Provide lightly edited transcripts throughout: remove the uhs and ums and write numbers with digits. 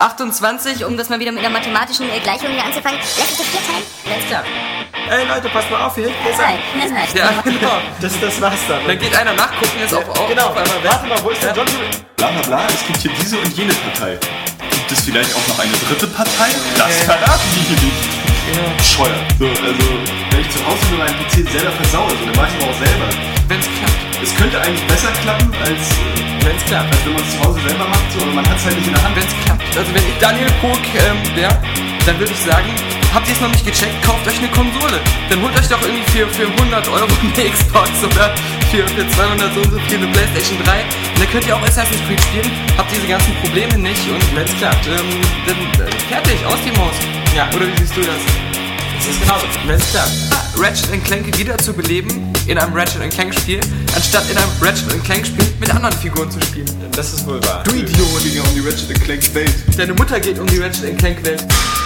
28, um das mal wieder mit einer mathematischen Gleichung hier anzufangen. Lässt sich das 4 teilen? Alles klar. Ey Leute, passt mal auf, hier hinten ist Nein, das ist Ja, genau. Das war's dann. Dann geht einer nachgucken, jetzt auf Genau, auf einmal weg. warte mal, wo ist der John? Bla bla bla, es gibt hier diese und jene Partei. Gibt es vielleicht auch noch eine dritte Partei? Das verraten die hier nicht. Bescheuert. So, also, wenn ich zu Hause nur meinen PC selber versaue, so, dann mach ich aber auch selber. Wenn's klappt. Es könnte eigentlich besser klappen, als Wenn's klappt. wenn man es zu Hause selber macht, so, aber man hat es halt nicht in der Hand. Wenn's klappt. Also wenn ich Daniel Pog wäre, dann würde ich sagen, habt ihr es noch nicht gecheckt, kauft euch eine Konsole. Dann holt euch doch irgendwie für 100 Euro eine Xbox oder für 200 so und so viel eine Playstation 3. Und dann könnt ihr auch Assassin's Creed spielen, habt diese ganzen Probleme nicht und wenn's klappt, dann fertig, aus dem Haus. Ja. Oder wie siehst du das? Das ist genauso. Wenn's klappt. Ratchet Clank wieder zu beleben in einem Ratchet Clank Spiel, anstatt in einem Ratchet Clank Spiel mit anderen Figuren zu spielen. Das ist wohl wahr. Du Idiot! Es ging um die Ratchet Clank Welt. Deine Mutter geht um die Ratchet Clank Welt.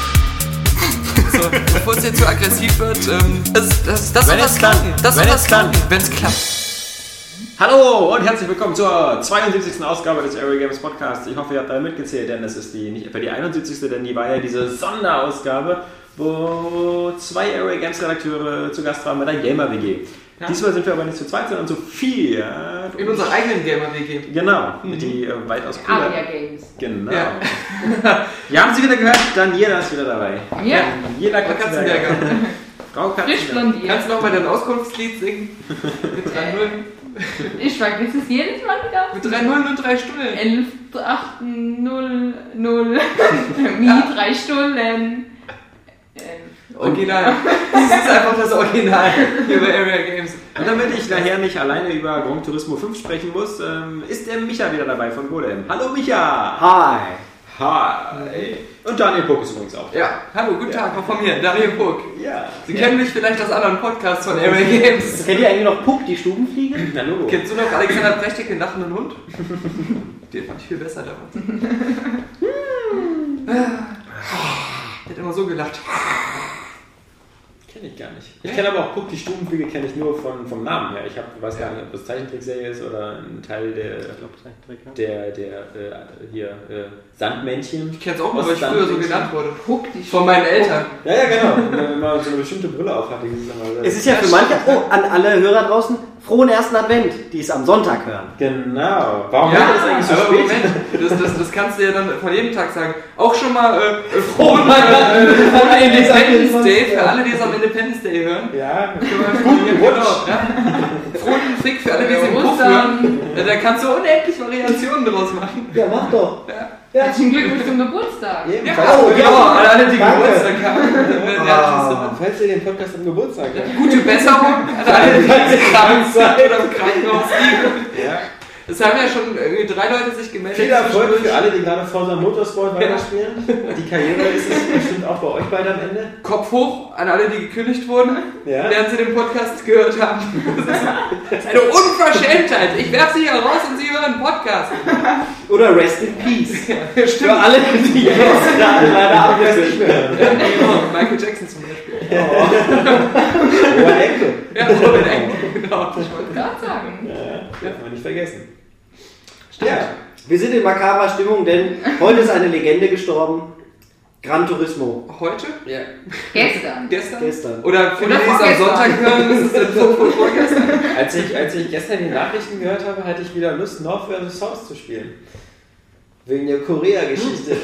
So, bevor es jetzt zu aggressiv wird, das soll was klappen. Das soll was klappen, wenn es klappt. Hallo und herzlich willkommen zur 72. Ausgabe des Area Games Podcasts. Ich hoffe, ihr habt da mitgezählt, denn es ist nicht etwa die 71. denn die war ja diese Sonderausgabe, wo 2 Area Games Redakteure zu Gast waren bei der Gamer WG. Ja. Diesmal sind wir aber nicht zu zweit, sondern zu 4. In unserer eigenen Gamer WG. Genau, die weitaus cooler. Aria Games. Genau. Ja. Ja, haben Sie wieder gehört? Daniela ist wieder dabei. Ja. Daniela Frau Katzenberger. Frau Frisch Katzenberger. blondiert. Kannst du noch mal dein Auskunftslied singen? Mit 3 Nullen. Ich vergesse es jedes Mal wieder. Mit 3 Nullen und 3 Stunden. 11, 8, 0, 0. Wie 3 Stunden. Original. Das ist einfach das Original hier bei Area Games. Und damit ich nachher nicht alleine über Gran Turismo 5 sprechen muss, ist der Micha wieder dabei von Golem. Hallo Micha! Hi! Hi! Und Daniel Puck ist übrigens auch. Ja, hallo, guten Tag, auch von mir, Daniel Puck. Ja. Sie kennen mich vielleicht aus anderen Podcasts von Area Games. Kennt ihr eigentlich noch Puck, die Stubenfliege? Na Logo. Kennst du noch Alexander Prächtig, den lachenden Hund? Den fand ich viel besser damals. Der hat immer so gelacht. Kenne ich gar nicht. Ich kenne aber auch Puck, die Stubenfliege kenne ich nur vom Namen her. Ich weiß gar nicht, ob das Zeichentrickserie ist oder ein Teil der Sandmännchen. Ich kenne es auch nur, weil ich früher so genannt wurde. Puck, die Von meinen Eltern. Ja, genau. Wenn man so eine bestimmte Brille auf hatte, hieß es immer. Es ist ja für manche, an alle Hörer draußen, frohen ersten Advent, die es am Sonntag hören. Genau. Warum Ja, hört das eigentlich so aber spät? Moment, das kannst du ja dann von jedem Tag sagen. Auch schon mal frohen Independence Day für alle, die es am Independence Day hören. Ja. Genau, ja. Frohen Fick für alle, die es im Puff hören. Da kannst du unendlich Variationen draus machen. Ja, mach doch. Herzlichen Glückwunsch zum Geburtstag. Oh, genau, alle, die danke. Geburtstag haben. Falls ihr den Podcast am Geburtstag habt. Gute Besserung an alle, die krank sind oder im Krankenhaus liegen. Ja. Es haben ja schon irgendwie 3 Leute sich gemeldet. Viel Erfolg für alle, die gerade Forza Motorsport weiterspielen. Die Karriere ist es bestimmt auch bei euch beide am Ende. Kopf hoch an alle, die gekündigt wurden, Ja. während sie den Podcast gehört haben. Das ist eine Unverschämtheit. Ich werfe sie hier raus und sie hören einen Podcast. Oder Rest in Peace. Ja, stimmt. Für alle, die jetzt leider abwesend werden. Genau, Michael Jackson zum Beispiel. Robert Enke. Ja, Robert Enke, genau. Ich wollte gerade sagen. Ja, darf man nicht vergessen. Ja, wir sind in makaber Stimmung, denn heute ist eine Legende gestorben. Gran Turismo. Heute? Ja. Gestern. Gestern. Oder für die, Oder die es am vorgestern. Sonntag hören, ist es dann vorgestern. Als ich gestern die Nachrichten gehört habe, hatte ich wieder Lust, North vs. South zu spielen. Wegen der Korea-Geschichte.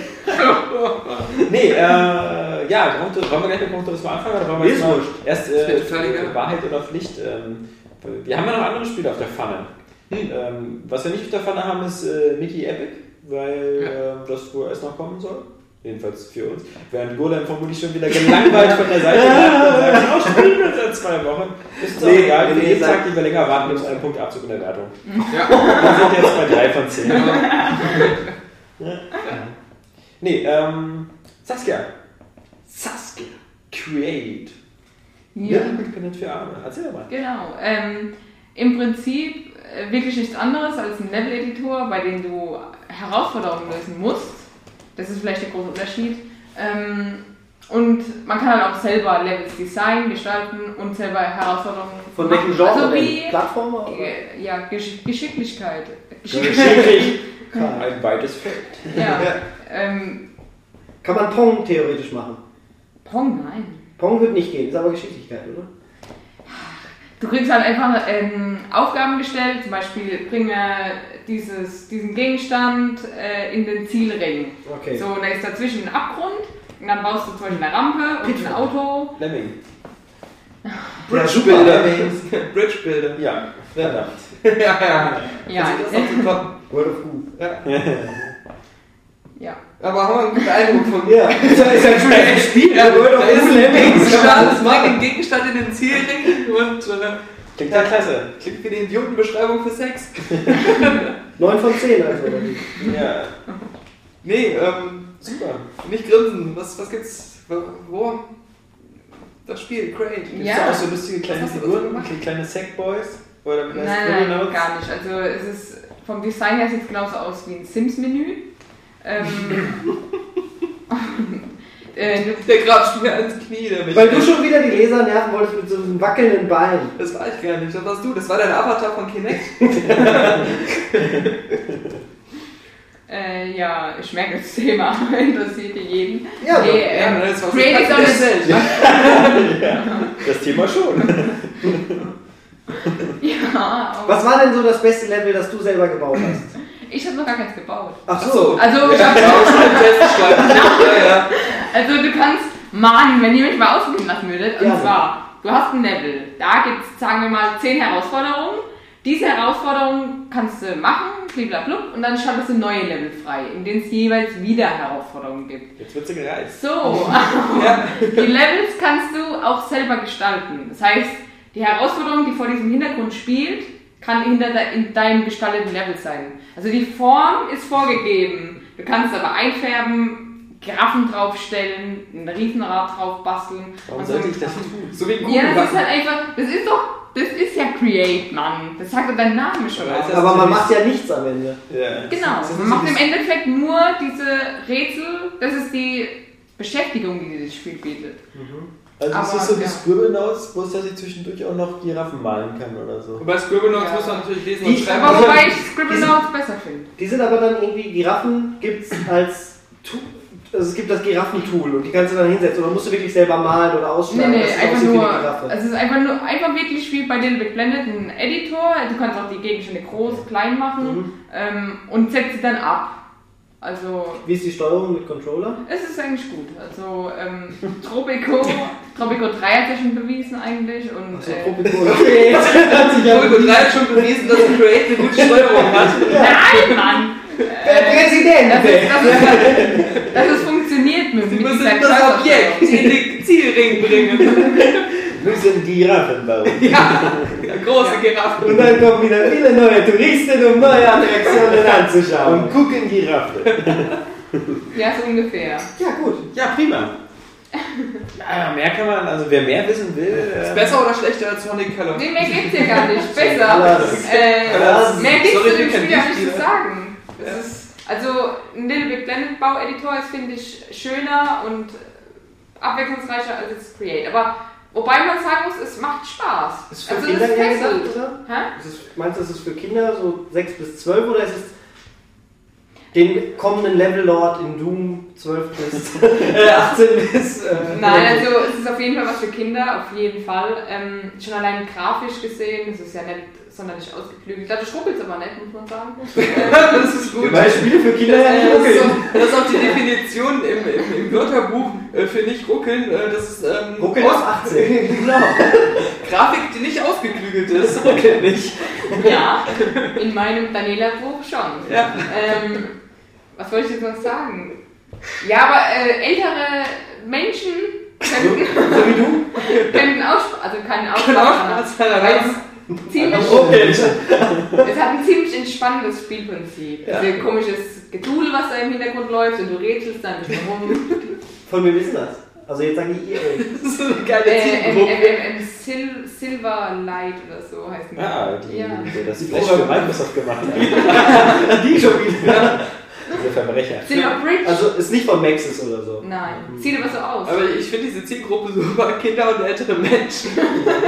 Nee, wollen wir gleich mit Gran Turismo anfangen? Oder wollen wir Mir jetzt ist mal wurscht. erst Mir ist völlig egal. Wahrheit oder Pflicht? Wir haben ja noch andere Spiele auf der Pfanne. Was wir nicht auf der Pfanne haben, ist Mickey Epic, weil das wohl erst noch kommen soll. Jedenfalls für uns. Während Golem vermutlich schon wieder gelangweilt von der Seite bleibt und sagt, spielen wir seit 2 Wochen. Ist doch egal, für jeden Tag, die wir länger warten, gibt es einen Punktabzug in der Wertung. Ja. Wir sind jetzt bei 3 von 10. Nee, Saskia. Create. Ja. Independent für Arme. Erzähl doch mal. Genau. Im Prinzip wirklich nichts anderes als ein Level-Editor, bei dem du Herausforderungen lösen musst. Das ist vielleicht der große Unterschied. Und man kann halt auch selber Levels designen, gestalten und selber Herausforderungen Von welchem machen. Genre Also denn? wie Plattformer? Ja, Geschicklichkeit. Geschicklich. Ein weites Feld. Ja. Kann man Pong theoretisch machen? Pong, nein. Pong wird nicht gehen, ist aber Geschicklichkeit, oder? Du kriegst halt einfach Aufgaben gestellt, zum Beispiel bringe diesen Gegenstand in den Zielring. Okay. So, und da ist dazwischen ein Abgrund und dann baust du zum Beispiel eine Rampe und ein Auto. Lemming. Bridge-Builder. Bridge-Builder. Ja, verdammt. Ja. Ja, Das ist auch zu toppen. World of Goo. ja. Aber haben wir einen guten Eindruck von Ja, das ist ein schönes Spiel. Ja, World da of ist Goo ein Lemmings. Gegenstand, es mag ein Gegenstand in den Zielring und Klingt ja klasse. klingt wie die Idiotenbeschreibung für Sex. 9 von 10 also, oder wie? Ja. Nee, Super. nicht grinsen. Was gibt's? Wo? Das Spiel, Crate. Gibt es Ja. auch so lustige kleine Was hast du Figuren, gemacht? kleine Sackboys? Oder wie heißt Nein, Scribblenauts? gar nicht. Also es ist vom Design her sieht es genauso aus wie ein Sims-Menü. Der grabt mir ans Knie, der mich. Weil du schon wieder die Leser nerven wolltest mit so einem wackelnden Bein. Das war ich gar nicht, das warst du. Das war dein Avatar von Kinect. Ja, ich merke, das Thema interessiert jeden. Ja, Nee, das war so Create is on das Welt. Das Thema schon. Ja, Was war denn so das beste Level, das du selber gebaut hast? ich habe noch gar keins gebaut. Ach Ach so. so. Also, ich Ja, hab, ich auch schon einen Test schreiben. Ja. also du kannst mahnen, wenn ihr mich mal ausprobieren lassen würdet. Und Ja. zwar, du hast ein Level. Da gibt es, sagen wir mal, 10 Herausforderungen. Diese Herausforderungen kannst du machen, bliblablub, und dann schaltest du neue Level frei, in denen es jeweils wieder Herausforderungen gibt. Jetzt wird sie gereizt. So, die Levels kannst du auch selber gestalten. Das heißt, die Herausforderung, die vor diesem Hintergrund spielt, kann in deinem gestalteten Level sein. Also die Form ist vorgegeben. Du kannst aber einfärben, Giraffen draufstellen, ein Riesenrad drauf basteln. Warum Also- sollte ich das tun? So wie Ja, das ist Kugelbacken. halt einfach, das ist ja Create, Mann. Das sagt doch dein Name schon Aber aus. ist das- Aber man macht ja nichts am Ende. Ja. Genau, Das ist man so macht im das- Endeffekt nur diese Rätsel, das ist die Beschäftigung, die dieses Spiel bietet. Also ist Aber, das so wie ja. Scribblenauts, wo es dass ich zwischendurch auch noch Giraffen malen kann oder so? Bei Scribblenauts Ja. muss man natürlich lesen Die- und schreiben. Aber Also, wobei ich Scribblenauts besser finde. Die sind aber dann irgendwie, Giraffen gibt's als also es gibt das Giraffentool und die kannst du dann hinsetzen oder musst du wirklich selber malen oder ausschneiden. Nee, dass es einfach aussieht wie nur, eine Giraffe. es ist einfach wirklich wie bei Little Big Planet ein Editor, du kannst auch die Gegenstände groß, klein machen und setzt sie dann ab. Also, Wie ist die Steuerung mit Controller? es ist eigentlich gut. Also, Tropico 3 hat ja schon bewiesen eigentlich und Okay, das hat sich ja Folge 3 hat schon bewiesen, dass Create eine gute Steuerung hat. nein, Mann! Präsident! Dass es funktioniert mit Sie müssen dieser das Objekt Kreisabsteuerung. in den Zielring bringen. Müssen Giraffen bauen. Ja, große Giraffen. Und dann kommen wieder viele neue Touristen, um neue Attraktionen anzuschauen. Und gucken Giraffe. Ja, so ungefähr. Ja, gut. Ja, prima. Ja, mehr kann man, also wer mehr wissen will. Ist besser oder schlechter als Sonic Color? Nee, mehr geht's hier gar nicht. Besser. Alles. Mehr gibt's Sorry, zu dem wir kennen Spiel gar die nicht zu Spiele. sagen. Es ist, also, ein Little Big Planet Baueditor ist, finde ich, schöner und abwechslungsreicher als jetzt Create. Aber wobei man sagen muss, es macht Spaß. Ist es für Also, Kinder es eher fesselt. gedacht, oder? Hä? Meinst du, ist es für Kinder so 6 bis 12 oder ist es den kommenden Level-Lord in Doom 12 bis 18 bis... Nein, also es ist auf jeden Fall was für Kinder, auf jeden Fall. Schon allein grafisch gesehen, es ist ja nicht sonderlich ausgeklügelt. Dadurch ruckelt es aber nicht, muss man sagen. Das ist gut. Weil Spiele für Kinder ja nicht Das ist, ruckeln. auch, das ist auch die Definition im Wörterbuch für nicht ruckeln. Das ist Ruckeln ab 18. Genau. Grafik, die nicht ausgeklügelt ist. Ruckeln nicht. Ja, in meinem Daniela-Buch schon. Ja. Was wollte ich jetzt noch sagen? Ja, aber ältere Menschen könnten, So wie du? könnten auch, also keinen Genau, Aussprache Spaß weil es Ruckeln. es hat ein ziemlich entspannendes Spielprinzip. Ja. Also ein komisches Gedudel, was da im Hintergrund läuft und du rätselst dann ein bisschen rum. Von wem ist das? Also jetzt sage ich ihr. Das ist eine geile Zielgruppe. Silverlight oder so heißt die. Ah, die, Ja. der das Flash für Microsoft gemacht hat. Die schon wieder. Dieser Verbrecher. Silverbridge? Also ist nicht von Maxis oder so. Nein, sieht aber so aus. Aber ich finde diese Zielgruppe so über Kinder und ältere Menschen.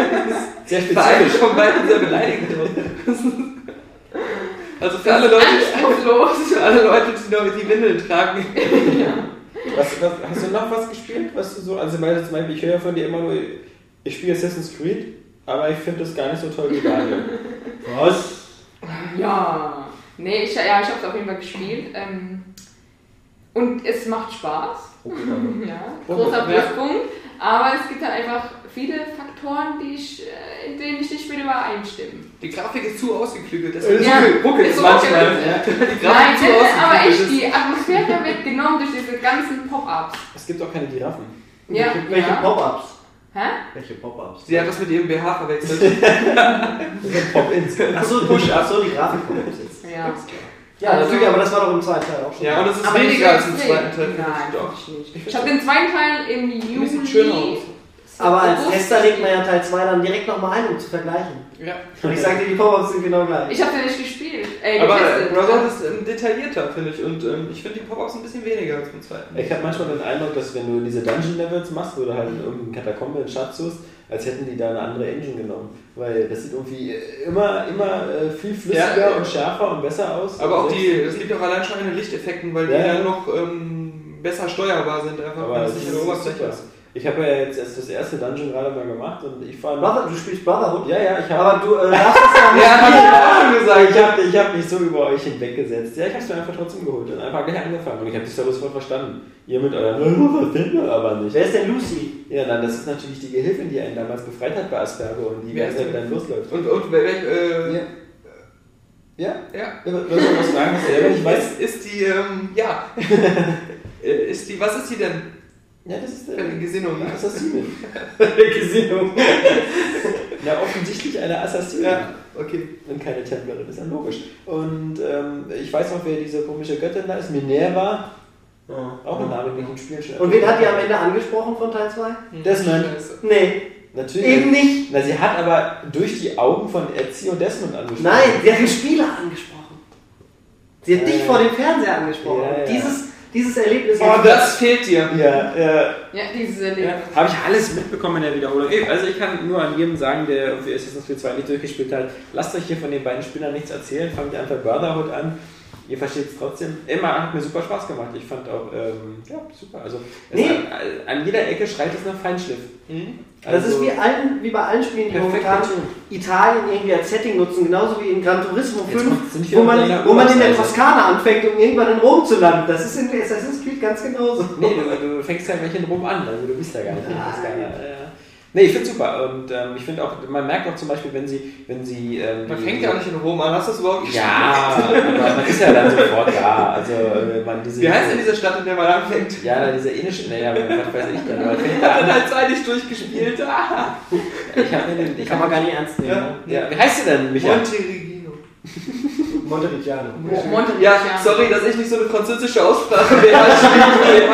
Sehr Bei einem spezifisch. von beiden sehr beleidigend. Also für alle Leute, drauf los. Alle Leute, die noch die Windeln tragen. Hast du noch was gespielt, was du so, also weil zum Beispiel, ich höre ja von dir immer nur, ich spiele Assassin's Creed, aber ich finde das gar nicht so toll wie Daniel. Was? Ja. Nee, ich habe es auf jeden Fall gespielt. Und es macht Spaß. Ja, großer Pluspunkt. Aber es gibt halt einfach viele Faktoren, in denen ich nicht mit übereinstimme. Die Grafik ist zu ausgeklügelt. Das ruckelt ist manchmal. Die Grafik ist zu ausgeklügelt. Aber echt, die Atmosphäre wird genommen durch diese ganzen Pop-Ups. Es gibt auch keine Giraffen. Ja. Welche Pop-Ups? Hä? Welche Pop-Ups? Sie hat das mit ihrem BH verwechselt. Das sind Pop-Ins. Achso, die Grafik-Pop-Ups jetzt. Ja. Ja, natürlich, aber das war doch im zweiten Teil auch schon. Ja, und das ist Aber weniger als im zweiten Teil. Nein, Doch. ich habe den zweiten Teil im Juli. Sieht schön aus. Aber als Tester legt man ja Teil 2 dann direkt nochmal ein, um zu vergleichen. Ja. Und ich sag dir, die Pop-Ups sind genau gleich. Ich habe den nicht gespielt. Aber getestet. Brotherhood ist detaillierter, finde ich. Und ich finde die Pop-Ups ein bisschen weniger als beim zweiten. Ich habe manchmal den Eindruck, dass wenn du diese Dungeon-Levels machst, wo du halt in irgendeinem Katakombe einen Schatz suchst, als hätten die da eine andere Engine genommen. Weil das sieht irgendwie immer viel flüssiger und schärfer und besser aus. Aber auch das liegt auch allein schon an den Lichteffekten, weil die dann noch besser steuerbar sind, einfach wenn es nicht an der Oberfläche ist. Ich habe ja jetzt erst das erste Dungeon gerade mal gemacht und ich fand... Du spielst Brotherhood? Ja, ich habe... Aber du darfst das ja nicht. Ja, hab ich auch schon gesagt. Ich hab mich so über euch hinweggesetzt. Ja, ich habe es mir einfach trotzdem geholt und einfach gleich angefangen. Und ich habe die Story sofort verstanden. Ihr mit euren, verstehen wir aber nicht. Wer ist denn Lucy? Ja, dann, das ist natürlich die Gehilfin, die einen damals befreit hat bei Asperger und die ganze Zeit dann losläuft. Und welche... Ja? Ja. Was soll ich sagen, was du selber nicht weißt? Ist die, was ist die denn? Ja, das ist eine Gesinnung. Eine Assassinin. Gesinnung. Ja, offensichtlich eine Assassinin. Ja, okay. Und keine Templerin, ist ja logisch. Und ich weiß noch, wer diese komische Göttin da ist. Minerva. Auch ein Name, den ich im Spiel schon. Und wen hat die am Ende angesprochen von Teil 2? Desmond. Nee. Natürlich. Eben nicht. Na, sie hat aber durch die Augen von Ezio Desmond angesprochen. Nein, sie hat den Spieler angesprochen. Sie hat dich vor dem Fernseher angesprochen. Ja. Dieses Erlebnis. Oh, das fehlt dir. Ja. Ja, dieses Erlebnis. Habe ich alles mitbekommen in der Wiederholung. Also ich kann nur an jedem sagen, der irgendwie Assassin's Creed 2 nicht durchgespielt hat, lasst euch hier von den beiden Spielern nichts erzählen, fangt einfach Brotherhood an. Ihr versteht es trotzdem. Hat mir super Spaß gemacht. Ich fand auch, super. Also an jeder Ecke schreit es nach Feinschliff. Das ist wie bei allen Spielen, die momentan Italien irgendwie als Setting nutzen, genauso wie in Gran Turismo 5, wo man in der Toskana anfängt, um irgendwann in Rom zu landen. Das ist in Assassin's Creed ganz genauso. Nee, du fängst ja nicht in Rom an, also du bist ja gar nicht in der Toskana. Nee, ich finde es super und ich finde auch, man merkt auch zum Beispiel, wenn sie man fängt ja auch nicht in Rom an, hast du das überhaupt gespielt? Ja, aber man ist ja dann sofort da. Also, wie heißt denn diese Stadt, in der man anfängt? Ja, diese ähnliche, was weiß ich dann. Ich habe dann halt 2 nicht durchgespielt. Kann man gar nicht ernst nehmen. Ja. Wie heißt sie denn, Michael? Monteriggiano. Ja, sorry, dass ich nicht so eine französische Aussprache beherrsche.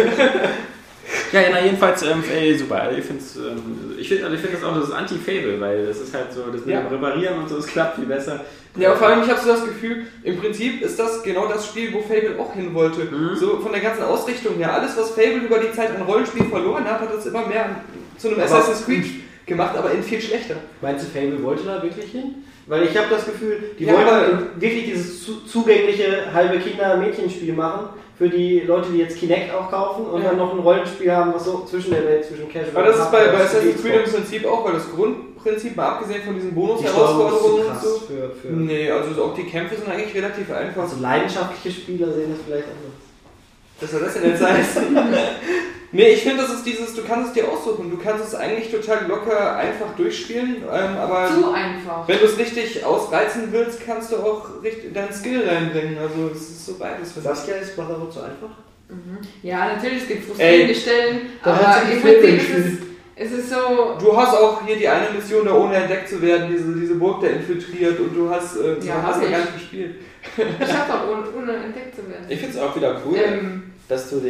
Ja, jedenfalls super. Ich finde das auch das Anti-Fable, weil das ist halt so, das mit dem Reparieren und so, es klappt viel besser. Ja, vor allem, ich habe so das Gefühl, im Prinzip ist das genau das Spiel, wo Fable auch hin wollte. So von der ganzen Ausrichtung her. Alles, was Fable über die Zeit an Rollenspiel verloren hat, hat es immer mehr zu einem Assassin's Creed gemacht, aber in viel schlechter. Meinst du, Fable wollte da wirklich hin? Weil ich habe das Gefühl, die wollten wirklich dieses zugängliche halbe Kinder-Mädchenspiel machen für die Leute, die jetzt Kinect auch kaufen und dann noch ein Rollenspiel haben, was so zwischen der Welt, zwischen Casual und aber das ist bei Assassin's Creed im Prinzip auch, weil das Grundprinzip, mal abgesehen von diesen Bonus-Herausforderungen und so. Nee, also auch die Kämpfe sind eigentlich relativ einfach. Also leidenschaftliche Spieler sehen das vielleicht anders. Was soll das denn jetzt heißen? Nee, ich finde, das ist du kannst es dir aussuchen. Du kannst es eigentlich total locker einfach durchspielen, aber zu einfach. Wenn du es richtig ausreizen willst, kannst du auch deinen Skill reinbringen. Also es ist so beides. Saskia, ist Brotherhood so einfach? Ja, natürlich, es gibt frustrierende Stellen, aber im Prinzip ist es so... Du hast auch hier die eine Mission, da ohne entdeckt zu werden, diese Burg da infiltriert und du hast gar nicht gespielt. Ich habe auch ohne entdeckt zu werden. Ich finde es auch wieder cool, dass du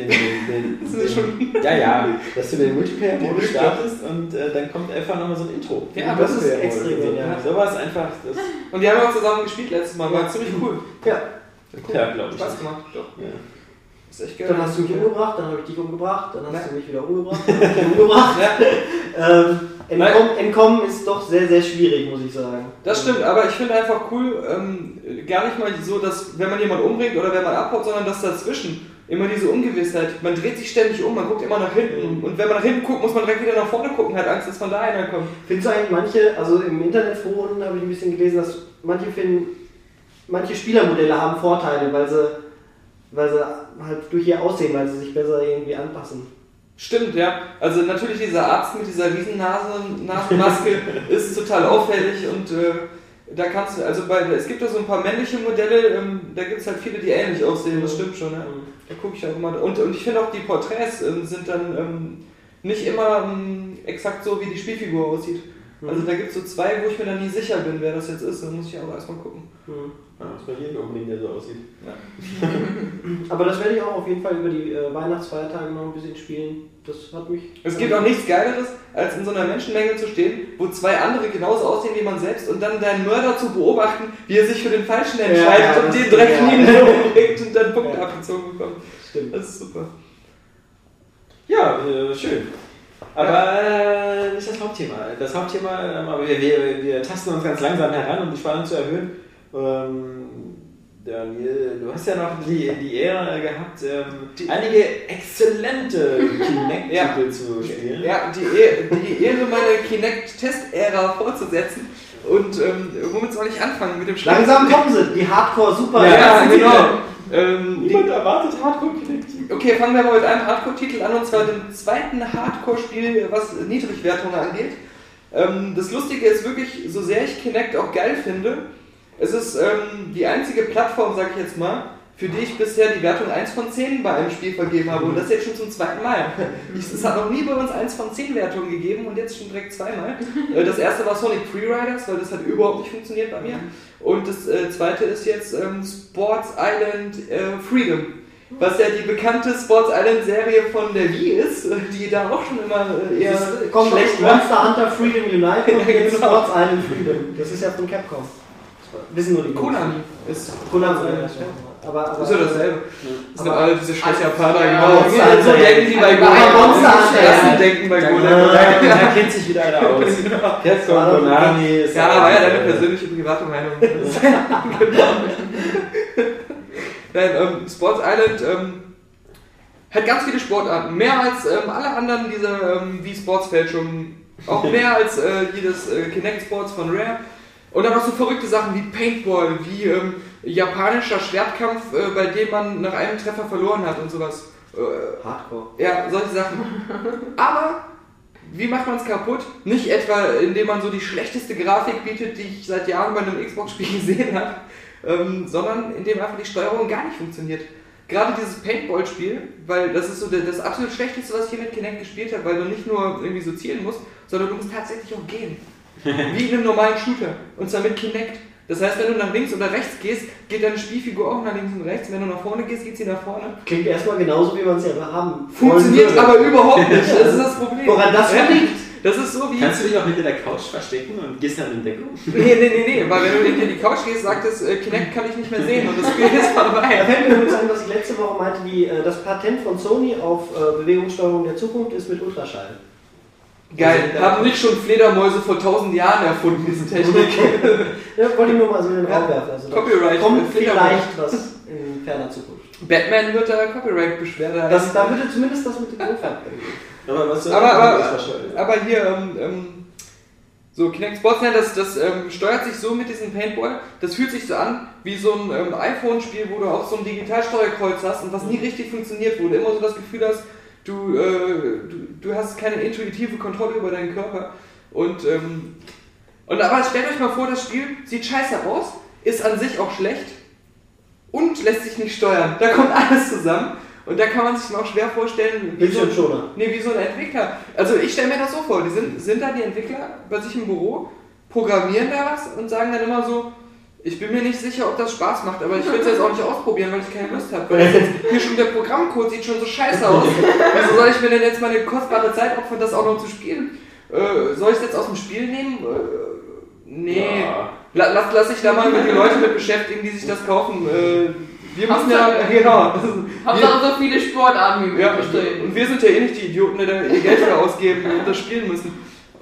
dass du den Multiplayer-Modus startest und dann kommt einfach nochmal so ein Intro. Ja, das ist extrem genial. Sowas einfach. Und wir haben auch zusammen gespielt letztes Mal, war ziemlich cool. Ja. Cool. Ja, glaube ich. Spaß gemacht, doch. Ja. Ist echt geil. Dann hast du mich umgebracht, dann habe ich dich umgebracht, dann hast du mich wieder umgebracht, dann habe ich dich umgebracht. Entkommen ist doch sehr, sehr schwierig, muss ich sagen. Das stimmt, aber ich finde einfach cool, gar nicht mal so, dass wenn man jemanden umbringt oder wenn man abhaut, sondern dass dazwischen immer diese Ungewissheit, man dreht sich ständig um, man guckt immer nach hinten und wenn man nach hinten guckt, muss man direkt wieder nach vorne gucken, hat Angst, dass von da einer kommt. Findest du eigentlich manche, also im Internetforen habe ich ein bisschen gelesen, dass manche Spielermodelle haben Vorteile, weil sie halt durch ihr Aussehen, weil sie sich besser irgendwie anpassen. Stimmt, ja. Also natürlich dieser Arzt mit dieser Riesennasenmaske ist total auffällig und da kannst du, also es gibt ja so ein paar männliche Modelle, da gibt es halt viele, die ähnlich aussehen, das stimmt schon, ja. Da gucke ich auch immer. Und ich finde auch die Porträts sind dann nicht immer exakt so, wie die Spielfigur aussieht. Also da gibt es so zwei, wo ich mir dann nie sicher bin, wer das jetzt ist, dann muss ich auch erstmal gucken. Ja, das ist bei jedem unbedingt, der so aussieht. Ja. Aber das werde ich auch auf jeden Fall über die Weihnachtsfeiertage noch ein bisschen spielen. Das hat mich... Es gibt auch nichts Geileres, als in so einer Menschenmenge zu stehen, wo zwei andere genauso aussehen wie man selbst und dann deinen Mörder zu beobachten, wie er sich für den Falschen entscheidet und den direkt neben dir umbringt und dann Punkte abgezogen bekommt. Stimmt. Das ist super. Ja, schön. Aber nicht das Hauptthema. Das Hauptthema, aber wir tasten uns ganz langsam heran, um die Spannung zu erhöhen. Daniel, du hast ja noch die Ehre gehabt, einige exzellente Kinect-Titel zu spielen. Ja, die Ehre, meine Kinect-Test-Ära fortzusetzen. Und womit soll ich anfangen? Mit dem Schlag? Langsam kommen sie, die Hardcore-Super. Ja, genau. Niemand erwartet Hardcore-Kinect. Okay, fangen wir mal mit einem Hardcore-Titel an, und zwar dem zweiten Hardcore-Spiel, was Niedrigwertungen angeht. Das Lustige ist wirklich, so sehr ich Kinect auch geil finde, es ist die einzige Plattform, sag ich jetzt mal, für die ich bisher die Wertung 1 von 10 bei einem Spiel vergeben habe. Und das jetzt schon zum zweiten Mal. Es hat noch nie bei uns 1 von 10 Wertungen gegeben und jetzt schon direkt zweimal. Das erste war Sonic Freeriders, weil das hat überhaupt nicht funktioniert bei mir. Und das zweite ist jetzt Sports Island Freedom. Was ja die bekannte Sports Island Serie von der Wii ist, die da auch schon immer eher schlecht war. Monster Hunter Freedom Unite und jetzt Sports Island Freedom. Das ist ja von Capcom. Wissen nur die Konami ist. Konami, aber ist ja dasselbe. Das sind alle diese scheiß Japaner, genau. So denken die bei Golem. Denken bei Golem. Da kennt sich wieder einer aus. Capcom, Konami. Ja, war ja deine persönliche private Meinung. Genau. Nein, Sports Island hat ganz viele Sportarten. Mehr als alle anderen dieser Wii Sports Fälschungen. Auch mehr als jedes Kinect Sports von Rare. Und dann auch so verrückte Sachen wie Paintball, wie japanischer Schwertkampf, bei dem man nach einem Treffer verloren hat und sowas. Hardcore. Ja, solche Sachen. Aber wie macht man es kaputt? Nicht etwa, indem man so die schlechteste Grafik bietet, die ich seit Jahren bei einem Xbox-Spiel gesehen habe, sondern indem einfach die Steuerung gar nicht funktioniert. Gerade dieses Paintball-Spiel, weil das ist so das absolut Schlechteste, was ich hier mit Kinect gespielt habe, weil du nicht nur irgendwie so zielen musst, sondern du musst tatsächlich auch gehen. Wie in einem normalen Shooter. Und zwar mit Kinect. Das heißt, wenn du nach links oder rechts gehst, geht deine Spielfigur auch nach links und rechts. Wenn du nach vorne gehst, geht sie nach vorne. Klingt erstmal genauso, wie man es ja haben. Funktioniert aber überhaupt nicht. Das ist das Problem. Woran das liegt? Das ist so wie... Kannst du dich auch hinter der Couch verstecken und gehst dann in Deckung? Nee. Weil wenn du hinter die Couch gehst, sagt es, Kinect kann ich nicht mehr sehen und das Spiel ist vorbei. Da fällt mir übrigens ein, was ich letzte Woche meinte, das Patent von Sony auf Bewegungssteuerung der Zukunft ist mit Ultraschall. Geil, haben nicht schon Fledermäuse vor 1000 Jahren erfunden, diese Technik? Ja, wollte ich nur mal so in den Raum werfen. Also Copyright. Kommt vielleicht was in ferner Zukunft. Batman wird da Copyright-Beschwerde. Da würde zumindest das mit dem Unfall. Aber hier, so Kinect Sports, das steuert sich so mit diesem Paintball, das fühlt sich so an wie so ein iPhone-Spiel, wo du auch so ein Digitalsteuerkreuz hast und was nie richtig funktioniert, wo du immer so das Gefühl hast, du hast keine intuitive Kontrolle über deinen Körper. Aber stellt euch mal vor, das Spiel sieht scheiße aus, ist an sich auch schlecht und lässt sich nicht steuern. Da kommt alles zusammen und da kann man sich noch schwer vorstellen, wie so ein Entwickler. Also ich stelle mir das so vor, die sind da die Entwickler bei sich im Büro, programmieren da was und sagen dann immer so, ich bin mir nicht sicher, ob das Spaß macht, aber ich will es jetzt auch nicht ausprobieren, weil ich keine Lust habe. Weil hier schon der Programmcode sieht schon so scheiße aus. Wieso soll ich mir denn jetzt meine kostbare Zeit opfern, das auch noch zu spielen? Soll ich es jetzt aus dem Spiel nehmen? Nee. Ja. Lass ich da mal mit den Leuten mit beschäftigen, die sich das kaufen. Wir müssen genau. Hauptsache so viele Sportarten wie möglich. Ja, und wir sind ja eh nicht die Idioten, die da ihr Geld für ausgeben und das spielen müssen.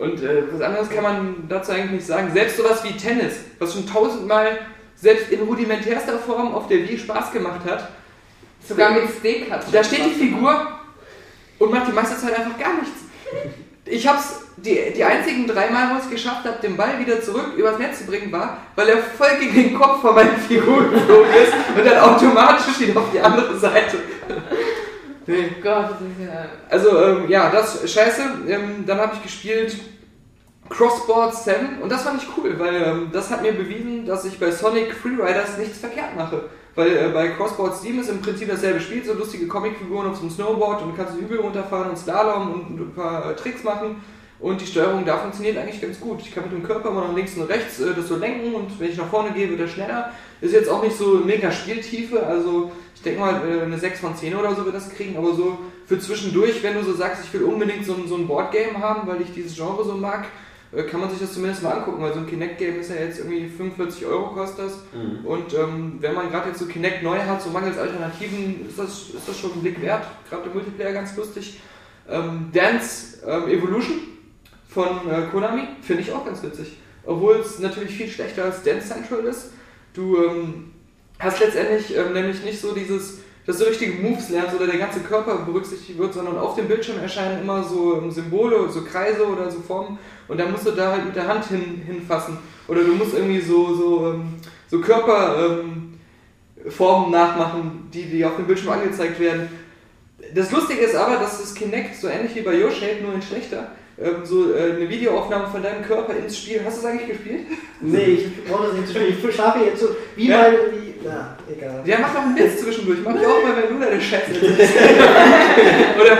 Und was anderes kann man dazu eigentlich nicht sagen. Selbst sowas wie Tennis, was schon 1000-mal selbst in rudimentärster Form auf der Wii Spaß gemacht hat. Sogar mit Stick hat Da steht die Figur und macht die meiste Zeit einfach gar nichts. Ich hab's die einzigen 3 Mal, wo ich es geschafft habe, den Ball wieder zurück übers Netz zu bringen, war, weil er voll gegen den Kopf von meiner Figur geflogen ist und dann automatisch wieder auf die andere Seite. Nee. Oh Gott, das ist ja... Also, das ist scheiße. Dann habe ich gespielt Crossboard 7 und das fand ich cool, weil das hat mir bewiesen, dass ich bei Sonic Freeriders nichts verkehrt mache. Weil bei Crossboard 7 ist im Prinzip dasselbe Spiel, so lustige Comicfiguren auf so einem Snowboard und du kannst Hügel runterfahren und Slalom und ein paar Tricks machen und die Steuerung da funktioniert eigentlich ganz gut. Ich kann mit dem Körper immer nach links und rechts das so lenken und wenn ich nach vorne gehe, wird er schneller. Ist jetzt auch nicht so mega Spieltiefe, also ich denke mal eine 6 von 10 oder so wird das kriegen, aber so für zwischendurch, wenn du so sagst, ich will unbedingt so ein Boardgame haben, weil ich dieses Genre so mag, kann man sich das zumindest mal angucken, weil so ein Kinect-Game ist ja jetzt irgendwie 45 € kostet das. Und wenn man gerade jetzt so Kinect neu hat, so mangels Alternativen, ist das schon ein Blick wert. Gerade der Multiplayer ganz lustig. Dance Evolution von Konami finde ich auch ganz witzig. Obwohl es natürlich viel schlechter als Dance Central ist. Du hast letztendlich nämlich nicht so dass du richtige Moves lernst oder der ganze Körper berücksichtigt wird, sondern auf dem Bildschirm erscheinen immer so Symbole, so Kreise oder so Formen und dann musst du da halt mit der Hand hinfassen. Oder du musst irgendwie so Körperformen nachmachen, die auf dem Bildschirm angezeigt werden. Das Lustige ist aber, dass das Kinect so ähnlich wie bei Your-Shape, nur in schlechter, eine Videoaufnahme von deinem Körper ins Spiel. Hast du es eigentlich gespielt? Nee, ich brauche das nicht zu spielen. Ich schlafe jetzt so, na, egal. Der macht auch einen Witz zwischendurch. Mach ich auch mal, wenn du da der Scheiße ist. Oder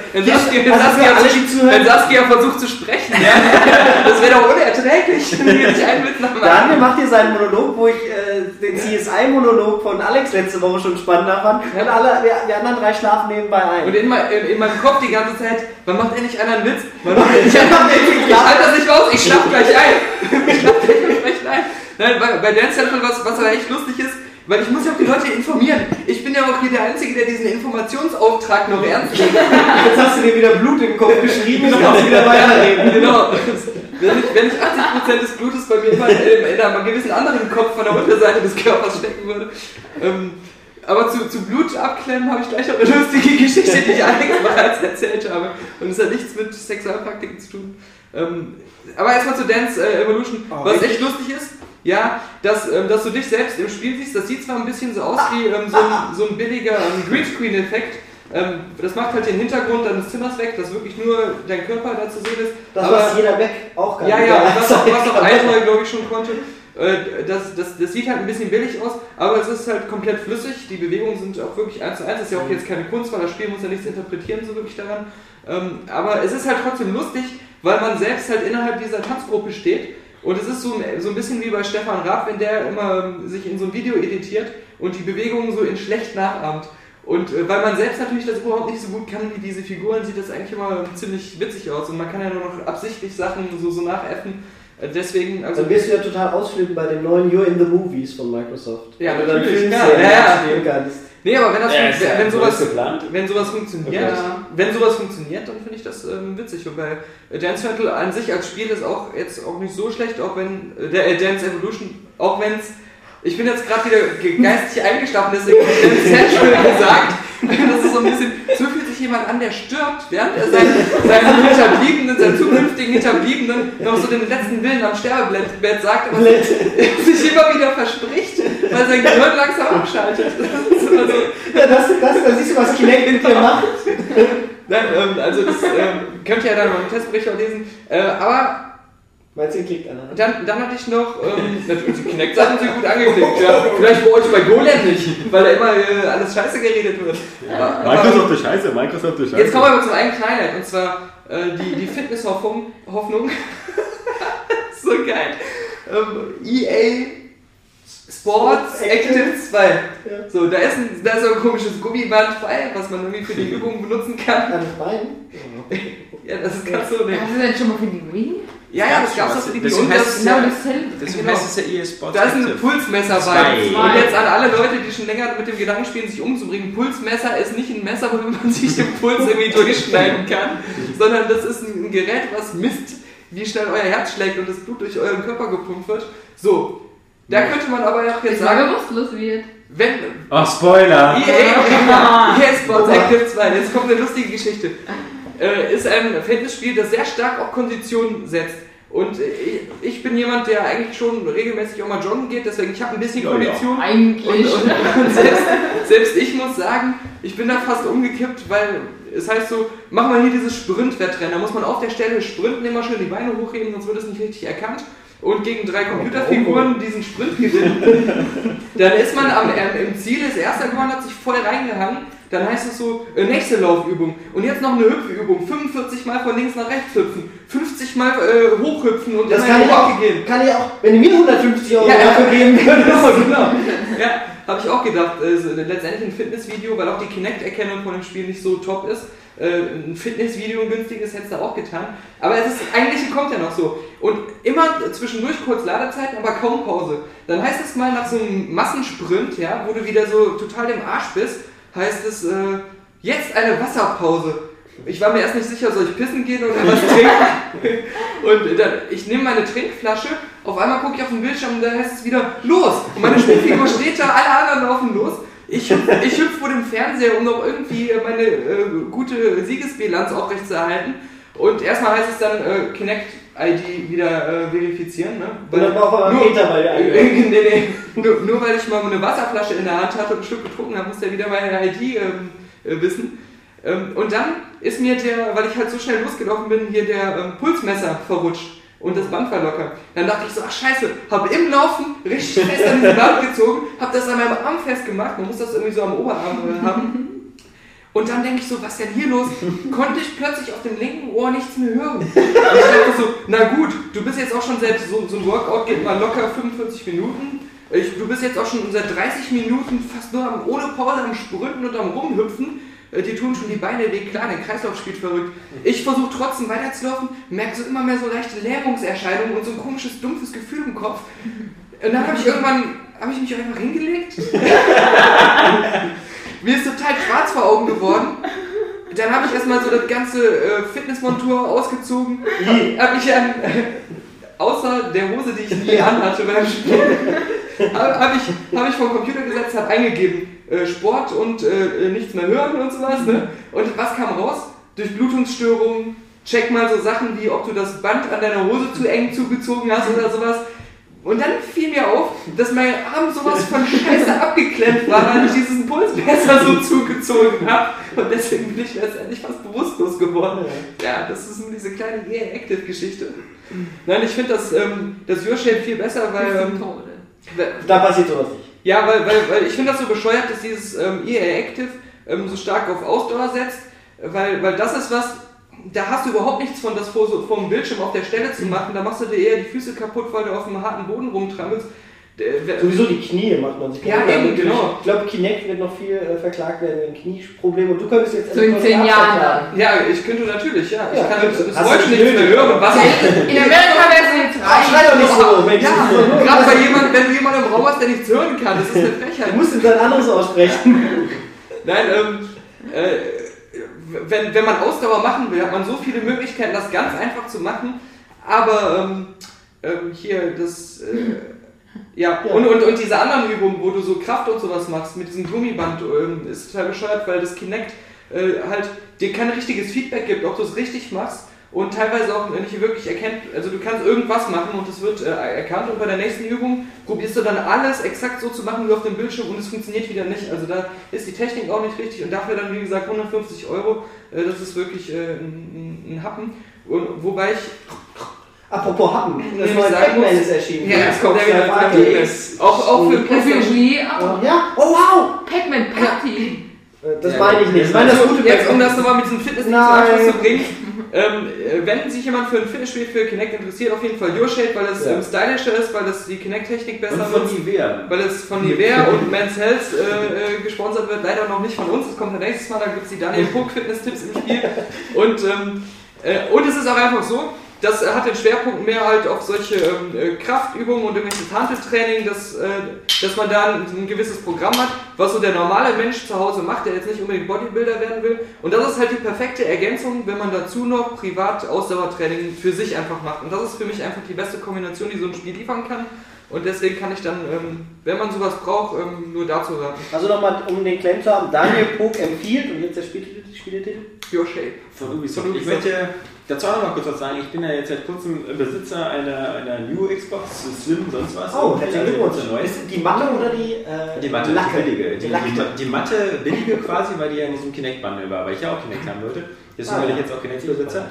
wenn Saskia versucht zu sprechen. Ja? Das wäre doch unerträglich, wenn wir nicht einen Witz nachmachen. Daniel macht hier seinen Monolog, wo ich den CSI-Monolog von Alex letzte Woche schon spannender fand. Und die anderen 3 schlafen nebenbei ein. Und in meinem Kopf die ganze Zeit, wann macht endlich einer einen Witz? Ich halte das nicht raus, ich schlaf gleich ein. Ich schlaf gleich ein. Nein, bei Dance Central, was aber echt lustig ist, weil ich muss ja auch die Leute informieren. Ich bin ja auch hier der Einzige, der diesen Informationsauftrag noch ernst nimmt. Jetzt hast du dir wieder Blut im Kopf geschrieben und kannst wieder weiterreden. Genau. Wenn ich 80% des Blutes bei mir immer in einem gewissen anderen Kopf von der Unterseite des Körpers stecken würde. Aber zu Blut abklemmen habe ich gleich noch eine lustige Geschichte, die ich Alex bereits erzählt habe. Und es hat nichts mit Sexualpraktiken zu tun. Aber erstmal zu Dance Evolution, was echt lustig ist. Ja, dass du dich selbst im Spiel siehst, das sieht zwar ein bisschen so aus wie so ein billiger Greenscreen-Effekt. Das macht halt den Hintergrund deines Zimmers weg, dass wirklich nur dein Körper da zu sehen ist. Das, was jeder weg auch kann. Ja, was auch Altoy, glaube ich, schon konnte. Das sieht halt ein bisschen billig aus, aber es ist halt komplett flüssig. Die Bewegungen sind auch wirklich 1:1. Das ist ja auch jetzt keine Kunst, weil das Spiel muss ja nichts interpretieren so wirklich daran. Aber es ist halt trotzdem lustig, weil man selbst halt innerhalb dieser Tanzgruppe steht. Und es ist so ein bisschen wie bei Stefan Raab, wenn der immer sich in so ein Video editiert und die Bewegungen so in schlecht nachahmt. Und weil man selbst natürlich das überhaupt nicht so gut kann wie diese Figuren, sieht das eigentlich immer ziemlich witzig aus. Und man kann ja nur noch absichtlich Sachen so nachäffen. Deswegen, also dann wirst du ja total ausflippen bei den neuen You're in the Movies von Microsoft. Ja, wenn du dann natürlich. spielen kannst. Nee, aber wenn sowas funktioniert, dann finde ich das witzig. Und bei Dance Central an sich als Spiel ist auch jetzt auch nicht so schlecht, auch wenn Dance Evolution, auch wenn es, ich bin jetzt gerade wieder geistig eingeschlafen, deswegen habe ich Dance Central gesagt. Das ist so ein bisschen, so fühlt sich jemand an, der stirbt, während er seinen zukünftigen Hinterbliebenen noch so den letzten Willen am Sterbebett sagt, aber sich immer wieder verspricht, weil sein Gehirn langsam abschaltet. Das siehst du, was Kinect mit dir macht. Nein, also das könnt ihr ja dann mal im Testbericht auch lesen, aber Meinst du, ihr klickt an? Dann hatte ich noch, natürlich die Kinect-Sachen sind gut angeklickt, ja. Vielleicht bei euch bei Golem nicht, weil da immer alles scheiße geredet wird. Ja. Microsoft ist scheiße, Microsoft ist scheiße. Jetzt kommen wir aber zum eigenen Highlight, und zwar die Fitnesshoffnung. So geil. EA Sports Active 2. Ja. So, da ist so ein komisches Gummiband bei, was man irgendwie für die Übungen benutzen kann. An das Bein? Ja, das ist ganz so. Hast du denn schon mal für die Wii? Ja, das gab es auch für die Wii. Deswegen heißt es ja EA Sports Da ist ein Active. Pulsmesser bei. Und jetzt an alle Leute, die schon länger mit dem Gedanken spielen, sich umzubringen. Pulsmesser ist nicht ein Messer, womit man sich den Puls irgendwie durchschneiden kann, sondern das ist ein Gerät, was misst, wie schnell euer Herz schlägt und das Blut durch euren Körper gepumpt wird. So, da könnte man aber auch jetzt sagen, bewusstlos wird. wenn... Oh, Spoiler! EA Sports Active 2, jetzt kommt eine lustige Geschichte. Ist ein Fitnessspiel, das sehr stark auf Kondition setzt. Und ich bin jemand, der eigentlich schon regelmäßig auch mal joggen geht, deswegen ich habe ein bisschen Kondition. Eigentlich. Und selbst ich muss sagen, ich bin da fast umgekippt, weil es heißt so, mach mal hier dieses Sprintwettrennen, da muss man auf der Stelle sprinten, immer schön die Beine hochheben, sonst wird es nicht richtig erkannt. Und gegen 3 Computerfiguren diesen Sprint gewinnen. Dann ist man im Ziel, ist erster geworden, hat sich voll reingehangen. Dann heißt es so, nächste Laufübung. Und jetzt noch eine Hüpfübung. 45 Mal von links nach rechts hüpfen. 50 Mal hochhüpfen und das kann ich auch gehen. Kann ich auch, wenn du mir 150 Euro dafür geben würdest. Genau. Ja, habe ich auch gedacht. Letztendlich ein Fitnessvideo, weil auch die Kinect-Erkennung von dem Spiel nicht so top ist. Ein Fitnessvideo, ein günstiges, hättest du auch getan. Aber das Eigentliche kommt ja noch so. Und immer zwischendurch kurz Ladezeiten, aber kaum Pause. Dann heißt es mal nach so einem Massensprint, ja, wo du wieder so total im Arsch bist, heißt es, jetzt eine Wasserpause. Ich war mir erst nicht sicher, soll ich pissen gehen oder was trinken? Und dann, ich nehme meine Trinkflasche, auf einmal gucke ich auf den Bildschirm und da heißt es wieder, los! Und meine Spielfigur steht da, alle anderen laufen los. Ich hüpfe vor dem Fernseher, um noch irgendwie meine gute Siegesbilanz aufrechtzuerhalten. Und erstmal heißt es dann Kinect-ID wieder verifizieren. Ne? Und dann braucht man Peter bei der nur weil ich mal eine Wasserflasche in der Hand hatte und ein Stück getrunken habe, muss der wieder meine ID wissen. Und dann ist mir weil ich halt so schnell losgelaufen bin, hier der Pulsmesser verrutscht. Und das Band war locker. Dann dachte ich so, ach scheiße, habe im Laufen richtig fest an diesen Band gezogen, habe das an meinem Arm festgemacht, man muss das irgendwie so am Oberarm haben. Und dann denke ich so, was ist denn hier los? Konnte ich plötzlich auf dem linken Ohr nichts mehr hören. Und ich dachte so, na gut, du bist jetzt auch schon seit, so ein Workout geht mal locker 45 Minuten. Du bist jetzt auch schon seit 30 Minuten fast nur ohne Pause am Sprinten und am Rumhüpfen. Die tun schon die Beine weh, klar, der Kreislauf spielt verrückt. Ich versuche trotzdem weiterzulaufen, merke so immer mehr so leichte Lähmungserscheinungen und so ein komisches, dumpfes Gefühl im Kopf. Und dann habe ich mich einfach hingelegt. Mir ist total schwarz vor Augen geworden. Dann habe ich erstmal so das ganze Fitnessmontur ausgezogen. Habe ich außer der Hose, die ich nie anhatte beim Spiel, habe ich vor den Computer gesetzt, habe eingegeben Sport und nichts mehr hören und sowas. Ne? Und was kam raus? Durchblutungsstörungen, check mal so Sachen wie, ob du das Band an deiner Hose zu eng zugezogen hast oder sowas. Und dann fiel mir auf, dass mein Arm sowas von Scheiße abgeklemmt war, weil ich diesen Pulsmesser so zugezogen habe. Und deswegen bin ich letztendlich fast bewusstlos geworden. Ja, das ist nur diese kleine EA-Active-Geschichte. Nein, ich finde das Your Shape viel besser, weil... da passiert sowas nicht. Ja, weil ich finde das so bescheuert, dass dieses EA-Active so stark auf Ausdauer setzt, weil das ist was... Da hast du überhaupt nichts von, das vor dem Bildschirm auf der Stelle zu machen. Da machst du dir eher die Füße kaputt, weil du auf dem harten Boden rumtrammelst. Sowieso die Knie macht man sich kaputt. Ja, eben, genau. Ich glaube, Kinect wird noch viel verklagt werden wegen Knieprobleme. Und du könntest jetzt... So in 10 Jahren. Ja, ich könnte natürlich, ja. Ich kann das Deutsch nicht mehr hören. Was in Amerika wäre es jetzt... Schrei doch nicht so. Ja, gerade wenn du jemanden im Raum hast, der nichts hören kann. Das ist eine Frechheit. Du musst dann anderes aussprechen. Nein, wenn man Ausdauer machen will, hat man so viele Möglichkeiten, das ganz einfach zu machen. Aber hier das... Ja, und diese anderen Übungen, wo du so Kraft und sowas machst, mit diesem Gummiband, ist total bescheuert, weil das Kinect halt dir kein richtiges Feedback gibt, ob du es richtig machst und teilweise auch nicht wirklich erkennt, also du kannst irgendwas machen und es wird erkannt und bei der nächsten Übung probierst du dann alles exakt so zu machen wie auf dem Bildschirm und es funktioniert wieder nicht. Also da ist die Technik auch nicht richtig und dafür dann wie gesagt 150 €, das ist wirklich ein Happen. Und, wobei ich... Apropos Happen, das neue Pac-Man ist erschienen. Ja, jetzt kommt der wieder. Auch für PlayStation. Ja, oh wow! Pac-Man Party. Das meine ich nicht. Ich meine das gute jetzt, um das nochmal mit diesem Fitness zum Abschluss zu bringen. Wenn sich jemand für ein Fitnessspiel für Kinect interessiert, auf jeden Fall Your Shape, weil es stylischer ist, weil es die Kinect-Technik besser nutzt. Weil es von Nivea und Men's Health gesponsert wird. Leider noch nicht von uns. Das kommt dann nächstes Mal. Da gibt es die Daniel Puck Fitness-Tipps im Spiel. Und es ist auch einfach so, das hat den Schwerpunkt mehr halt auf solche Kraftübungen und irgendwelches Hanteltraining, dass man da ein gewisses Programm hat, was so der normale Mensch zu Hause macht, der jetzt nicht unbedingt Bodybuilder werden will. Und das ist halt die perfekte Ergänzung, wenn man dazu noch privat Ausdauertraining für sich einfach macht. Und das ist für mich einfach die beste Kombination, die so ein Spiel liefern kann. Und deswegen kann ich dann, wenn man sowas braucht, nur dazu raten. Also nochmal, um den Claim zu haben, Daniel Pog empfiehlt, und jetzt der Spieletitel? Your Shape. Von Ubisoft. Ich möchte dazu auch noch mal kurz was sagen. Ich bin ja jetzt seit kurzem Besitzer einer New Xbox Slim, sonst was. Oh, herzlichen Glückwunsch. Ist die matte oder die matte, Lacke? Die billige. Die matte billige quasi, weil die ja in diesem Kinect-Bundle war, weil ich ja auch Kinect haben wollte. Deswegen bin ich jetzt auch Kinect-Besitzer.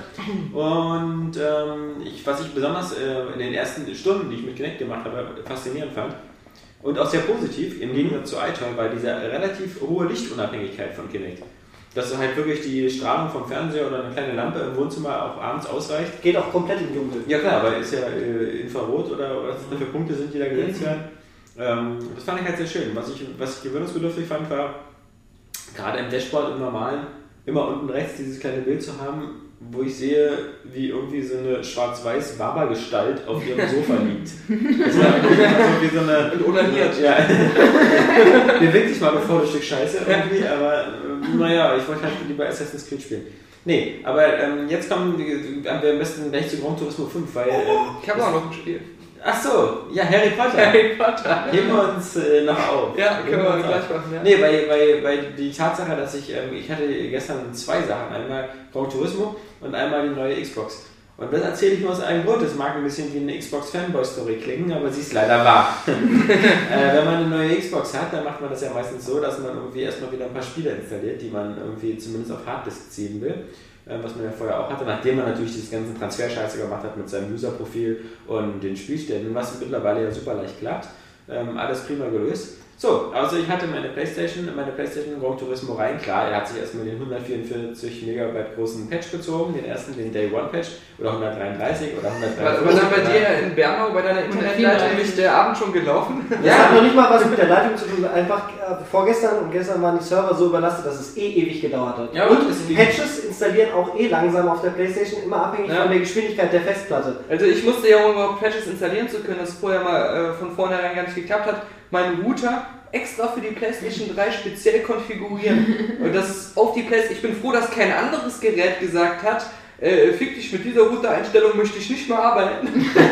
Und was ich besonders in den ersten Stunden, die ich mit Kinect gemacht habe, faszinierend fand und auch sehr positiv, im Gegensatz zu iToy, war diese relativ hohe Lichtunabhängigkeit von Kinect. Dass halt wirklich die Strahlung vom Fernseher oder eine kleine Lampe im Wohnzimmer auch abends ausreicht. Geht auch komplett im Dunkeln. Ja klar, weil es ja Infrarot oder was das für Punkte sind, die da gesetzt werden. Das fand ich halt sehr schön. Was ich gewöhnungsbedürftig fand, war gerade im Dashboard im Normalen immer unten rechts dieses kleine Bild zu haben, wo ich sehe, wie irgendwie so eine schwarz-weiß Baba-Gestalt auf ihrem Sofa liegt. Das war irgendwie so eine... Und onaniert. Ja. Bewegt sich mal bevor das Stück Scheiße irgendwie, aber naja, ich wollte halt lieber Assassin's Creed spielen. Nee, aber jetzt kommen wir am besten gleich zu Gran Turismo 5, weil... ich habe auch noch ein Spiel. Ach so, ja, Harry Potter. Harry Potter. Heben wir uns noch auf. Ja, können wir gleich machen. Ja. Nee, weil die Tatsache, dass ich hatte gestern 2 Sachen. Einmal Gran Turismo und einmal die neue Xbox. Und das erzähle ich nur aus einem Grund. Das mag ein bisschen wie eine Xbox-Fanboy-Story klingen, aber sie ist leider wahr. Wenn man eine neue Xbox hat, dann macht man das ja meistens so, dass man irgendwie erstmal wieder ein paar Spiele installiert, die man irgendwie zumindest auf Harddisk ziehen will. Was man ja vorher auch hatte, nachdem man natürlich diese ganzen Transferscheiße gemacht hat mit seinem User-Profil und den Spielständen, was mittlerweile ja super leicht klappt. Alles prima gelöst. So, also ich hatte meine Playstation Gran Turismo rein. Klar, er hat sich erstmal den 144 Megabyte großen Patch gezogen, den Day One Patch, oder 133 oder 133. Was dann bei dir in Bernau, bei deiner Internetleitung, nicht der Abend schon gelaufen? Das hat noch nicht mal was mit der Leitung zu tun. Einfach vorgestern und gestern waren die Server so überlastet, dass es ewig gedauert hat. Ja, und Patches installieren auch langsam auf der Playstation, immer abhängig von der Geschwindigkeit der Festplatte. Also ich musste ja, um überhaupt Patches installieren zu können, das vorher mal von vornherein gar nicht geklappt hat, meinen Router extra für die PlayStation 3 speziell konfigurieren. Und das ist auf die PlayStation. Ich bin froh, dass kein anderes Gerät gesagt hat, fick dich, mit dieser Router-Einstellung möchte ich nicht mehr arbeiten.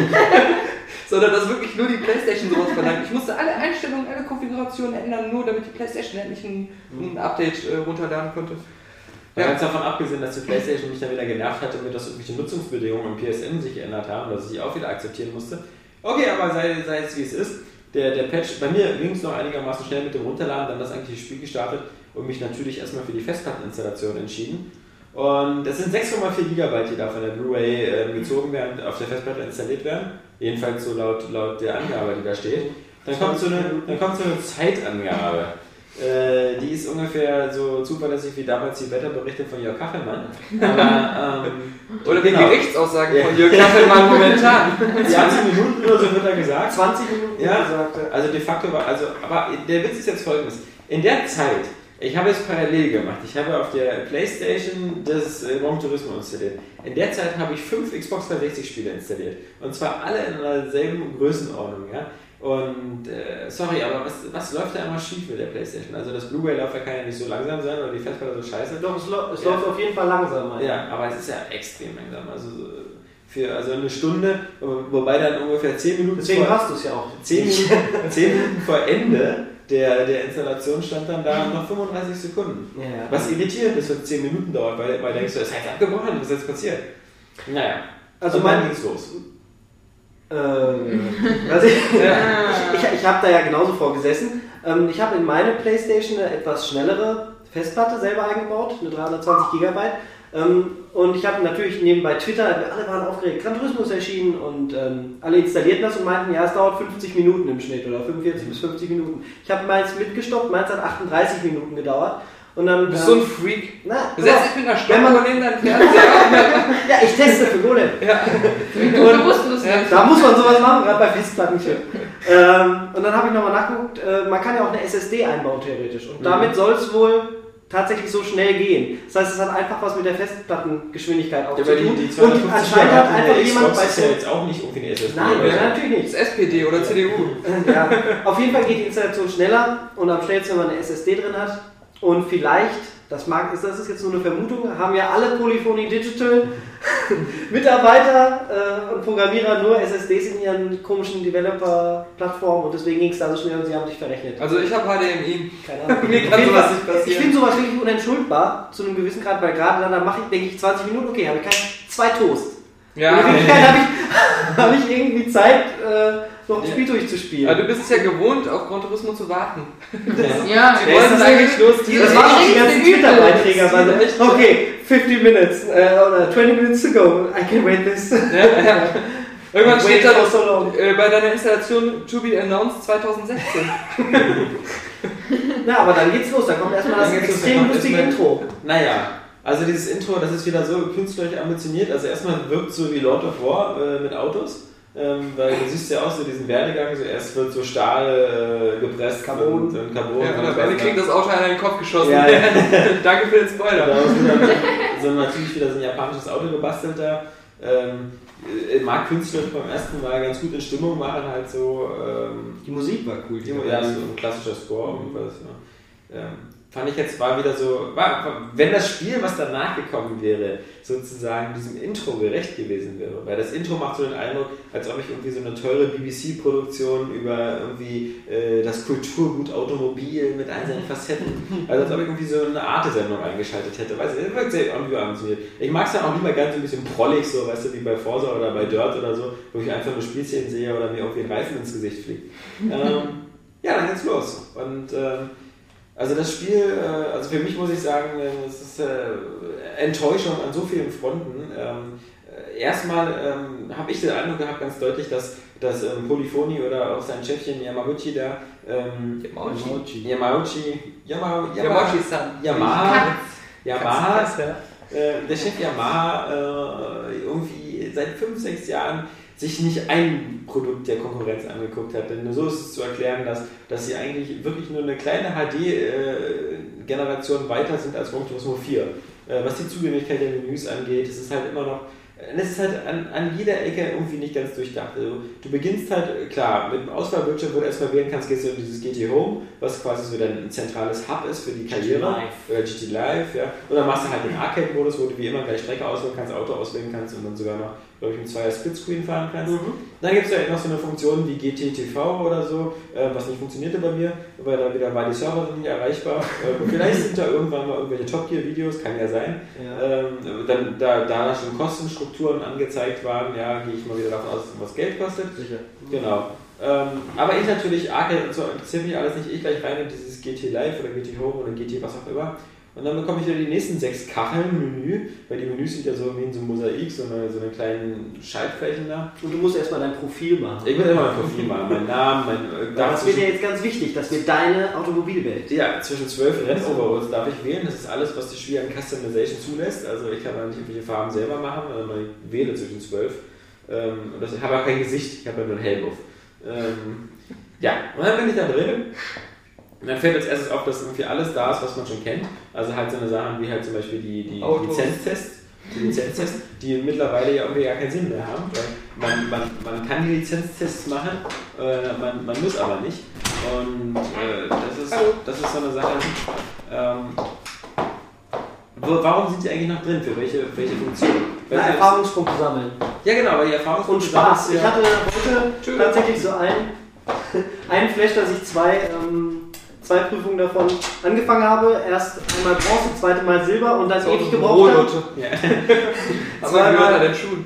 Sondern dass wirklich nur die PlayStation sowas verlangt. Ich musste alle Einstellungen, alle Konfigurationen ändern, nur damit die PlayStation endlich ein Update runterladen konnte. Ja. Ganz davon abgesehen, dass die PlayStation mich dann wieder genervt hatte, mit dass irgendwelche Nutzungsbedingungen im PSN sich geändert haben, dass ich auch wieder akzeptieren musste. Okay, aber sei es wie es ist. Der Patch, bei mir ging es noch einigermaßen schnell mit dem Runterladen, dann das eigentliche Spiel gestartet und mich natürlich erstmal für die Festplatteninstallation entschieden. Und das sind 6,4 GB, die da von der Blu-ray gezogen werden, auf der Festplatte installiert werden. Jedenfalls so laut der Angabe, die da steht. Dann kommt so eine Zeitangabe. Die ist ungefähr so zuverlässig wie damals die Wetterberichte von Jörg Kachelmann. Aber, oder die Gerichtsaussagen von Jörg Kachelmann momentan. 20 Minuten oder so wird er gesagt. 20 Minuten gesagt. Also de facto war, aber der Witz ist jetzt folgendes. In der Zeit, ich habe es parallel gemacht, ich habe auf der Playstation das Gran Turismo installiert. In der Zeit habe ich 5 Xbox 360 Spiele installiert. Und zwar alle in derselben Größenordnung, ja. Und sorry, aber was läuft da immer schief mit der Playstation? Also das Blu-ray-Laufwerk kann ja nicht so langsam sein oder die Festplatte so scheiße. Doch, es läuft auf jeden Fall langsamer. Ja, aber es ist ja extrem langsam. Also eine Stunde, wobei dann ungefähr 10 Minuten... Deswegen hast du es ja auch. 10 Minuten vor Ende der Installation stand dann da noch 35 Sekunden. Ja. Was irritierend ist, wenn 10 Minuten dauert, weil denkst du, es ist halt abgebrochen, was ist jetzt passiert? Naja, also dann ging's los. Ich habe da ja genauso vorgesessen. Ich habe in meine Playstation eine etwas schnellere Festplatte selber eingebaut, eine 320 GB. Und ich habe natürlich nebenbei Twitter, alle waren aufgeregt, Gran Turismo ist erschienen und alle installierten das und meinten, ja, es dauert 50 Minuten im Schnitt oder 45 bis 50 Minuten. Ich habe meins mitgestoppt, meins hat 38 Minuten gedauert. Und dann, du bist so ein Freak. Du setzt dich mit einer Stoppuhr neben deinen Fernseher. Ja, ich teste für Golem. Ja. Du wusstest es. Da muss man sowas machen, gerade bei Festplatten. Und dann habe ich nochmal nachgeguckt, man kann ja auch eine SSD einbauen theoretisch. Und damit soll es wohl tatsächlich so schnell gehen. Das heißt, es hat einfach was mit der Festplattengeschwindigkeit auch zu aber tun. die Und 250 anscheinend hat einfach jemand Xbox ist ja jetzt auch nicht irgendwie eine SSD. Nein, oder so. natürlich nicht. Das ist SPD oder CDU. Ja, auf jeden Fall geht die Installation schneller und am schnellsten, wenn man eine SSD drin hat. Und vielleicht, das ist jetzt nur eine Vermutung, haben ja alle Polyphony Digital Mitarbeiter und Programmierer nur SSDs in ihren komischen Developer-Plattformen und deswegen ging es da so schnell und sie haben sich verrechnet. Also ich habe HDMI. Keine Ahnung. Mir kann sowas nicht Ich passieren. finde sowas wirklich unentschuldbar zu einem gewissen Grad, weil gerade dann mache ich, denke ich, 20 Minuten, okay, habe ich 2 Toast. Ja, In Wirklichkeit habe ich irgendwie Zeit, noch ein Spiel durchzuspielen. aber du bist es ja gewohnt, auf Gran Turismo zu warten. Ja, Wir wollen es eigentlich los. Das waren auch die ganzen Twitter-Beiträge. Das Also, okay, 50 minutes oder 20 minutes to go. I can wait this. Ja. Irgendwann steht da Wait for so long. bei deiner Installation to be announced 2016. Na, aber dann geht's los. Dann kommt erstmal das Dann geht's los, extrem dann kommt lustige erstmal- Intro. Naja, also dieses Intro, das ist wieder so künstlerisch ambitioniert. Also erstmal wirkt es so wie Lord of War mit Autos. Weil du siehst ja auch so diesen Werdegang, so erst wird so Stahl gepresst Carbon. und Carbon. Ja, und und am Ende kriegt das Auto einer in den Kopf geschossen. Ja, ja. Danke für den Spoiler. Daraus wird dann so natürlich wieder so ein japanisches Auto gebastelt da. Mag künstlerisch beim ersten Mal ganz gut in Stimmung machen, halt so. Die Musik war cool. Ja, so ein klassischer Score und was. Ja. Fand ich jetzt war wieder so, wenn das Spiel, was danach gekommen wäre, sozusagen diesem Intro gerecht gewesen wäre. Weil das Intro macht so den Eindruck, als ob ich irgendwie so eine teure BBC-Produktion über irgendwie das Kulturgut Automobil mit all seinen Facetten, also als ob ich irgendwie so eine Arte-Sendung eingeschaltet hätte. Weißt du, das wirkt sehr ambitioniert. Ich mag es dann auch lieber ganz ein bisschen prollig, so, weißt du, wie bei Forza oder bei Dirt oder so, wo ich einfach nur Spielszenen sehe oder mir irgendwie ein Reifen ins Gesicht fliegt. Ja, dann geht's los. Und also das Spiel, also für mich muss ich sagen, es ist Enttäuschung an so vielen Fronten. Erstmal habe ich den Eindruck gehabt, ganz deutlich, dass Polyphony oder auch sein Chefchen Yamauchi da, Yamaha, der Chef Yamaha irgendwie seit 5-6 Jahren sich nicht ein Produkt der Konkurrenz angeguckt hat. Denn nur so ist es zu erklären, dass sie eigentlich wirklich nur eine kleine HD-Generation weiter sind als Gran Turismo 4. Was die Zugänglichkeit der Menüs angeht, es ist halt immer noch, es ist halt an jeder Ecke irgendwie nicht ganz durchdacht. Also, du beginnst halt, klar, mit dem Auswahlbildschirm, wo du erstmal wählen kannst, gehst du in dieses GT Home, was quasi so dein zentrales Hub ist für die Karriere. GT Live, ja. Und dann machst du halt den Arcade-Modus, wo du wie immer gleich Strecke auswählen kannst, Auto auswählen kannst und dann sogar noch, glaube ich, im 2er Splitscreen fahren kannst. Dann gibt es ja noch so eine Funktion wie GT-TV oder so, was nicht funktionierte bei mir, weil da wieder war die Server sind nicht erreichbar. Vielleicht sind da irgendwann mal irgendwelche Top-Gear-Videos, kann ja sein. Ja. Dann da schon Kostenstrukturen angezeigt waren, ja, gehe ich mal wieder davon aus, dass was Geld kostet. Sicher. Genau. Aber ich natürlich, Arcade und so interessiert mich alles nicht. Ich gleich rein in dieses GT Live oder GT Home oder GT was auch immer. Und dann bekomme ich wieder die nächsten 6 Kacheln Menü, weil die Menüs sind ja so wie in so einem Mosaik, so eine kleinen Schaltflächen da. Und du musst erstmal dein Profil machen. Ich will immer mein Profil machen, meinen Namen, das wird ja jetzt ganz wichtig, dass wir deine Automobilwelt. Ja, zwischen 12 Rennoveralls darf ich wählen. Das ist alles, was die Spiel an Customization zulässt. Also ich kann da nicht irgendwelche Farben selber machen, sondern ich wähle zwischen 12. Und ich habe auch kein Gesicht, ich habe ja nur einen Helm auf. Ja, und dann bin ich da drin. Und dann fällt als erstes auf, dass irgendwie alles da ist, was man schon kennt. Also halt so eine Sachen wie halt zum Beispiel die Lizenztests, die mittlerweile ja irgendwie gar keinen Sinn mehr haben. Weil man kann die Lizenztests machen, man muss aber nicht. Und das ist so eine Sache. Warum sind die eigentlich noch drin? Für welche Funktion? Erfahrungspunkte sammeln. Ja genau, aber die Erfahrungspunkte. Und Spaß. Ich hatte heute tatsächlich so einen Flash, dass ich zwei Prüfungen davon angefangen habe. Erst einmal Bronze, zweite Mal Silber und dann ewig gebraucht habe. Ja. Zweimal an den Schuhen.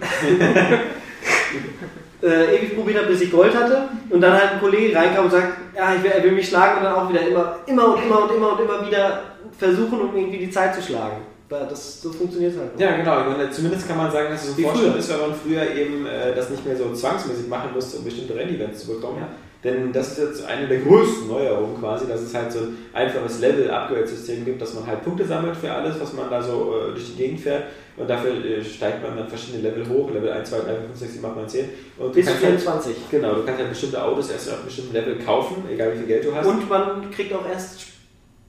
Ewig probiert habe, bis ich Gold hatte. Und dann halt ein Kollege reinkam und sagt, ja, er will mich schlagen und dann auch wieder immer wieder versuchen, um irgendwie die Zeit zu schlagen. So funktioniert es halt. Ja, genau. Ich meine, zumindest kann man sagen, dass es so ein Fortschritt ist, weil man früher eben das nicht mehr so zwangsmäßig machen musste, um bestimmte Rennevents zu bekommen. Ja. Denn das ist jetzt eine der größten Neuerungen quasi, dass es halt so ein einfaches Level-Upgrade-System gibt, dass man halt Punkte sammelt für alles, was man da so durch die Gegend fährt. Und dafür steigt man dann verschiedene Level hoch, Level 1, 2, 3, 4, 5, 6, 7, 8, 9, 10. Und bis 24. Halt, genau, du kannst halt bestimmte Autos erst auf einem bestimmten Level kaufen, egal wie viel Geld du hast. Und man kriegt auch erst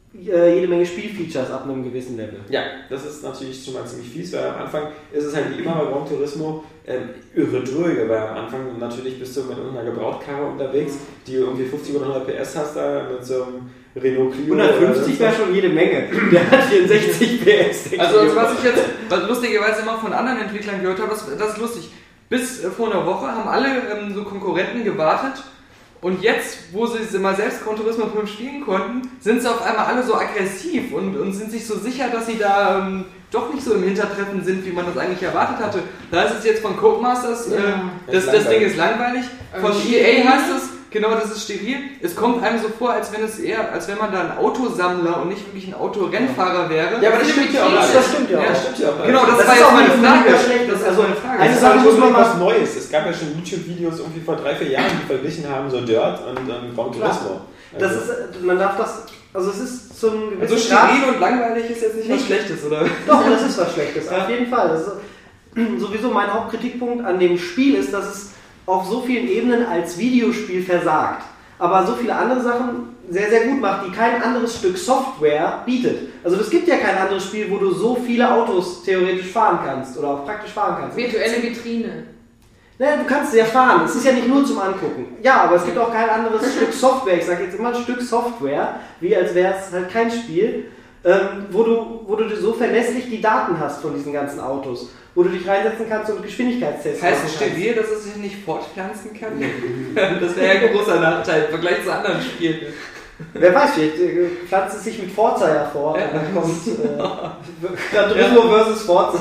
jede Menge Spielfeatures ab einem gewissen Level. Ja, das ist natürlich schon mal ziemlich fies, weil am Anfang ist es halt wie immer bei Gran Turismo irre dröge, weil am Anfang natürlich bist du mit irgendeiner Gebrauchtkarre unterwegs, die irgendwie 50 oder 100 PS hast da mit so einem Renault Clio. 150 wäre schon jede Menge. Der hat 64 PS. Also was ich jetzt lustigerweise immer von anderen Entwicklern gehört habe, das ist lustig. Bis vor einer Woche haben alle so Konkurrenten gewartet und jetzt, wo sie es immer selbst Gran Turismo 5 spielen konnten, sind sie auf einmal alle so aggressiv und sind sich so sicher, dass sie da doch nicht so im Hintertreffen sind, wie man das eigentlich erwartet hatte. Da ist es jetzt von Codemasters, das Ding ist langweilig, von EA heißt es, genau, das ist steril. Es kommt einem so vor, als wenn man da ein Autosammler und nicht wirklich ein Autorennfahrer wäre. Ja, aber das stimmt ja auch. Das stimmt ja auch. Genau, das war jetzt meine Frage. Das ist also eine Frage. Eine Sache muss man was Neues. Es gab ja schon YouTube-Videos irgendwie vor 3-4 Jahren, die verglichen haben, so Dirt und Gran Turismo. Das ist, man darf das, also es ist zum gewissen Also steril und langweilig ist jetzt nicht was Schlechtes, oder? Doch, das ist was Schlechtes, auf jeden Fall. Das ist sowieso mein Hauptkritikpunkt an dem Spiel ist, dass es auf so vielen Ebenen als Videospiel versagt, aber so viele andere Sachen sehr, sehr gut macht, die kein anderes Stück Software bietet. Also es gibt ja kein anderes Spiel, wo du so viele Autos theoretisch fahren kannst oder auch praktisch fahren kannst. Virtuelle Vitrine. Naja, du kannst ja fahren, es ist ja nicht nur zum Angucken. Ja, aber es gibt auch kein anderes Stück Software, ich sage jetzt immer ein Stück Software, wie als wäre es halt kein Spiel, wo du so verlässlich die Daten hast von diesen ganzen Autos, wo du dich reinsetzen kannst und Geschwindigkeitstests machen kannst. Heißt es steril, dass es sich nicht fortpflanzen kann? Das wäre ja ein großer Nachteil im Vergleich zu anderen Spielen. Wer weiß, vielleicht pflanzt es sich mit Forza ja fort und dann kommt Gran Turismo versus Forza.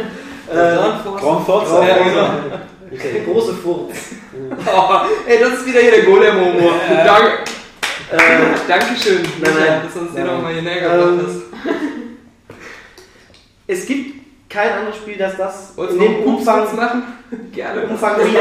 Gran Forza. Ja, genau. Große Furz. Oh, ey, das ist wieder hier der Golem-Humor. Dankeschön, Michael, dass du uns den nochmal hier näher gebracht hast. Es gibt kein anderes Spiel, das das in den Umfang machen. Gerne. Umfang bietet.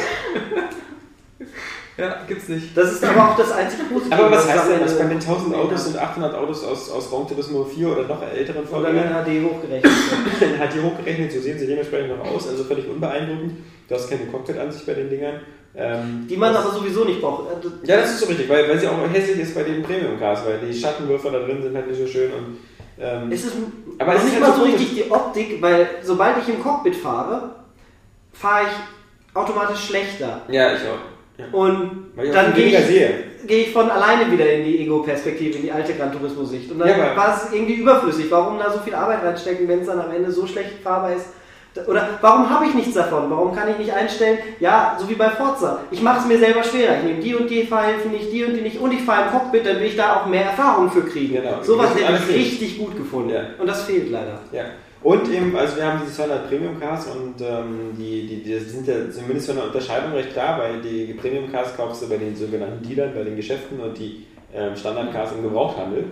Ja, gibt's nicht. Das ist aber auch das einzige Positive. Aber was heißt denn, dass bei den 1000 Autos sind 800 Autos aus Gran Turismo 4 oder noch älteren Vorgängern? Oder in HD hochgerechnet. In HD hochgerechnet, so sehen sie dementsprechend noch aus, also völlig unbeeindruckend. Du hast keine Cockpit-Ansicht bei den Dingern. Die man aber sowieso nicht braucht. Ja, das ist so richtig, weil sie auch hässlich ist bei den Premium-Cars, weil die Schattenwürfer da drin sind halt nicht so schön und es ist aber es ist nicht mal so richtig die Optik, weil sobald ich im Cockpit fahre ich automatisch schlechter. Ja, ich auch. Ja. Und dann gehe ich von alleine wieder in die Ego-Perspektive, in die alte Gran Turismo-Sicht. Und dann war es irgendwie überflüssig. Warum da so viel Arbeit reinstecken, wenn es dann am Ende so schlecht fahrbar ist? Oder warum habe ich nichts davon? Warum kann ich nicht einstellen, ja, so wie bei Forza, ich mache es mir selber schwerer. Ich nehme die und die Fahrhilfen nicht, die und die nicht und ich fahre im Cockpit, dann will ich da auch mehr Erfahrung für kriegen. Genau. Sowas hätte ich richtig gut gefunden. Ja. Und das fehlt leider. Ja. Und eben, also wir haben diese 200 Premium Cars und die sind ja zumindest von der Unterscheidung recht klar, weil die Premium Cars kaufst du bei den sogenannten Dealern, bei den Geschäften und die Standard Cars im Gebrauchthandel.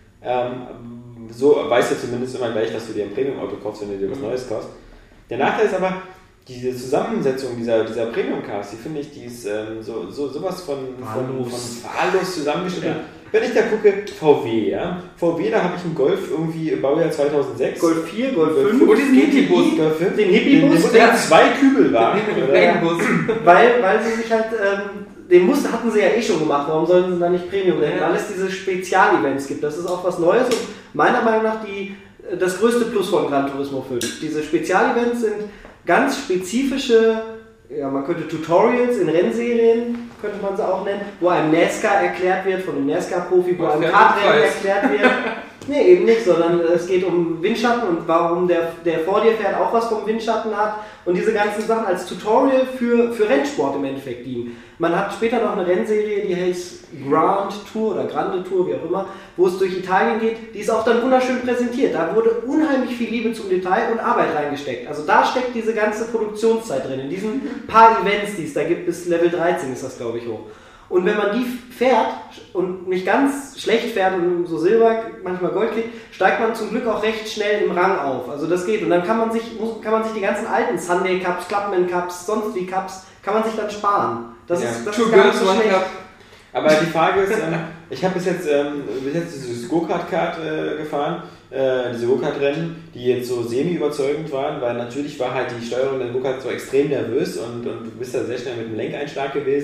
So weißt du zumindest immer gleich, dass du dir ein Premium Auto kaufst, wenn du dir was Neues kaufst. Der Nachteil ist aber, diese Zusammensetzung dieser Premium Cars, die finde ich, die ist sowas von wahllos zusammengestellt. Ja. Wenn ich da gucke, VW, ja. VW, da habe ich einen Golf irgendwie im Baujahr 2006. Golf 4, Golf 5. Und diesen Hippie-Bus. Den Hippie-Bus, der 2 Kübelwagen. Weil sie sich halt, den Muster hatten sie ja eh schon gemacht, warum sollen sie dann nicht Premium nennen? Weil es diese Spezialevents gibt. Das ist auch was Neues und meiner Meinung nach das größte Plus von Gran Turismo 5. Diese Spezialevents sind ganz spezifische, ja, man könnte Tutorials in Rennserien, könnte man sie auch nennen, wo einem NASCAR erklärt wird, von einem NASCAR-Profi, wo einem Kartrennen erklärt wird. Nee, eben nicht, sondern es geht um Windschatten und warum der vor dir fährt auch was vom Windschatten hat und diese ganzen Sachen als Tutorial für Rennsport im Endeffekt dienen. Man hat später noch eine Rennserie, die heißt Grand Tour oder Grande Tour, wie auch immer, wo es durch Italien geht, die ist auch dann wunderschön präsentiert. Da wurde unheimlich viel Liebe zum Detail und Arbeit reingesteckt. Also da steckt diese ganze Produktionszeit drin, in diesen paar Events, die es da gibt, bis Level 13 ist das, glaube ich, hoch. Und wenn man die fährt und nicht ganz schlecht fährt und so Silber, manchmal Gold kriegt, steigt man zum Glück auch recht schnell im Rang auf. Also das geht. Und dann kann man sich die ganzen alten Sunday Cups, Clubman Cups, sonst wie Cups, kann man sich dann sparen. Das ist gar nicht so schlecht. Aber die Frage ist, ich habe bis jetzt dieses Go-Kart-Kart gefahren, diese Go-Kart-Rennen, die jetzt so semi-überzeugend waren, weil natürlich war halt die Steuerung der Go-Kart so extrem nervös und du bist da sehr schnell mit einem Lenkeinschlag gewesen.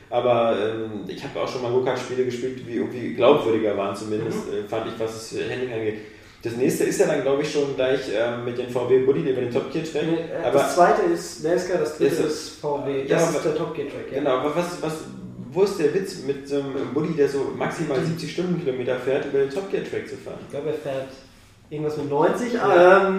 Aber ich habe auch schon mal Go-Kart-Spiele gespielt, die irgendwie glaubwürdiger waren zumindest, fand ich, was das Handling angeht. Das nächste ist ja dann, glaube ich, schon gleich mit dem VW Buddy, der über den Top Gear Track. Aber das zweite ist NASCAR, das dritte ist VW. Ja, das ist der Top Gear Track. Ja. Genau, aber wo ist der Witz mit so einem Buddy, der so maximal 70 Stundenkilometer fährt, über den Top Gear Track zu fahren? Ich glaube, er fährt irgendwas mit 90. Ja.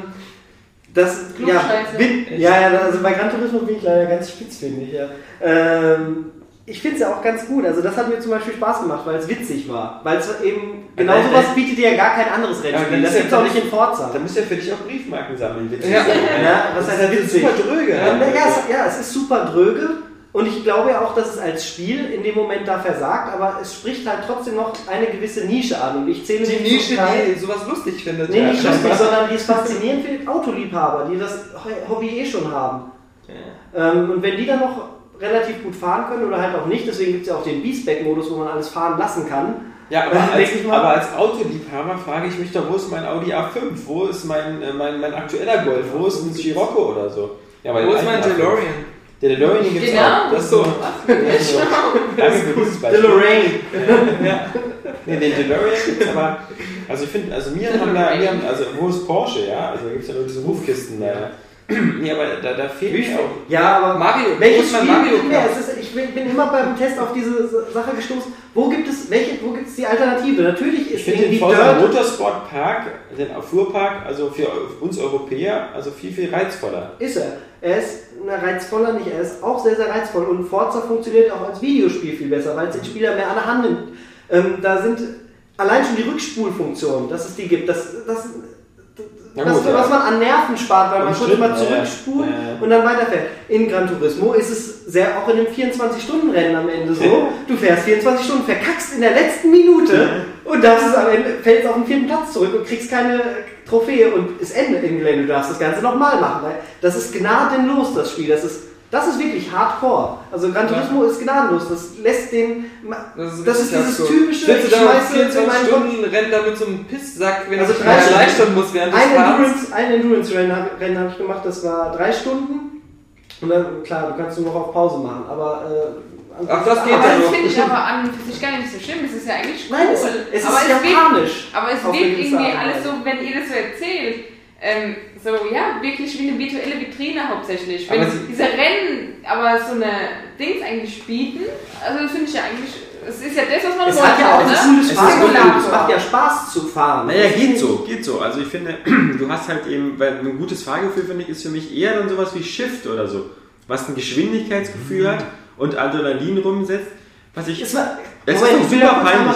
Also bei Gran Turismo bin ich leider ganz spitz, finde ich. Ja. Ich finde es ja auch ganz gut. Also das hat mir zum Beispiel Spaß gemacht, weil es witzig war. Weil es eben genau sowas bietet dir ja gar kein anderes Rennspiel. Das gibt es auch nicht in Forza. Da müsst ihr für dich auch Briefmarken sammeln. Witzig. Was heißt das witzig? Super dröge. Ja, es ist super dröge. Und ich glaube ja auch, dass es als Spiel in dem Moment da versagt, aber es spricht halt trotzdem noch eine gewisse Nische an. Und ich zähle die Nische, die sowas lustig findet. Nee, nicht lustig, sondern die ist faszinierend für Autoliebhaber, die das Hobby schon haben. Ja. Und wenn die dann noch relativ gut fahren können oder halt auch nicht, deswegen gibt es ja auch den B-Spec-Modus, wo man alles fahren lassen kann. Ja, aber als Autoliebhaber frage ich mich doch, wo ist mein Audi A5? Wo ist mein aktueller Golf? Wo ist ein Scirocco oder so? Ja, wo ist mein DeLorean? Der DeLorean gibt es auch. Das ist so. Danke für dieses Beispiel. DeLorean. Ja. Nee, den DeLorean gibt es aber. Also ich finde, wo ist Porsche, ja? Also da gibt es ja nur diese Rufkisten da. Nee, aber da fehlt mir auch. Ja, aber Mario, welches Spiel gibt mehr? Ich bin immer beim Test auf diese Sache gestoßen. Wo gibt es die Alternative? Natürlich ist den Forza Motorsport Park, den Fuhrpark, also für uns Europäer, also viel, viel reizvoller. Ist er. Er ist reizvoller nicht, er ist auch sehr, sehr reizvoll. Und Forza funktioniert auch als Videospiel viel besser, weil es den Spieler mehr an der Hand nimmt. Da sind allein schon die Rückspulfunktionen, dass es die gibt, was man an Nerven spart, weil man kurz mal zurückspult und dann weiterfährt. In Gran Turismo ist es auch in einem 24-Stunden-Rennen am Ende so. Du fährst 24 Stunden, verkackst in der letzten Minute und darfst es am Ende, fällst auf den 4. Platz zurück und kriegst keine Trophäe und ist Ende im Gelände. Du darfst das Ganze nochmal machen, weil das ist gnadenlos, das Spiel. Das ist wirklich Hardcore. Also Gran Turismo ist gnadenlos. Das lässt den. Das ist dieses typische. Ich schmeiße 24 Stunden Rennen da mit so einem Pisssack, wenn also ich 3 Stunden muss während des Fahrens. Ein Endurance-Rennen habe ich gemacht, das war 3 Stunden. Und dann, klar, du kannst nur noch auf Pause machen, aber. Das geht ja noch. Das finde ich aber an und für sich gar nicht so schlimm. Es ist ja eigentlich cool. Nein, es ist japanisch. Aber es wirkt irgendwie alles so, wenn ihr das so erzählt. Wirklich wie eine virtuelle Vitrine hauptsächlich. Wenn diese Rennen aber so eine Dings eigentlich bieten, also das finde ich ja eigentlich, es ist ja das, was man wollte. Es hat ja auch ein cooles Fahrgefühl, es macht ja Spaß zu fahren. Naja, geht so. Also ich finde, du hast halt eben, weil ein gutes Fahrgefühl, finde ich, ist für mich eher dann sowas wie Shift oder so, was ein Geschwindigkeitsgefühl hat und Adrenalin rumsetzt, was ich... Es ist doch super peinlich.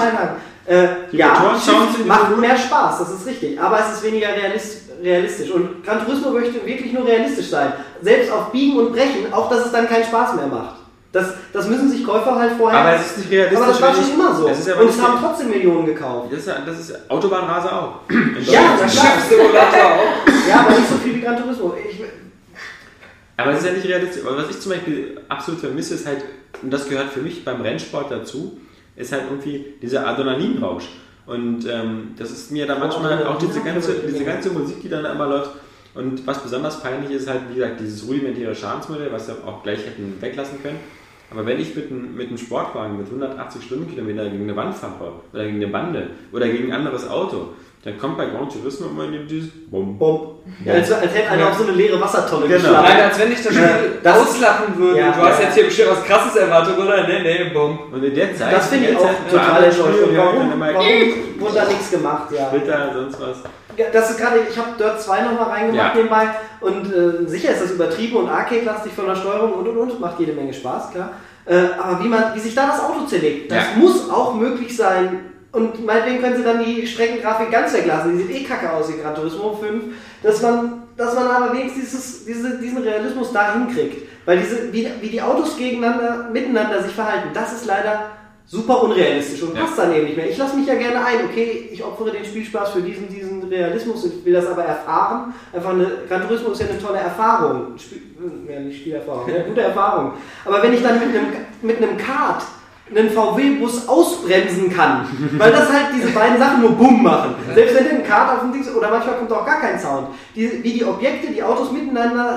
Shift macht mehr Spaß, das ist richtig, aber es ist weniger realistisch. Und Gran Turismo möchte wirklich nur realistisch sein. Selbst auf Biegen und Brechen, auch dass es dann keinen Spaß mehr macht. Das müssen sich Käufer halt vorher... Aber es ist nicht realistisch. Aber das war schon immer so. Und es haben trotzdem Millionen gekauft. Das ist Autobahnraser auch. Ja, das Schiffssimulator auch. Ja, aber nicht so viel wie Gran Turismo. Aber es ist ja nicht realistisch. Aber was ich zum Beispiel absolut vermisse, ist halt, und das gehört für mich beim Rennsport dazu, ist halt irgendwie dieser Adrenalinrausch. Und das ist mir da manchmal auch diese ganze Musik, die dann immer läuft. Und was besonders peinlich ist halt, wie gesagt, dieses rudimentäre Schadensmodell, was wir auch gleich hätten weglassen können. Aber wenn ich mit einem Sportwagen mit 180 Stundenkilometer gegen eine Wand fahre oder gegen eine Bande oder gegen ein anderes Auto, dann kommt bei Gran Turismo immer dieses Bum. Ja, als hätte einer auf so eine leere Wassertonne geschlagen. Nein, als wenn ich das Spiel auslachen würde. Ja, du hast jetzt hier bestimmt was Krasses erwartet, oder? Nee, Bum. Und in der Zeit... Das finde ich auch total enttäuschend. Warum wurde da nichts gemacht? Ja. Twitter, sonst was. Ja, das ist gerade, ich habe Dirt 2 nochmal reingemacht nebenbei und sicher ist das übertrieben und arcade-lastig von der Steuerung und macht jede Menge Spaß, klar. Aber wie sich da das Auto zerlegt, das muss auch möglich sein. Und meinetwegen können sie dann die Streckengrafik ganz weglassen, die sieht eh kacke aus in Gran Turismo 5, dass man aber wenigstens diesen Realismus da hinkriegt. Weil wie die Autos miteinander sich verhalten, das ist leider super unrealistisch und passt dann eben nicht mehr. Ich lasse mich ja gerne ein, okay, ich opfere den Spielspaß für diesen Realismus und will das aber erfahren. Gran Turismo ist ja eine tolle Erfahrung. Nicht Spielerfahrung, eine gute Erfahrung. Aber wenn ich dann mit einem Kart einen VW-Bus ausbremsen kann, weil das halt diese beiden Sachen nur Bumm machen. Selbst wenn ein Kart auf dem Ding oder manchmal kommt auch gar kein Sound. Wie die Objekte, die Autos miteinander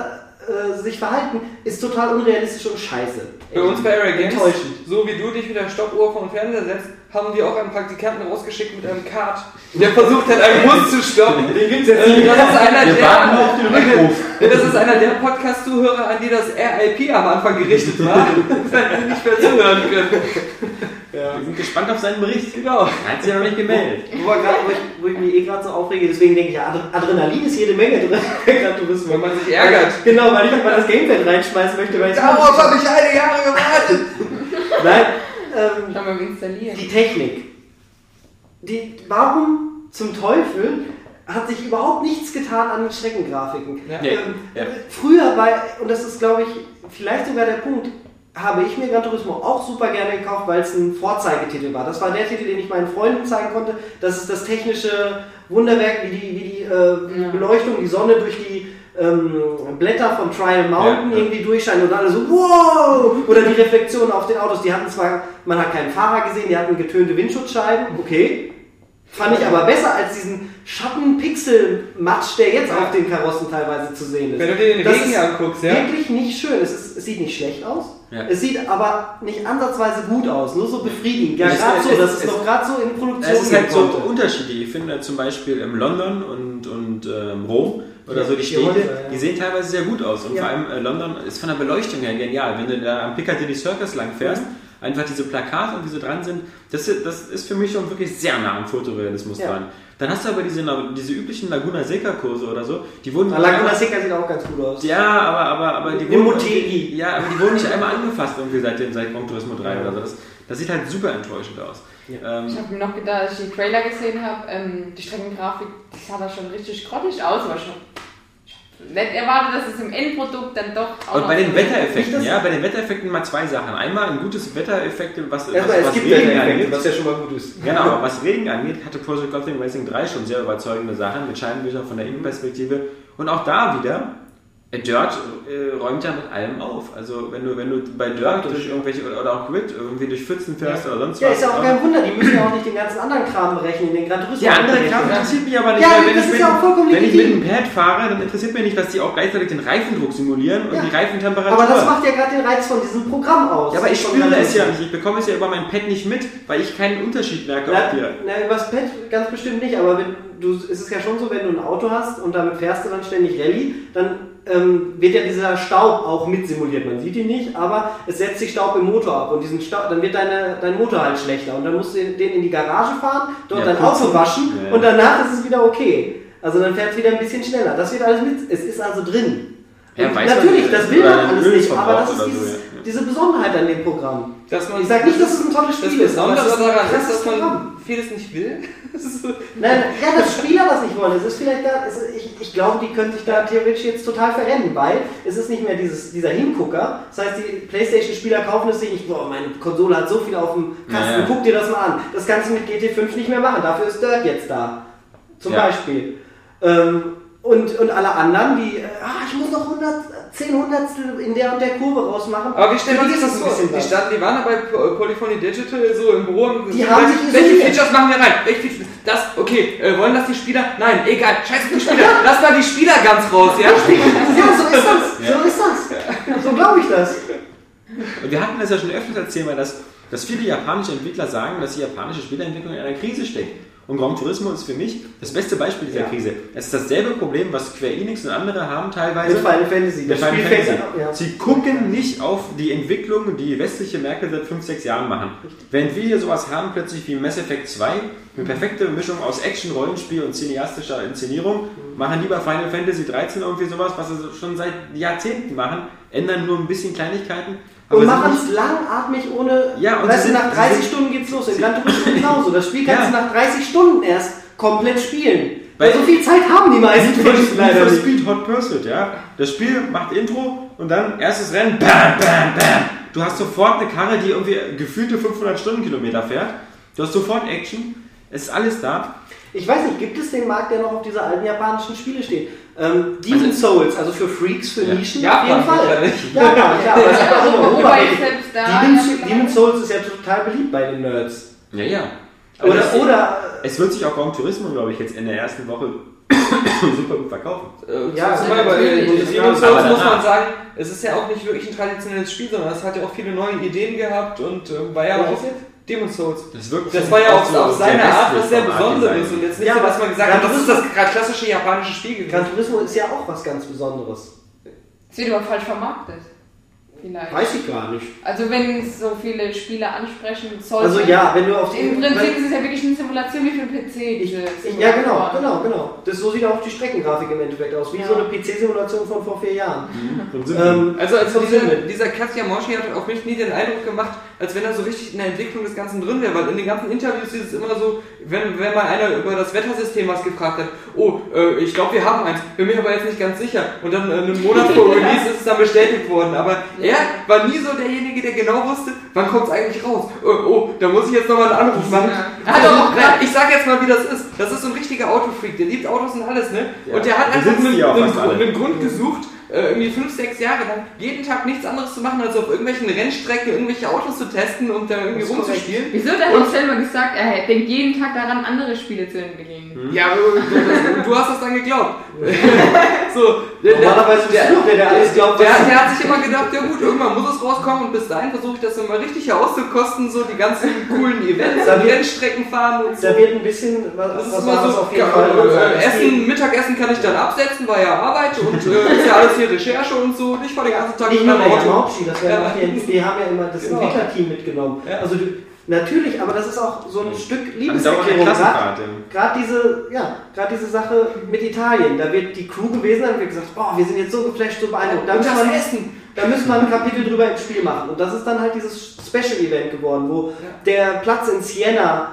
sich verhalten, ist total unrealistisch und scheiße. Bei uns bei Area Games, enttäuschend. so wie du dich mit der Stoppuhr vom Fernseher setzt, haben wir auch einen Praktikanten rausgeschickt mit einem Kart, der versucht hat, einen Bus zu stoppen. Den gibt's jetzt nicht. Das ist einer der Podcast-Zuhörer, an die das RIP am Anfang gerichtet war, weil sie nicht mehr zuhören können. Ja. Wir sind gespannt auf seinen Bericht. Genau. Er hat sich ja noch nicht gemeldet. Wo ich mich gerade so aufrege, deswegen denke ich, ja, Adrenalin ist jede Menge drin. Wenn man sich ärgert. Genau, weil ich mal das Gamepad reinschmeißen möchte. Weil Darauf habe ich eine Jahre gewartet. Nein, Kann man installieren. die Technik. Warum zum Teufel hat sich überhaupt nichts getan an den Streckengrafiken? Ja. Früher war, und das ist glaube ich vielleicht sogar der Punkt, habe ich mir Gran Turismo auch super gerne gekauft, weil es ein Vorzeigetitel war. Das war der Titel, den ich meinen Freunden zeigen konnte. Das ist das technische Wunderwerk, wie die Beleuchtung, die Sonne durch die Blätter von Trial Mountain irgendwie durchscheinen und alle so, wow! Oder die Reflexionen auf den Autos, die hatten zwar, man hat keinen Fahrer gesehen, die hatten getönte Windschutzscheiben, okay. Fand ich aber besser als diesen Schatten-Pixel-Matsch, der jetzt auf den Karossen teilweise zu sehen ist. Wenn du dir den das Regen ist anguckst, ja. Wirklich nicht schön. Es sieht nicht schlecht aus. Ja. Es sieht aber nicht ansatzweise gut aus, nur so befriedigend. Ja, Es- gerade so, es- das ist es- noch gerade so in Produktion. Es ist halt so gekommen. unterschiedlich. Ich finde zum Beispiel London und Rom oder Ja, so die die Städte, Häuser, ja. die sehen teilweise sehr gut aus. Und Ja. vor allem London ist von der Beleuchtung her genial. Wenn du da am Piccadilly Circus lang fährst, einfach diese Plakate und diese dran sind, das ist für mich schon wirklich sehr nah am Fotorealismus dran. Dann hast du aber diese üblichen Laguna Seca Kurse oder so, die wurden... Laguna Seca sieht auch ganz gut aus. Ja, aber die Eine wurden... Motegi. Ja, aber die wurden nicht einmal angefasst irgendwie seit Gran Turismo 3 oder so. Das sieht halt super enttäuschend aus. Ja. Ich habe mir noch gedacht, als ich den Trailer gesehen habe, die Streckengrafik, die sah da schon richtig grottig aus, aber schon nicht erwartet, dass es im Endprodukt dann doch auch Und noch bei den so- Wettereffekten mal zwei Sachen. Einmal ein gutes Wettereffekt, was Es gibt Regen Wettereffekte, angeht. was ja schon mal gut ist. Genau, aber was Regen angeht, hatte Project Gotham Racing 3 schon sehr überzeugende Sachen mit Scheinwerfer von der Innenperspektive. Und auch da wieder, Dirt räumt ja mit allem auf. Also wenn du bei Dirt durch irgendwelche, oder auch Grid irgendwie durch Pfützen fährst oder sonst was. Ja, ist ja auch kein Wunder, die müssen ja auch nicht den ganzen anderen Kram berechnen, den Gran Turismo. Der andere Kram interessiert mich aber nicht. Ja, weil das ist ja auch vollkommen wenn ich mit legitim. dem Pad fahre, dann interessiert mich nicht, dass die auch gleichzeitig den Reifendruck simulieren und Ja. die Reifentemperatur. Aber das macht ja gerade den Reiz von diesem Programm aus. Ja, aber ich Von spüre Gran es ja Turismo. nicht. Ich bekomme es ja über mein Pad nicht mit, weil ich keinen Unterschied merke Na, auf dir. übers Pad ganz bestimmt nicht, aber es ist ja schon so, wenn du ein Auto hast und damit fährst du dann ständig Rallye, dann wird ja dieser Staub auch mit simuliert. Man sieht ihn nicht, aber es setzt sich Staub im Motor ab und diesen Staub, dann wird dein Motor halt schlechter und dann musst du den in die Garage fahren, dort Ja, dein Auto waschen ja. und danach ist es wieder okay. Also dann fährt es wieder ein bisschen schneller. Das wird alles mit, es ist also drin. Ja, Und weiß man natürlich, nicht, das will oder man ein alles nicht, Ölverbrauch aber das ist oder so, ja. diese Besonderheit an dem Programm. Dass man, Ich sage nicht, dass es ein tolles Spiel das ist, aber es Besondere ist ein daran ist, krasses dass man Programm. vieles nicht will. Das ist so- Nein, ja, dass Spieler das nicht wollen. Es ist vielleicht ich glaube, die können sich da theoretisch jetzt total verrennen, weil es ist nicht mehr dieser Hingucker. Das heißt, die PlayStation-Spieler kaufen es sich nicht, boah, meine Konsole hat so viel auf dem Kasten, Ja. guck dir das mal an. Das kannst du mit GT5 nicht mehr machen, dafür ist Dirt jetzt da. Zum Ja. Beispiel. Und alle anderen, die, ich muss noch 10 Hundertstel in der und der Kurve rausmachen. Aber wie stellen wir Für uns die das ist es vor? ein bisschen was. Die waren bei Polyphony Digital so im Büro und Die haben sich welche isoliert. Features machen wir rein? Welche Features? Das, okay, wollen das die Spieler? Nein, egal, scheiß auf die Spieler. Lass mal die Spieler ganz raus, ja? Ja, so ist das. So ist das. So glaube ich das. Und wir hatten das ja schon öfters erzählt, weil dass viele japanische Entwickler sagen, dass die japanische Spieleentwicklung in einer Krise steckt. Und Gran Turismo ist für mich das beste Beispiel dieser Krise. Es ist dasselbe Problem, was Square Enix und andere haben teilweise. Mit Final Fantasy. Mit Das Final Spiel Fantasy. fängt an, ja. Sie gucken nicht auf die Entwicklung, die westliche Märkte seit 5-6 Jahren machen. Während wir hier sowas haben, plötzlich wie Mass Effect 2, eine perfekte Mischung aus Action, Rollenspiel und cineastischer Inszenierung, machen lieber Final Fantasy 13 irgendwie sowas, was sie schon seit Jahrzehnten machen, ändern nur ein bisschen Kleinigkeiten. Und sind machen nicht- es langatmig ohne. Ja, und weißt sie du, sind- nach sie 30 sind- Stunden geht's los. In Gran Turismo genauso. Das Spiel kannst du Ja. nach 30 Stunden erst komplett spielen. Weil- Weil so viel Zeit haben die meisten Need for Menschen leider nicht. Speed Hot Pursuit, ja. Das Spiel macht Intro und dann erstes Rennen, bam, bam, bam. Du hast sofort eine Karre, die irgendwie gefühlte 500 Stundenkilometer fährt. Du hast sofort Action. Es ist alles da. Ich weiß nicht, gibt es den Markt, der noch auf diese alten japanischen Spiele steht? Demon's Souls, also für Freaks, für Ja. Nischen, Japan auf jeden Fall. wahrscheinlich. Ja, klar, aber es gibt auch in Europa. Wobei selbst da Demon's Souls ist ja total beliebt bei den Nerds. Ja, ja. Oder Es wird sich auch Gran Turismo, glaube ich, jetzt in der ersten Woche super gut verkaufen. Aber natürlich. Demon's Souls muss man sagen, es ist ja auch nicht wirklich ein traditionelles Spiel, sondern es hat ja auch viele neue Ideen gehabt und war ja auch Demon's Souls. Das war ja auch auf seine Art was sehr Besonderes und jetzt nicht so, dass man gesagt hat, das ist das klassische japanische Spiel gewesen. Gran Turismo ist ja auch was ganz Besonderes. Es wird aber falsch vermarktet. Vielleicht. Weiß ich gar nicht. Also wenn so viele Spiele ansprechen sollten. Also ja, wenn du auf die... Im Prinzip ist es ja wirklich eine Simulation wie für einen PC. Ja, genau. So sieht auch die Streckengrafik im Endeffekt aus. Wie so eine PC-Simulation von vor 4 Jahren. Also dieser Katja Moshi hat auf mich nie den Eindruck gemacht, als wenn er so richtig in der Entwicklung des Ganzen drin wäre, weil in den ganzen Interviews ist es immer so, wenn mal einer über das Wettersystem was gefragt hat, ich glaube wir haben eins, bin mir aber jetzt nicht ganz sicher und dann einen Monat vor Release ist es dann bestätigt worden, aber er war nie so derjenige, der genau wusste, wann kommt es eigentlich raus, da muss ich jetzt nochmal einen Anruf machen. Ich sag jetzt mal wie das ist so ein richtiger Autofreak, der liebt Autos und alles, ne? Ja. Und der hat einfach einen Grund gesucht, irgendwie 5-6 Jahre lang jeden Tag nichts anderes zu machen, als auf irgendwelchen Rennstrecken irgendwelche Autos zu testen und da irgendwie rumzuspielen. Wieso hat er auch selber gesagt, er denkt jeden Tag daran, andere Spiele zu entwickeln? Ja, du hast das dann geglaubt. Normalerweise bist du doch der alles glaubt. Der hat sich immer gedacht, ja gut, irgendwann muss es rauskommen und bis dahin versuche ich das dann mal richtig auszukosten, so die ganzen coolen Events, Rennstrecken fahren und so. Da wird ein bisschen was auf jeden Fall. Mittagessen kann ich dann absetzen, war ja Arbeit und ist ja alles hier Recherche und so. Ich war den ganzen Tag nicht nur der Yamauchi, wir haben ja immer das Entwicklerteam mitgenommen. Ja. Also natürlich, aber das ist auch so ein Stück Liebeserklärung. Gerade diese Sache mit Italien, da wird die Crew gewesen, dann wird gesagt, wir sind jetzt so geflasht, so beeindruckt. Da müssen wir ein Kapitel drüber im Spiel machen. Und das ist dann halt dieses Special-Event geworden, wo der Platz in Siena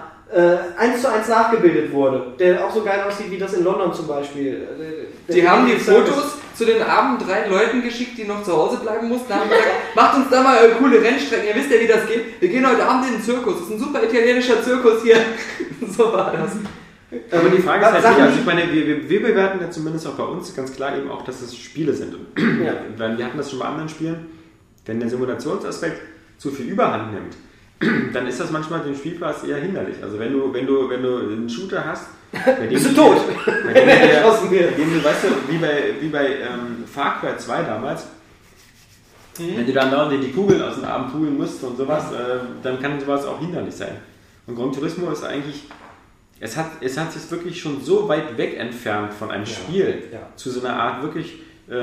1:1 nachgebildet wurde, der auch so geil aussieht wie das in London zum Beispiel. Die haben die Fotos zu den armen 3 Leuten geschickt, die noch zu Hause bleiben mussten, haben gesagt, macht uns da mal coole Rennstrecken, ihr wisst ja wie das geht, wir gehen heute Abend in den Zirkus, das ist ein super italienischer Zirkus hier. So war das. Aber die Frage ist halt nicht, also ich meine, wir bewerten ja zumindest auch bei uns ganz klar eben auch, dass es Spiele sind. Wir hatten das schon bei anderen Spielen, wenn der Simulationsaspekt zu viel Überhand nimmt, dann ist das manchmal dem Spielspaß eher hinderlich. Also wenn du einen Shooter hast, bist du tot! Weißt du, wie bei Far Cry 2 damals, wenn du dann dauernd die Kugeln aus dem Arm poolen musst und sowas, dann kann sowas auch hinderlich sein. Und Gran Turismo ist eigentlich, es hat sich wirklich schon so weit weg entfernt von einem Spiel zu so einer Art wirklich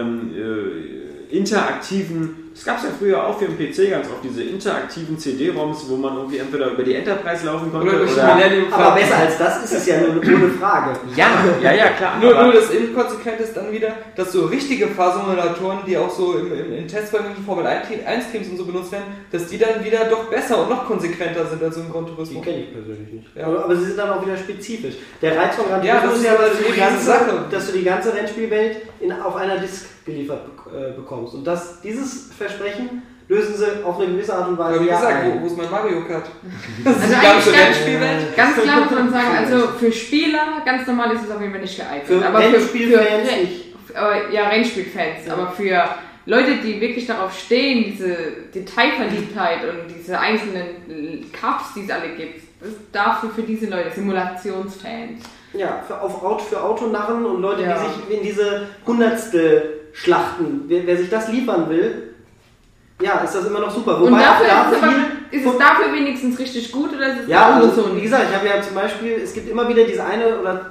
interaktiven, es gab es ja früher auch für den PC ganz oft, diese interaktiven CD-ROMs, wo man irgendwie entweder über die Enterprise laufen konnte aber besser als das ist es ja nur ohne Frage. Ja, klar. Nur das Inkonsequente ist dann wieder, dass so richtige Fahrsimulatoren, die auch so in Tests bei Formel 1-Teams und so benutzt werden, dass die dann wieder doch besser und noch konsequenter sind als so ein Gran Turismo. Die kenne ich persönlich nicht. Ja. Aber sie sind dann auch wieder spezifisch. Der Reiz von Gran Turismo ist ja, dass du die ganze Rennspielwelt auf einer Disk geliefert bekommst. Und dieses Versprechen lösen sie auf eine gewisse Art und Weise ein. Wo ist mein Mario Kart? Das ist die ganze Rennspielwelt. Ganz klar muss man sagen, also für Spieler ganz normal ist es auf jeden Fall nicht geeignet. Für Rennspielfans nicht. Ja, Rennspielfans, aber für Leute, die wirklich darauf stehen, diese Detailverliebtheit und diese einzelnen Cups, die es alle gibt, das ist dafür für diese Leute, Simulationsfans. Ja, für Autonarren und Leute, die sich in diese Hundertstel schlachten. Wer sich das liefern will, ist das immer noch super. Wobei und ist es dafür wenigstens richtig gut oder ist es also, wie gesagt, ich habe ja zum Beispiel, es gibt immer wieder diese eine oder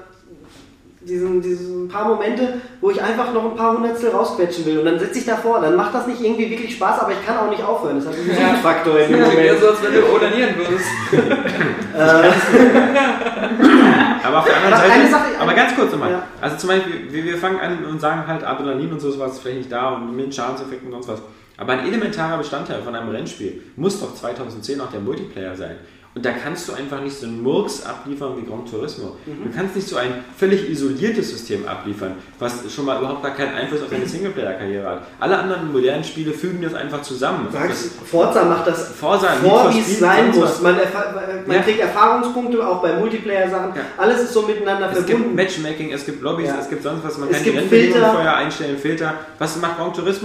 diesen paar Momente, wo ich einfach noch ein paar Hundertstel rausquetschen will und dann sitze ich davor, dann macht das nicht irgendwie wirklich Spaß, aber ich kann auch nicht aufhören. Das hat einen Suchtfaktor in dem Moment. Ja, so als wenn du onanieren würdest. Aber auf der anderen Seite, aber ganz kurz nochmal, also zum Beispiel, wir fangen an und sagen halt Adrenalin und so was ist vielleicht nicht da und mit Schadenseffekten und sonst was, aber ein elementarer Bestandteil von einem Rennspiel muss doch 2010 auch der Multiplayer sein. Und da kannst du einfach nicht so einen Murks abliefern wie Gran Turismo. Du kannst nicht so ein völlig isoliertes System abliefern, was schon mal überhaupt gar keinen Einfluss auf deine Singleplayer-Karriere hat. Alle anderen modernen Spiele fügen das einfach zusammen. Forza macht das wie es sein muss. Man kriegt Erfahrungspunkte, auch bei Multiplayer-Sachen. Ja. Alles ist so miteinander verbunden. Es gibt Matchmaking, es gibt Lobbys, es gibt sonst was. Man kann die Rennbedingungen vorher einstellen, Filter. Was macht Gran Turismo?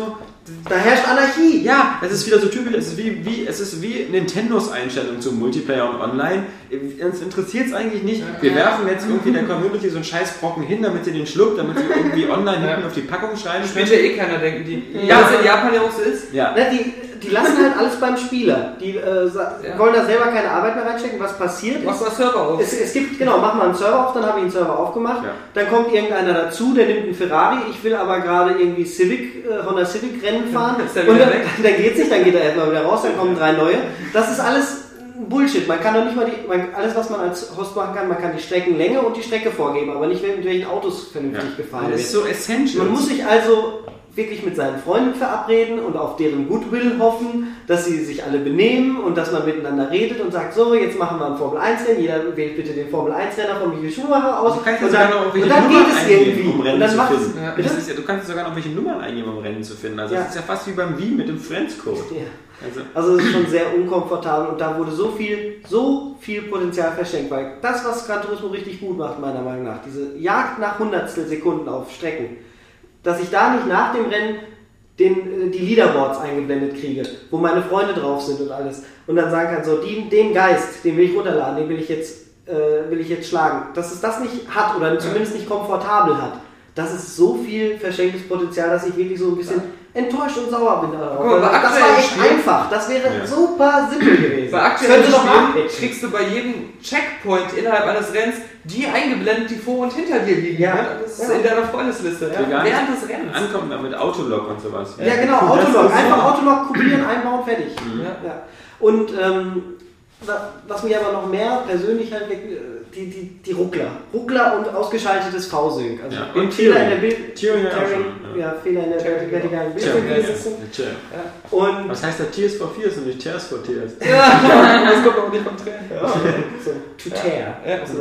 Da herrscht Anarchie. Ja, es ist wieder so typisch, es ist wie Nintendos Einstellung zum Multiplayer und Online. Uns interessiert es eigentlich nicht. Wir werfen jetzt irgendwie der Community so einen Scheißbrocken hin, damit sie den schluckt, damit sie irgendwie online hinten auf die Packung schreiben. Das wird ja eh keiner denken, ja, was in Japan ja auch so ist. Ja. Die lassen halt alles beim Spieler. Die wollen da selber keine Arbeit mehr reinstecken. Was passiert Mach mal Server auf. Es gibt, mach mal einen Server auf, dann habe ich einen Server aufgemacht. Ja. Dann kommt irgendeiner dazu, der nimmt einen Ferrari. Ich will aber gerade irgendwie Honda Civic Rennen fahren. Und dann geht's nicht, dann geht er erstmal wieder raus, dann kommen 3 neue. Das ist alles Bullshit. Man kann doch nicht mal alles, was man als Host machen kann, man kann die Streckenlänge und die Strecke vorgeben, aber nicht mit welchen Autos vernünftig gefahren wird. Das ist so essential. Man muss sich also wirklich mit seinen Freunden verabreden und auf deren Goodwill hoffen, dass sie sich alle benehmen und dass man miteinander redet und sagt, so, jetzt machen wir ein Formel-1-Rennen, jeder wählt bitte den Formel-1-Renner von Michael Schumacher aus. Du kannst und dann geht es irgendwie. Um Rennen zu finden. Ja. Du kannst sogar noch welche Nummern eingeben, um Rennen zu finden. Also das ist ja fast wie beim Wii mit dem Friends-Code. Ja. Also es ist schon sehr unkomfortabel und da wurde so viel Potenzial verschenkt, weil das, was Gran Turismo richtig gut macht, meiner Meinung nach, diese Jagd nach Hundertstel Sekunden auf Strecken, dass ich da nicht nach dem Rennen die Leaderboards eingeblendet kriege, wo meine Freunde drauf sind und alles und dann sagen kann, so den Geist, den will ich runterladen, den will ich jetzt schlagen, dass es das nicht hat oder zumindest nicht komfortabel hat. Das ist so viel verschenktes Potenzial, dass ich wirklich so ein bisschen enttäuscht und sauer bin darauf. Das war echt einfach. Das wäre super simpel gewesen. Bei aktuellen Spielen kriegst du bei jedem Checkpoint innerhalb eines Renns die eingeblendet, die vor und hinter dir liegen. Das ist in deiner Freundesliste. Während des Rennens. Ankommt dann mit Autolog und sowas. Ja, genau, Autolog. Einfach Autolog kopieren, einbauen, fertig. Ja. Und was mich aber noch mehr persönlich halt die Ruckler und ausgeschaltetes V-Sync. Also und Fehler in der Fehler in der vertikalen Bildbewegung. Und was heißt da Tears for Fears und nicht Tears for Tears? Ja, das kommt auch nicht vom Training. So, to tear.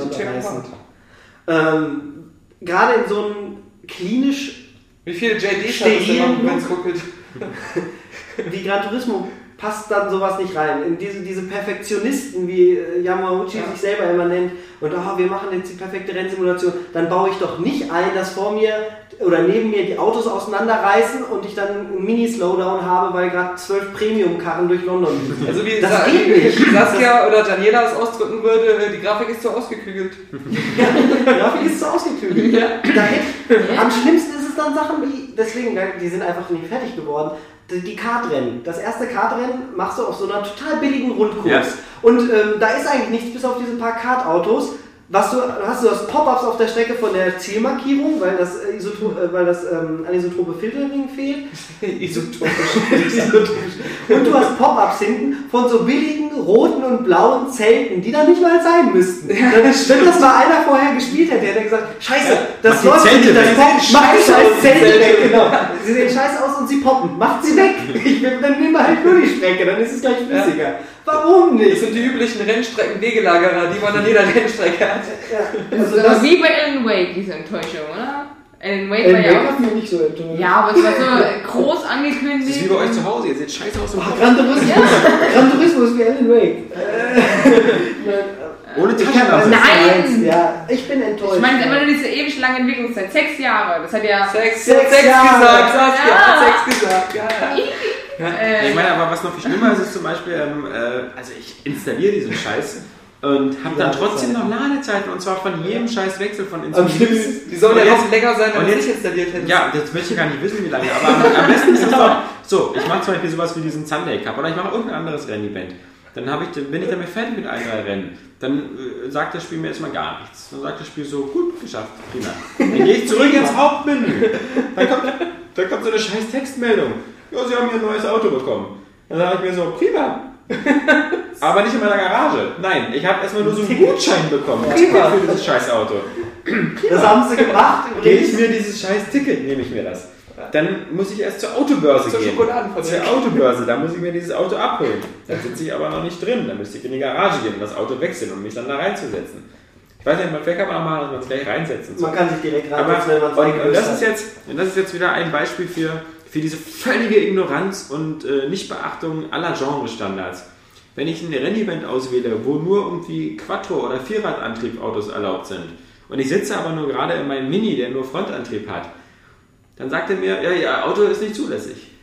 Gerade in so einem klinisch wie viele JDs hat es denn noch, wenn es ruckelt? Wie Gran Turismo passt dann sowas nicht rein. In diese Perfektionisten, wie Yamauchi sich selber immer nennt, und wir machen jetzt die perfekte Rennsimulation, dann baue ich doch nicht ein, dass vor mir oder neben mir die Autos auseinanderreißen und ich dann einen Mini-Slowdown habe, weil gerade 12 Premium-Karren durch London düsen. Also wie Saskia oder Daniela es ausdrücken würde, die Grafik ist zu ausgekügelt. Die Grafik ist zu ausgekügelt. Ja. Am schlimmsten ist es dann Sachen wie, deswegen, die sind einfach nicht fertig geworden, die Kartrennen. Das erste Kartrennen machst du auf so einer total billigen Rundkurs. Ja. Und da ist eigentlich nichts bis auf diese paar Kartautos. Du hast Pop-ups auf der Strecke von der Zielmarkierung, weil das anisotrope Filterring fehlt. Und du hast Pop-ups hinten von so billigen roten und blauen Zelten, die da nicht mal sein müssten. Wenn das mal einer vorher gespielt hätte, hätte er gesagt, scheiße, das läuft nicht, das poppt, macht die scheiß Zelte weg. Genau. Sie sehen scheiße aus und sie poppen, macht sie weg. Dann nehmen wir halt nur die Strecke, dann ist es gleich flüssiger. Warum nicht? Das sind die üblichen Rennstrecken-Wegelagerer, die man an jeder Rennstrecke hat. Ja. Also das wie bei Alan Wake, diese Enttäuschung, oder? Alan Wake war ja auch nicht so enttäuscht. Ja, aber es war so groß angekündigt. Das ist wie bei euch zu Hause, ihr seht scheiße aus. Gran Turismo ist wie Alan Wake. Ohne Taschenlampe. Nein! Ja, ich bin enttäuscht. Ich meine, immer nur diese ewig lange Entwicklungszeit. 6 Jahre. Das hat ja... Sechs gesagt, Saskia. 6 gesagt, ja. Ich meine, aber was noch viel schlimmer ist zum Beispiel, also ich installiere diesen Scheiß und habe dann trotzdem noch Ladezeiten und zwar von jedem Scheiß Wechsel von Installieren. Die sollen ja jetzt länger sein, wenn du nicht installiert hättest. Ja, das möchte ich gar nicht wissen, wie lange, aber am besten ist es doch so, ich mache zum Beispiel sowas wie diesen Sunday Cup oder ich mache irgendein anderes Rennevent. Dann bin ich damit fertig mit 1, 3 Rennen. Dann sagt das Spiel mir erstmal gar nichts. Dann sagt das Spiel so, gut, geschafft, prima. Dann gehe ich zurück ins Hauptmenü. Dann kommt so eine scheiß Textmeldung. Ja, Sie haben hier ein neues Auto bekommen. Dann sage ich mir so, prima. Aber nicht in meiner Garage. Nein, ich habe erstmal nur so einen Gutschein bekommen. Prima für dieses scheiß Auto. Das haben sie gemacht. Gehe ich mir dieses scheiß Ticket, nehme ich mir das. Dann muss ich erst zur Autobörse gehen. Zur Autobörse, da muss ich mir dieses Auto abholen. Da sitze ich aber noch nicht drin. Da müsste ich in die Garage gehen und das Auto wechseln, um mich dann da reinzusetzen. Ich weiß nicht, vielleicht kann man auch machen, dass man es gleich reinsetzen. Man kann sich direkt reinsetzen, wenn man es eingelöst hat. Und das ist jetzt wieder ein Beispiel für diese völlige Ignoranz und Nichtbeachtung aller Genrestandards. Wenn ich ein Rennevent auswähle, wo nur irgendwie Quattro- oder Vierradantriebautos erlaubt sind und ich sitze aber nur gerade in meinem Mini, der nur Frontantrieb hat, dann sagt er mir, ja, Ihr Auto ist nicht zulässig.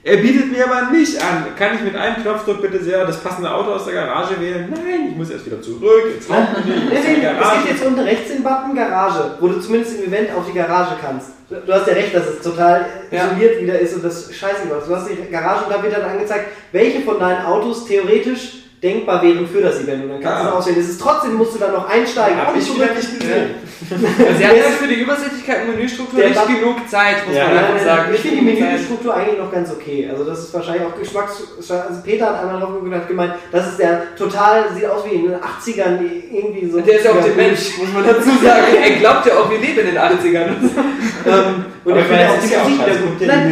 Er bietet mir aber nicht an. Kann ich mit einem Knopfdruck bitte sehr das passende Auto aus der Garage wählen? Nein, ich muss erst wieder zurück. Jetzt raucht man nicht. Es gibt jetzt unten rechts den Button Garage, wo du zumindest im Event auf die Garage kannst. Du hast ja recht, dass es total isoliert wieder ist und das scheiße läuft. Du hast die Garage und da wird dann angezeigt, welche von deinen Autos theoretisch denkbar wären für das Event. Und dann kannst du es auswählen. Es ist trotzdem, musst du dann noch einsteigen. Hab ich wieder nicht gesehen. Also sie hat ja für die Übersichtlichkeit und Menüstruktur nicht genug Zeit, muss man einfach sagen. Ich finde die Menüstruktur eigentlich noch ganz okay. Also das ist wahrscheinlich auch also Peter hat einmal drauf geguckt und hat gemeint, das ist der total, sieht aus wie in den 80ern, irgendwie so. Der ist ja auch der Mensch, muss man dazu sagen. Er glaubt ja auch, wir leben in den 80ern. Und ich finde auch die Musik wieder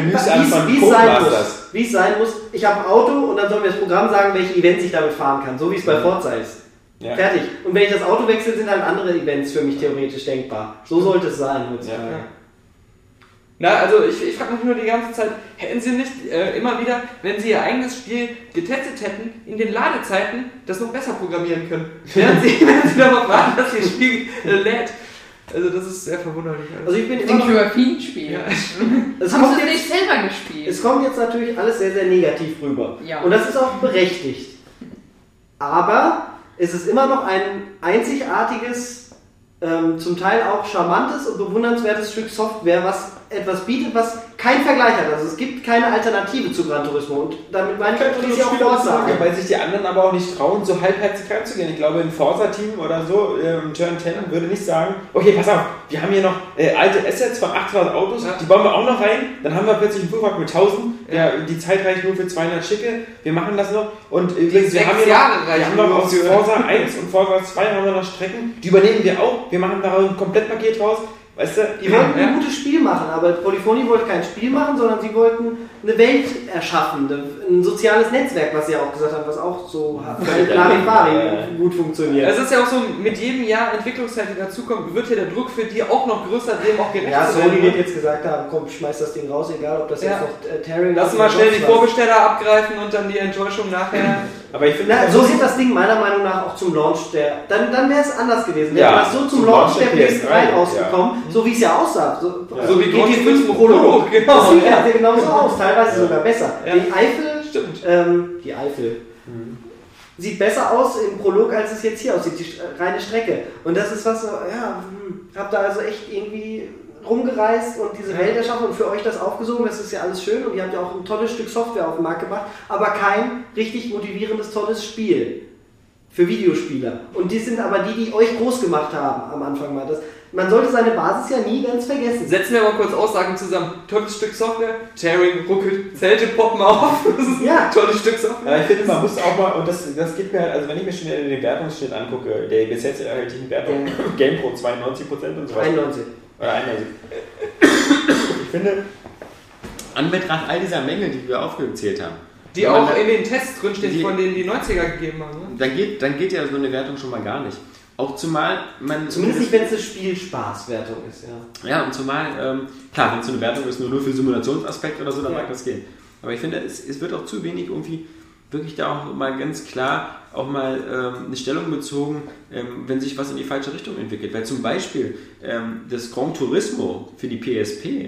gut. Wie es sein muss, ich habe ein Auto und dann soll mir das Programm sagen, welche Events ich damit fahren kann. So wie es bei Forza ist. Ja. Fertig. Und wenn ich das Auto wechsle, sind halt andere Events für mich theoretisch denkbar. So sollte es sein heutzutage. Ja. Na, also ich frage mich nur die ganze Zeit, hätten Sie nicht immer wieder, wenn Sie Ihr eigenes Spiel getestet hätten, in den Ladezeiten das noch besser programmieren können? Während Sie darauf warten, dass Ihr Spiel lädt. Also das ist sehr verwunderlich. Also ich bin den Kyropin-Spiel. Ja. Das haben Sie nicht selber gespielt. Es kommt jetzt natürlich alles sehr, sehr negativ rüber. Ja. Und das ist auch berechtigt. Aber es ist immer noch ein einzigartiges, zum Teil auch charmantes und bewundernswertes Stück Software, was etwas bietet, was kein Vergleich hat. Also es gibt keine Alternative zu Gran Turismo. Und damit meine ich auch Forza. Weil sich die anderen aber auch nicht trauen, so halbherzig reinzugehen. Ich glaube, ein Forza-Team oder so, Turn 10 würde nicht sagen, okay, pass auf, wir haben hier noch alte Assets von 800 Autos, die bauen wir auch noch rein, dann haben wir plötzlich einen Fuhrpark mit 1000, die Zeit reicht nur für 200 Schicke, wir machen das noch. Und übrigens, wir haben noch aus Forza 1 und Forza 2 haben wir noch Strecken, die übernehmen wir auch, wir machen da ein Komplettpaket raus. Weißt du, die wollten ein gutes Spiel machen, aber Polyphony wollte kein Spiel machen, sondern sie wollten eine Welt erschaffen, ein soziales Netzwerk, was sie auch gesagt haben, was auch so gut funktioniert. Es ist ja auch so, mit jedem Jahr Entwicklungszeit, die dazukommt, wird ja der Druck für die auch noch größer, dem auch gerecht zu werden. Ja, Sony wird jetzt gesagt haben, komm, schmeiß das Ding raus, egal ob das jetzt noch Terry... Lass mal schnell die Vorbesteller abgreifen und dann die Enttäuschung nachher... Aber ich finde, so sieht das Ding meiner Meinung nach auch zum Launch dann wäre es anders gewesen. Wäre das so zum Launch der PS3 rausgekommen, so wie es ja aussah. So wie GT5 Prolog. Genau. Das sieht ja genau so aus, teilweise sogar besser. Ja. Die Eifel sieht besser aus im Prolog, als es jetzt hier aussieht, die reine Strecke. Und das ist was, hab da also echt irgendwie rumgereist und diese Welt erschaffen und für euch das aufgesogen, das ist ja alles schön und ihr habt ja auch ein tolles Stück Software auf den Markt gebracht, aber kein richtig motivierendes, tolles Spiel für Videospieler. Und die sind aber die euch groß gemacht haben am Anfang mal. Man sollte seine Basis ja nie ganz vergessen. Setzen wir mal kurz Aussagen zusammen. Tolles Stück Software, Tearing, ruckelt, Zelte poppen auf. Das ist ein tolles Stück Software. Ja, ich finde, man muss auch mal, und das geht mir halt, also wenn ich mir schon den Wertungsschnitt angucke, der bis jetzt erhältlichen Wertung, GamePro 92% und so weiter. 91. Oder 91. Ich finde, an Betracht all dieser Mängel, die wir aufgezählt haben, die auch in den Tests drinstehen, von denen die 90er gegeben haben. Ne? Dann geht ja so eine Wertung schon mal gar nicht. Auch zumal man... Zumindest nicht, wenn es eine Spielspaßwertung ist, ja. Ja, und zumal, klar, wenn es so eine Wertung ist, nur für Simulationsaspekte oder so, dann mag das gehen. Aber ich finde, es wird auch zu wenig irgendwie wirklich da auch mal ganz klar auch mal eine Stellung bezogen, wenn sich was in die falsche Richtung entwickelt. Weil zum Beispiel das Gran Turismo für die PSP,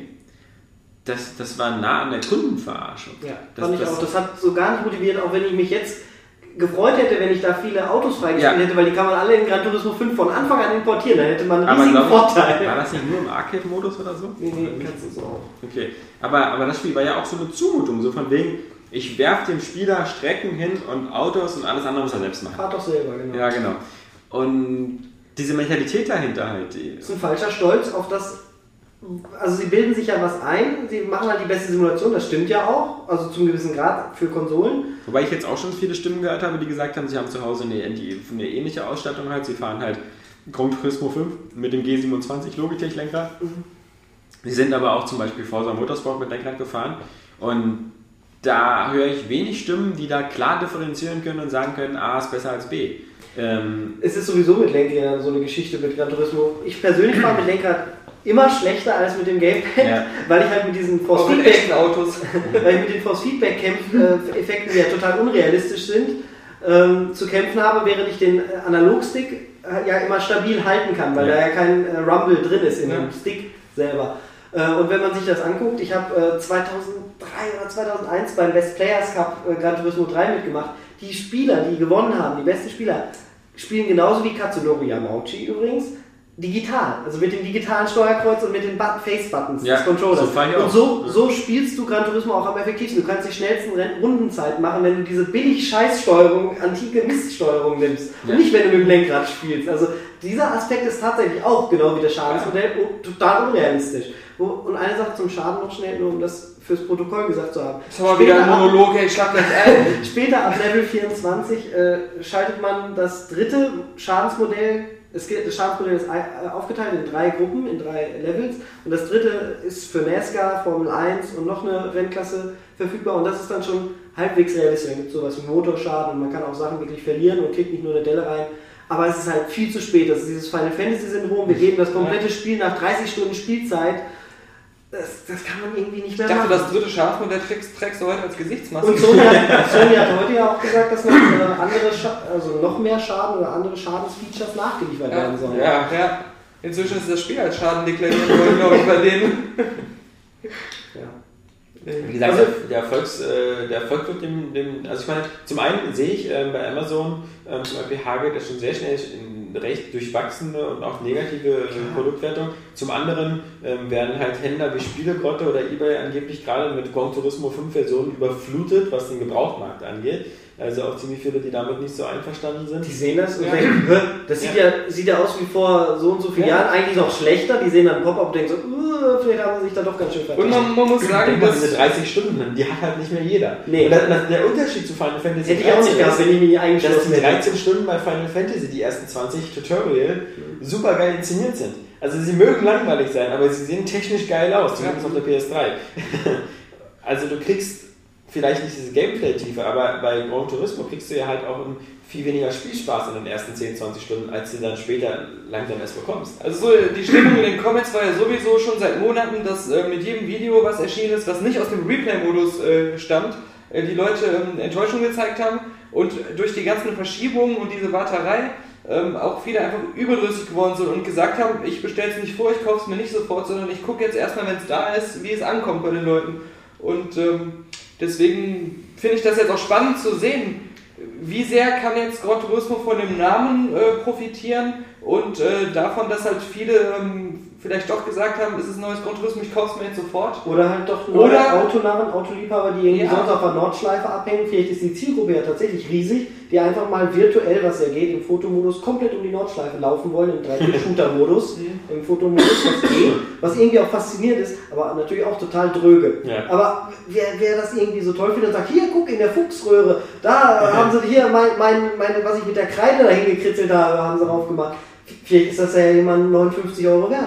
das war nah an der Kundenverarschung. Ja, fand ich auch. Das hat so gar nicht motiviert, auch wenn ich mich jetzt gefreut hätte, wenn ich da viele Autos freigespielt hätte, weil die kann man alle in Gran Turismo 5 von Anfang an importieren, dann hätte man einen riesigen Vorteil. War das nicht nur im Arcade-Modus oder so? Nee, kannst du so auch. Okay, aber das Spiel war ja auch so eine Zumutung, so von wegen, ich werfe dem Spieler Strecken hin und Autos und alles andere muss er selbst machen. Fahrt doch selber, genau. Ja, genau. Und diese Mentalität dahinter halt. Das ist ein falscher Stolz auf das. Also sie bilden sich ja was ein, sie machen halt die beste Simulation, das stimmt ja auch, also zum gewissen Grad für Konsolen. Wobei ich jetzt auch schon viele Stimmen gehört habe, die gesagt haben, sie haben zu Hause eine ähnliche Ausstattung halt, sie fahren halt Gran Turismo 5 mit dem G27 Logitech-Lenkrad. Sie sind aber auch zum Beispiel Forza Motorsport mit Lenkrad gefahren und da höre ich wenig Stimmen, die da klar differenzieren können und sagen können, A ist besser als B. Es ist sowieso mit Lenkrad so eine Geschichte mit Gran Turismo. Ich persönlich fahre mit Lenkrad immer schlechter als mit dem Gamepad, weil ich halt mit diesen Force-Feedback-Effekten, die ja total unrealistisch sind, zu kämpfen habe, während ich den Analogstick ja immer stabil halten kann, weil da ja kein Rumble drin ist in dem Stick selber. Und wenn man sich das anguckt, ich habe 2003 oder 2001 beim Best Players Cup Gran Turismo 3 mitgemacht. Die Spieler, die gewonnen haben, die besten Spieler, spielen genauso wie Katsunori Yamauchi übrigens, digital. Also mit dem digitalen Steuerkreuz und mit den Face-Buttons des Controllers. So spielst du Gran Turismo auch am effektivsten. Du kannst die schnellsten Rundenzeit machen, wenn du diese billig Scheißsteuerung, antike Miststeuerung nimmst. Und nicht, wenn du mit dem Lenkrad spielst. Also dieser Aspekt ist tatsächlich auch genau wie das Schadensmodell total unrealistisch. Und eine Sache zum Schaden noch schnell, nur um das fürs Protokoll gesagt zu haben. Das war wieder ein Monolog, ich schlag gleich ein. Später ab Level 24 schaltet man das dritte Schadensmodell. Das Schadensmodell ist aufgeteilt in 3 Gruppen, in 3 Levels. Und das dritte ist für NASCAR, Formel 1 und noch eine Rennklasse verfügbar. Und das ist dann schon halbwegs realistisch. Da gibt es sowas wie Motorschaden und man kann auch Sachen wirklich verlieren und kriegt nicht nur eine Delle rein. Aber es ist halt viel zu spät. Das ist dieses Final Fantasy Syndrom. Wir geben das komplette Spiel nach 30 Stunden Spielzeit. Das kann man irgendwie nicht mehr machen. Ich dachte, das dritte Schadensmodell trägst du heute als Gesichtsmaske. Und Sony hat heute ja auch gesagt, dass noch mehr Schaden oder andere Schadensfeatures nachgeliefert werden sollen. Ja. Inzwischen ist das Spiel als Schaden deklariert worden, glaube ich, bei denen. Wie gesagt, der Erfolg wird dem, also ich meine, zum einen sehe ich bei Amazon zum Beispiel Hagel ist schon sehr schnell in recht durchwachsene und auch negative Produktwertung. Zum anderen werden halt Händler wie Spielegrotte oder eBay angeblich gerade mit Gran Turismo 5 Versionen überflutet, was den Gebrauchtmarkt angeht. Also auch ziemlich viele, die damit nicht so einverstanden sind. Die sehen das und denken, das sieht ja aus wie vor so und so vielen Jahren, eigentlich noch schlechter. Die sehen dann Pop-Up und denken so, vielleicht haben sie sich da doch ganz schön vertan. Und man muss sagen, dass diese 30 Stunden, die hat halt nicht mehr jeder. Nee. Und der Unterschied zu Final Fantasy hätte ich auch nicht gehabt, wenn ich mich nicht eingeschlossen hätte. Dass die 13 hätte. Stunden bei Final Fantasy, die ersten 20 Tutorial, super geil inszeniert sind. Also sie mögen langweilig sein, aber sie sehen technisch geil aus, zumindest auf der PS3. Also du kriegst vielleicht nicht diese Gameplay-Tiefe, aber bei Gran Turismo kriegst du ja halt auch viel weniger Spielspaß in den ersten 10, 20 Stunden, als du dann später langsam erst bekommst. Also so, die Stimmung in den Comments war ja sowieso schon seit Monaten, dass mit jedem Video, was erschienen ist, was nicht aus dem Replay-Modus stammt, die Leute Enttäuschung gezeigt haben und durch die ganzen Verschiebungen und diese Warterei auch viele einfach überdrüssig geworden sind und gesagt haben, ich bestelle es nicht vor, ich kaufe es mir nicht sofort, sondern ich gucke jetzt erstmal, wenn es da ist, wie es ankommt bei den Leuten. Und deswegen finde ich das jetzt auch spannend zu sehen, wie sehr kann jetzt Gran Turismo von dem Namen profitieren und davon, dass halt viele vielleicht doch gesagt haben, es ist ein neues Gran Turismo, ich kaufe es mir jetzt sofort. Oder halt doch neue Autonarren, Autoliebhaber, die irgendwie sonst auf der Nordschleife abhängen. Vielleicht ist die Zielgruppe ja tatsächlich riesig, die einfach mal virtuell, was ja geht, im Fotomodus komplett um die Nordschleife laufen wollen, im 3D-Shooter-Modus, im Fotomodus, was geht, was irgendwie auch faszinierend ist, aber natürlich auch total dröge. Ja. Aber wer das irgendwie so toll findet und sagt, hier, guck, in der Fuchsröhre, da haben sie hier meine, was ich mit der Kreide dahin gekritzelt habe, haben sie drauf gemacht. Vielleicht ist das ja jemand 59 € wert.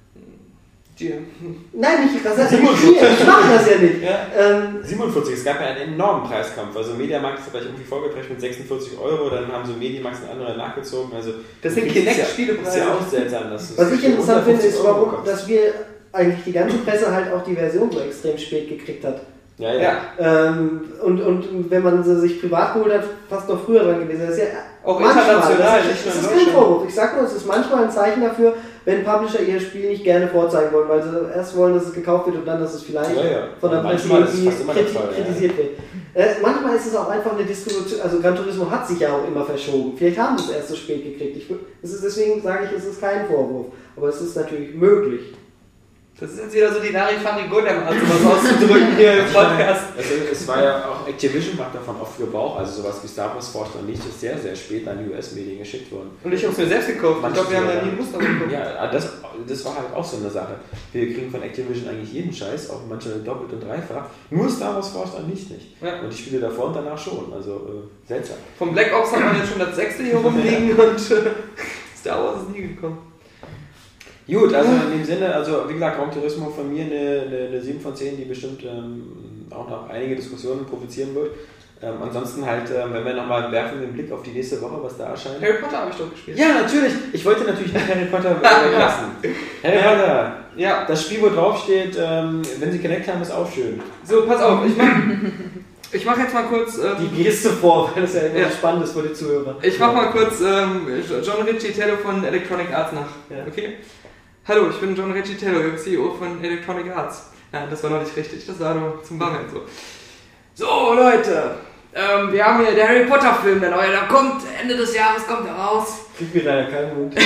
Nein, nicht, das ist ja nicht viel. Ich mache das ja nicht. Ja. 47, es gab ja einen enormen Preiskampf. Also Mediamarkt ist gleich irgendwie vorgeprescht mit 46 €, dann haben so Mediamax und andere nachgezogen. Also das sind Kinect-Spielepreise. Das ist ja auch seltsam. Was ich interessant finde, ist, dass wir eigentlich die ganze Presse halt auch die Version so extrem spät gekriegt hat. Ja. Und wenn man sie sich privat geholt hat, fast noch früher dran gewesen. Das ist ja auch international. Das ist kein Vorwurf. Ich sag nur, es ist manchmal ein Zeichen dafür, wenn Publisher ihr Spiel nicht gerne vorzeigen wollen, weil sie erst wollen, dass es gekauft wird und dann, dass es vielleicht von der Presse irgendwie kritisiert wird. Manchmal ist es auch einfach eine Distribution, also Gran Turismo hat sich ja auch immer verschoben. Vielleicht haben sie es erst so spät gekriegt. Deswegen sage ich, es ist kein Vorwurf. Aber es ist natürlich möglich. Das ist jetzt wieder so die Larifani Golem, also was auszudrücken hier im Podcast. Also, es war ja auch, Activision macht davon oft Gebrauch, also sowas wie Star Wars Force und Licht ist sehr, sehr spät an die US-Medien geschickt worden. Und ich habe es mir selbst gekauft, ich glaube, wir haben ja nie ein Muster bekommen. Ja, das war halt auch so eine Sache. Wir kriegen von Activision eigentlich jeden Scheiß, auch manche doppelt und dreifach, nur Star Wars Force und Licht nicht. Ja. Und die Spiele davor und danach schon, also seltsam. Vom Black Ops hat man jetzt schon das 6. hier rumliegen und Star Wars ist nie gekommen. Gut, also in dem Sinne, also wie gesagt, Gran Turismo von mir eine 7 von 10, die bestimmt auch noch einige Diskussionen provozieren wird. Ansonsten halt, wenn wir nochmal werfen den Blick auf die nächste Woche, was da erscheint. Harry Potter habe ich doch gespielt. Ja, natürlich. Ich wollte natürlich nicht Harry Potter weglassen. Harry Potter. Ja. Das Spiel, wo drauf steht, wenn Sie Connect haben, ist auch schön. So, pass auf, ich mach jetzt mal kurz... die Geste vor, weil das ja immer spannend ist für die Zuhörer. Ich mach mal kurz John Riccitello von Electronic Arts nach. Ja. Okay? Hallo, ich bin John Riccitello, CEO von Electronic Arts. Ja, das war noch nicht richtig, das war nur zum Babbeln so. So, Leute, wir haben hier der Harry Potter Film, der neue, der kommt, Ende des Jahres kommt er raus. Krieg mir leider keinen Mund.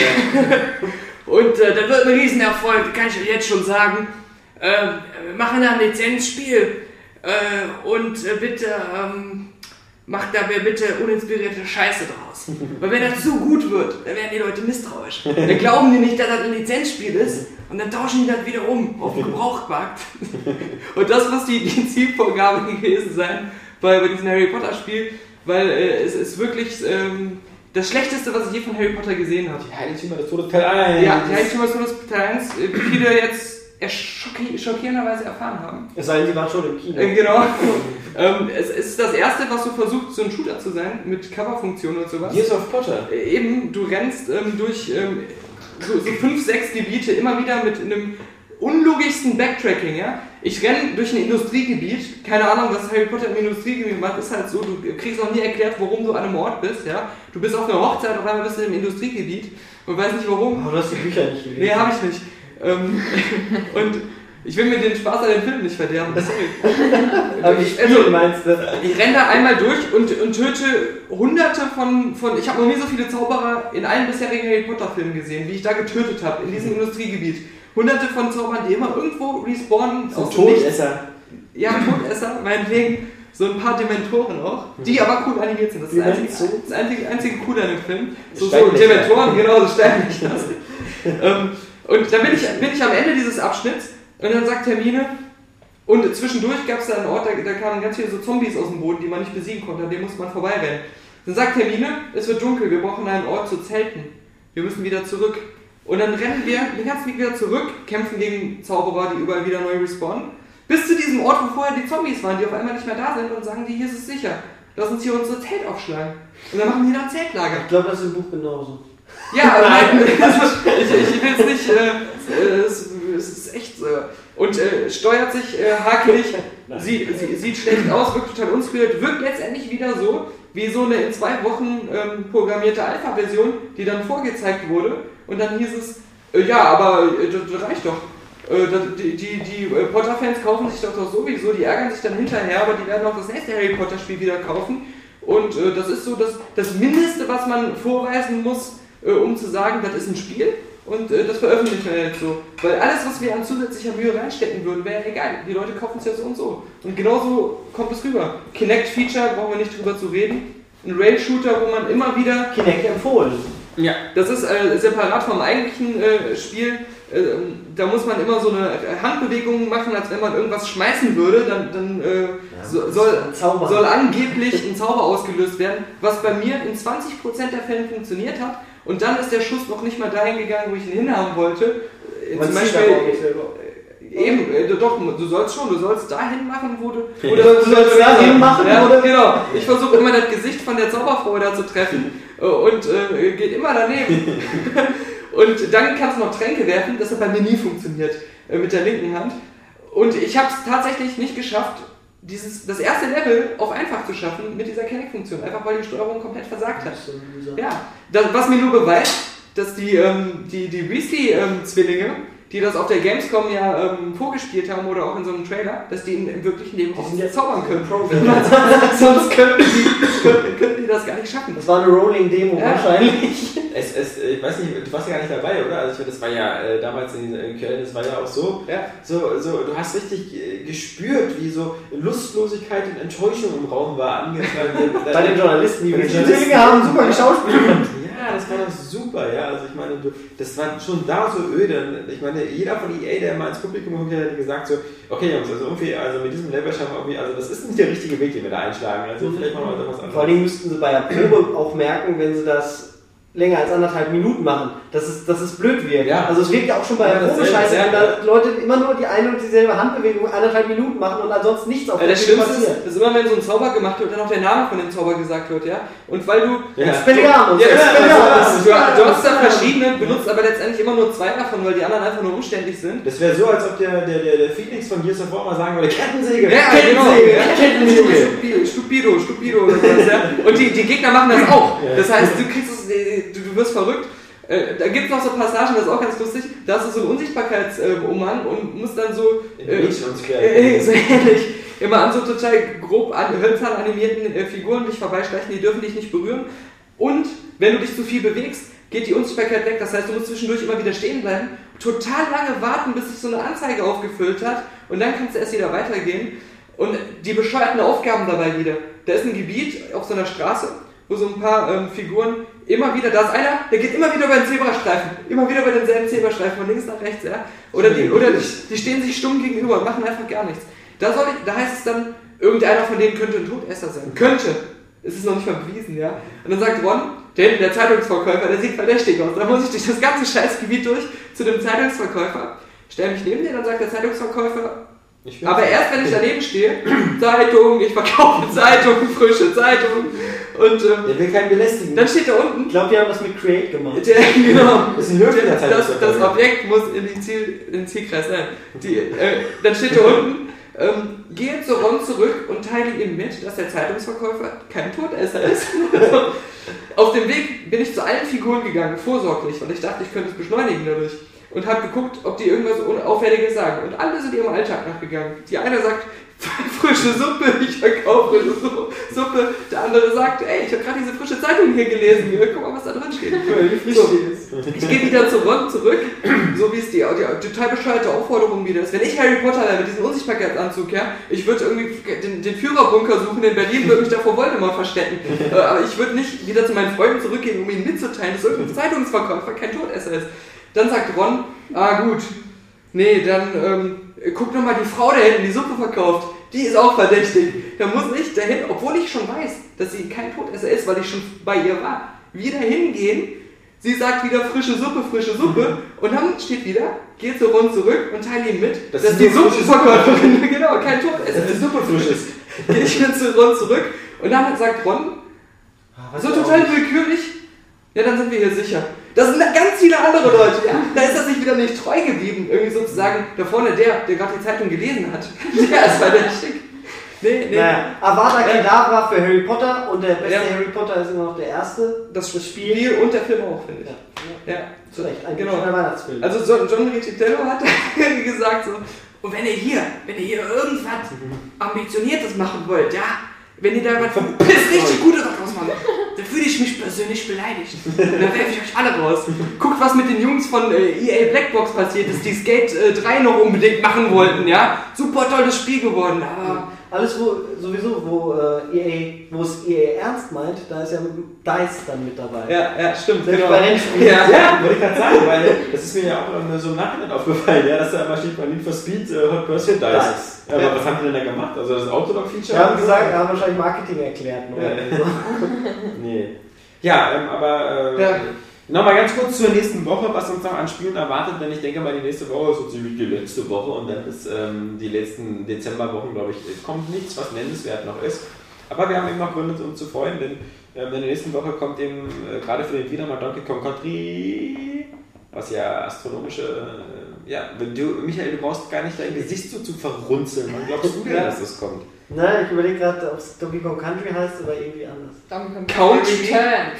Und der wird ein Riesenerfolg, kann ich euch jetzt schon sagen. Wir machen da ein Lizenzspiel und bitte macht da bitte uninspirierte Scheiße draus. Weil wenn das zu gut wird, dann werden die Leute misstrauisch. Dann glauben die nicht, dass das ein Lizenzspiel ist und dann tauschen die das wieder um auf den Gebrauchtmarkt. Und das muss die Zielvorgabe gewesen sein bei diesem Harry Potter Spiel, weil es ist wirklich das Schlechteste, was ich je von Harry Potter gesehen habe. Die Heiligtümer des Todes Teil 1. Ja, die Heiligtümer des Todes Teil 1, wie viele jetzt schockierenderweise erfahren haben. Es sei denn, sie waren schon im Kino. Genau. Es ist das erste, was du versuchst, so ein Shooter zu sein, mit Coverfunktion und sowas. Gears of Potter. Eben, du rennst durch so 5, 6 Gebiete immer wieder mit einem unlogischsten Backtracking, ja. Ich renne durch ein Industriegebiet, keine Ahnung, was Harry Potter im Industriegebiet macht, ist halt so, du kriegst noch nie erklärt, warum du an einem Ort bist, ja. Du bist auf einer Hochzeit, auf einmal bist du im Industriegebiet und weißt nicht warum. Oh, du hast die Bücher nicht gelesen. Nee, hab ich nicht. Und ich will mir den Spaß an den Film nicht verderben, sorry. Aber wie Spiel meinst du? Ich renne da einmal durch und töte hunderte von ich habe noch nie so viele Zauberer in allen bisherigen Harry Potter Filmen gesehen, wie ich da getötet habe, in diesem Industriegebiet. Hunderte von Zaubern, die immer irgendwo respawnen. So Todesser. Ja, Todesser, meinetwegen. So ein paar Dementoren auch, die aber cool animiert sind. Das ist das einzige Coole an dem Film. So Dementoren, genau, so steinlich das. Und dann bin ich am Ende dieses Abschnitts und dann sagt Hermine, und zwischendurch gab es da einen Ort, da kamen ganz viele so Zombies aus dem Boden, die man nicht besiegen konnte, an dem musste man vorbeirennen. Dann sagt Hermine, es wird dunkel, wir brauchen einen Ort zu zelten. Wir müssen wieder zurück. Und dann rennen wir den ganzen Weg wieder zurück, kämpfen gegen Zauberer, die überall wieder neu respawnen, bis zu diesem Ort, wo vorher die Zombies waren, die auf einmal nicht mehr da sind und sagen, hier ist es sicher. Lass uns hier unsere Zelt aufschlagen. Und dann machen die da ein Zeltlager. Ich glaube, das ist im Buch genauso. Ja, aber nein, ich will es nicht, es ist echt so. Und steuert sich hakelig, sieht schlecht aus, wirkt total unskriert, wirkt letztendlich wieder so, wie so eine in 2 Wochen programmierte Alpha-Version, die dann vorgezeigt wurde. Und dann hieß es, ja, aber das reicht doch. Die Potter-Fans kaufen sich doch sowieso, die ärgern sich dann hinterher, aber die werden auch das nächste Harry Potter-Spiel wieder kaufen. Und das ist so das Mindeste, was man vorweisen muss, um zu sagen, das ist ein Spiel. Und das veröffentlichen wir jetzt so. Weil alles, was wir an zusätzlicher Mühe reinstecken würden, wäre egal. Die Leute kaufen es ja so und so. Und genauso kommt es rüber. Kinect-Feature, brauchen wir nicht drüber zu reden. Ein Rail-Shooter, wo man immer wieder... Kinect empfohlen. Ja, das ist separat vom eigentlichen Spiel. Da muss man immer so eine Handbewegung machen, als wenn man irgendwas schmeißen würde. Dann soll angeblich ein Zauber ausgelöst werden, was bei mir in 20% der Fällen funktioniert hat. Und dann ist der Schuss noch nicht mal dahin gegangen, wo ich ihn hinhaben wollte. Zum Beispiel, doch, du sollst dahin machen, wo du sollst dahin machen, ja, oder? Genau. Ich versuche immer das Gesicht von der Zauberfrau da zu treffen und geht immer daneben. Und dann kannst du noch Tränke werfen, das hat bei mir nie funktioniert mit der linken Hand. Und ich habe es tatsächlich nicht geschafft, das erste Level auf einfach zu schaffen mit dieser Kinect-Funktion, einfach weil die Steuerung komplett versagt hat. Ja, was mir nur beweist, dass die Weasley-Zwillinge, die das auf der Gamescom ja vorgespielt haben oder auch in so einem Trailer, dass die im wirklichen Leben auch jetzt zaubern können. Sonst könnten die das gar nicht schaffen. Das war eine Rolling-Demo wahrscheinlich. Ich weiß nicht, du warst ja gar nicht dabei, oder? Also das war ja damals in Köln, das war ja auch so, du hast richtig gespürt, wie so Lustlosigkeit und Enttäuschung im Raum war. Bei den Journalisten, die Zwillinge haben super geschauspielt. Ja, das war doch super, ja. Also ich meine, das war schon da so öde. Ich meine, jeder von EA, der mal ins Publikum geguckt hat, hat gesagt so, okay Jungs, also irgendwie, mit diesem Level schaffen wir irgendwie, also das ist nicht der richtige Weg, den wir da einschlagen. Also vielleicht machen wir was anderes. Vor allem müssten sie bei der Probe auch merken, wenn sie das länger als 1,5 Minuten machen, dass es blöd wird. Ja. Also es wirkt ja auch schon bei der Probescheiße, wenn da Leute immer nur die eine und dieselbe Handbewegung 1,5 Minuten machen und ansonsten nichts auf der Spiel passiert. Das ist immer, wenn so ein Zauber gemacht wird und dann auch der Name von dem Zauber gesagt wird, ja. Und weil du... Expelliarmus! Du hast da verschiedene, benutzt aber letztendlich immer nur 2 davon, weil die anderen einfach nur umständlich sind. Das wäre so, als ob der Phoenix von Gears of War mal sagen würde, Kettensäge! Ja, Kettensäge! Stupido oder sowas, ja. Und die Gegner machen das auch. Das heißt, du wirst verrückt. Da gibt es noch so Passagen, das ist auch ganz lustig. Da hast du so einen Unsichtbarkeitsumhang und musst dann so so ähnlich immer an so total grob hölzern animierten Figuren dich vorbeischleichen, die dürfen dich nicht berühren. Und wenn du dich zu viel bewegst, geht die Unsichtbarkeit weg. Das heißt, du musst zwischendurch immer wieder stehen bleiben, total lange warten, bis sich so eine Anzeige aufgefüllt hat und dann kannst du erst wieder weitergehen. Und die bescheuerten Aufgaben dabei wieder. Da ist ein Gebiet auf so einer Straße, wo so ein paar Figuren immer wieder, da ist einer, der geht immer wieder über den Zebrastreifen, immer wieder über denselben Zebrastreifen von links nach rechts, ja. Oder die stehen sich stumm gegenüber und machen einfach gar nichts. Da heißt es dann, irgendeiner von denen könnte ein Todesser sein. Könnte. Es ist noch nicht mal bewiesen, ja. Und dann sagt Ron, der Zeitungsverkäufer, der sieht verdächtig aus. Da muss ich durch das ganze Scheißgebiet durch zu dem Zeitungsverkäufer, stell mich neben den, dann sagt der Zeitungsverkäufer, aber erst wenn ich daneben stehe, Zeitung, ich verkaufe Zeitung, frische Zeitung und der will keinen belästigen. Dann steht da unten. Ich glaube, die haben das mit Create gemacht. Genau. Das ist ein höflicher Zeitungsverkäufer. Das Objekt muss in den Zielkreis sein. Dann steht da unten, gehe zu Ron zurück und teile ihm mit, dass der Zeitungsverkäufer kein Todesser ist. Auf dem Weg bin ich zu allen Figuren gegangen, vorsorglich, weil ich dachte, ich könnte es beschleunigen dadurch. Und habe geguckt, ob die irgendwas Auffälliges sagen. Und alle sind ihrem Alltag nachgegangen. Die eine sagt, frische Suppe, ich verkaufe frische Suppe. Der andere sagt, ey, ich habe gerade diese frische Zeitung hier gelesen. Guck mal, was da drin steht. So, ich gehe wieder zu Ron zurück, so wie es die total bescheuerte Aufforderung wieder ist. Wenn ich Harry Potter wäre mit diesem Unsichtbarkeitsanzug, ja, ich würde irgendwie den Führerbunker suchen in Berlin, würde mich da vor Voldemort verstecken. Aber ich würde nicht wieder zu meinen Freunden zurückgehen, um ihnen mitzuteilen, dass irgendein Zeitungsverkäufer kein Todesser ist. Dann sagt Ron, gut, nee, dann guck nochmal die Frau da hinten, die Suppe verkauft, die ist auch verdächtig. Da muss ich dahin, obwohl ich schon weiß, dass sie kein Todesser ist, weil ich schon bei ihr war, wieder hingehen. Sie sagt wieder frische Suppe und dann steht wieder, geht zu Ron zurück und teile ihm mit, dass die Suppenverkäuferin, genau, kein Todesser ist. Dass die Suppe frisch ist. Gehe ich wieder zu Ron zurück und dann sagt Ron, so total willkürlich, ja, dann sind wir hier sicher. Das sind ganz viele andere Leute, ja. Da ist er sich wieder nicht treu geblieben. Irgendwie sozusagen, da vorne der gerade die Zeitung gelesen hat. Der ist verdächtig. Nee. Naja, Avada Kedavra für Harry Potter und der beste Harry Potter ist immer noch der erste. Das Spiel und der Film auch, finde ich. Ja. Zu Recht, ein genau. schöner Weihnachtsfilm. Also John Riccitello hat gesagt so, und wenn ihr hier irgendwas Ambitioniertes machen wollt, ja, wenn ihr da was richtig Gutes draus macht, dann fühle ich mich persönlich beleidigt. Dann werfe ich euch alle raus. Guckt, was mit den Jungs von EA Blackbox passiert ist, die Skate 3 noch unbedingt machen wollten, ja. Super tolles Spiel geworden, aber... Alles, wo es EA ernst meint, da ist ja DICE dann mit dabei. Ja, stimmt. Selbst bei Rennspielen. Ja, wollte ich gerade sagen, weil das ist mir ja auch so im Nachhinein aufgefallen, ja, dass da immer steht bei Need for Speed Hot Pursuit DICE. Ja, aber was haben die denn da gemacht? Also das Autolog-Feature? Wir haben gesagt, wir haben wahrscheinlich Marketing erklärt. Nee. Ja, aber nochmal ganz kurz zur nächsten Woche, was uns noch an Spielen erwartet, denn ich denke mal, die nächste Woche ist so ziemlich die letzte Woche und dann ist die letzten Dezemberwochen, glaube ich, kommt nichts, was nennenswert noch ist. Aber wir haben eben noch Gründe, uns zu freuen, denn in der nächsten Woche kommt eben gerade für den Wiedermal Donkey Kong Country, was ja astronomische, Michael, du brauchst gar nicht dein Gesicht so zu verrunzeln. Wann glaubst du denn, dass es kommt? Nein, ich überlege gerade, ob es Donkey Kong Country heißt oder irgendwie anders. Donkey Kong Country Return.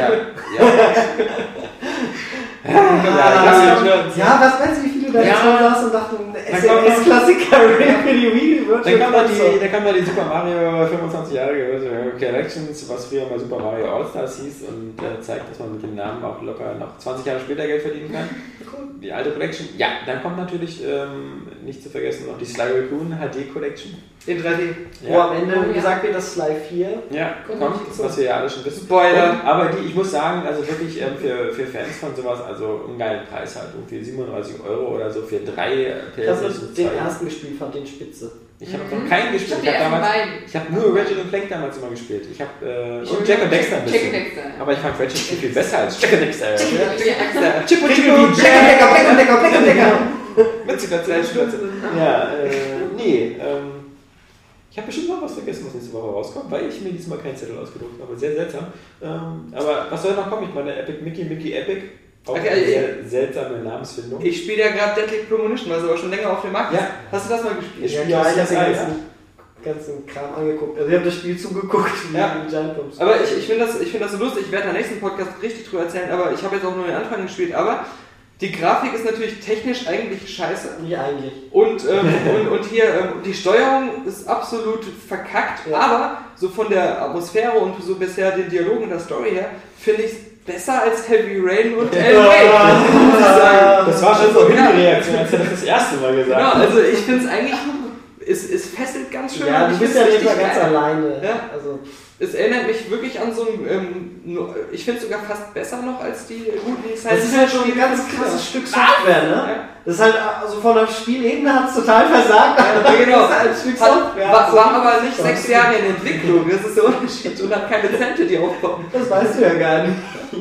Ja, was meinst du, wie viele da jetzt saßen und dachten, SNES-Klassiker für die Wii wird dann kam da die Super Mario 25-jährige Collections, was früher mal Super Mario All-Stars hieß und zeigt, dass man mit dem Namen auch locker noch 20 Jahre später Geld verdienen kann. Cool. Die alte Collection. Ja, dann kommt natürlich nicht zu vergessen noch die Sly Raccoon HD Collection. In 3D. Wo am Ende gesagt wird, das Sly 4. Ja, kommt, was wir ja alle schon wissen. Spoiler. Aber ich muss sagen, also wirklich für Fans von sowas, also einen geilen Preis halt. Irgendwie 37 € oder so für 3 PlayStation 2. Den ersten gespielt, fand den spitze. Ich habe noch keinen gespielt. Ich habe nur Ratchet und Clank damals immer gespielt. Ich habe und Jack und Dexter ein bisschen. Aber ich fand Ratchet viel besser als Jack und Dexter. Chip und Decker. Mit Zeitstürze. Ja, nee. Ich habe bestimmt noch was vergessen, was nächste Woche rauskommt, weil ich mir diesmal keinen Zettel ausgedruckt habe. Sehr seltsam. Aber was soll noch kommen? Ich meine, Epic Mickey Epic. Auch eine sehr seltsame Namensfindung. Ich spiele ja gerade Deadly Premonition, was aber schon länger auf dem Markt ist. Ja. Hast du das mal gespielt? Ich spiele ja ganzen Kram angeguckt. Also ich habe das Spiel zugeguckt, Ja. Giant Bombs. Aber ich finde das so lustig, ich werde im nächsten Podcast richtig drüber erzählen, aber ich habe jetzt auch nur den Anfang gespielt, aber die Grafik ist natürlich technisch eigentlich scheiße. Nicht eigentlich. Und hier, die Steuerung ist absolut verkackt, aber so von der Atmosphäre und so bisher den Dialogen und der Story her, finde ich es besser als Heavy Rain und Alan Wake, muss ich sagen. Das war schon so eine Reaktion, als er das erste Mal gesagt Genau, hat. also ich finde es eigentlich, es fesselt ganz schön. Ja, und du ich bist ja find's nicht mal richtig ganz geil. alleine. Ja. Also, Es erinnert mich wirklich an so ein, ich finde es sogar fast besser noch als die guten das ist halt schon ein ganz krasses Stück Software, ne? Ja. Das ist halt, also von der Spielebene hat es total versagt. Ja, genau. Das ist halt ein Stück War Software. aber nicht 6 Jahre in Entwicklung, das ist der Unterschied und hat keine Zente, die aufkommen. Das weißt du ja gar nicht.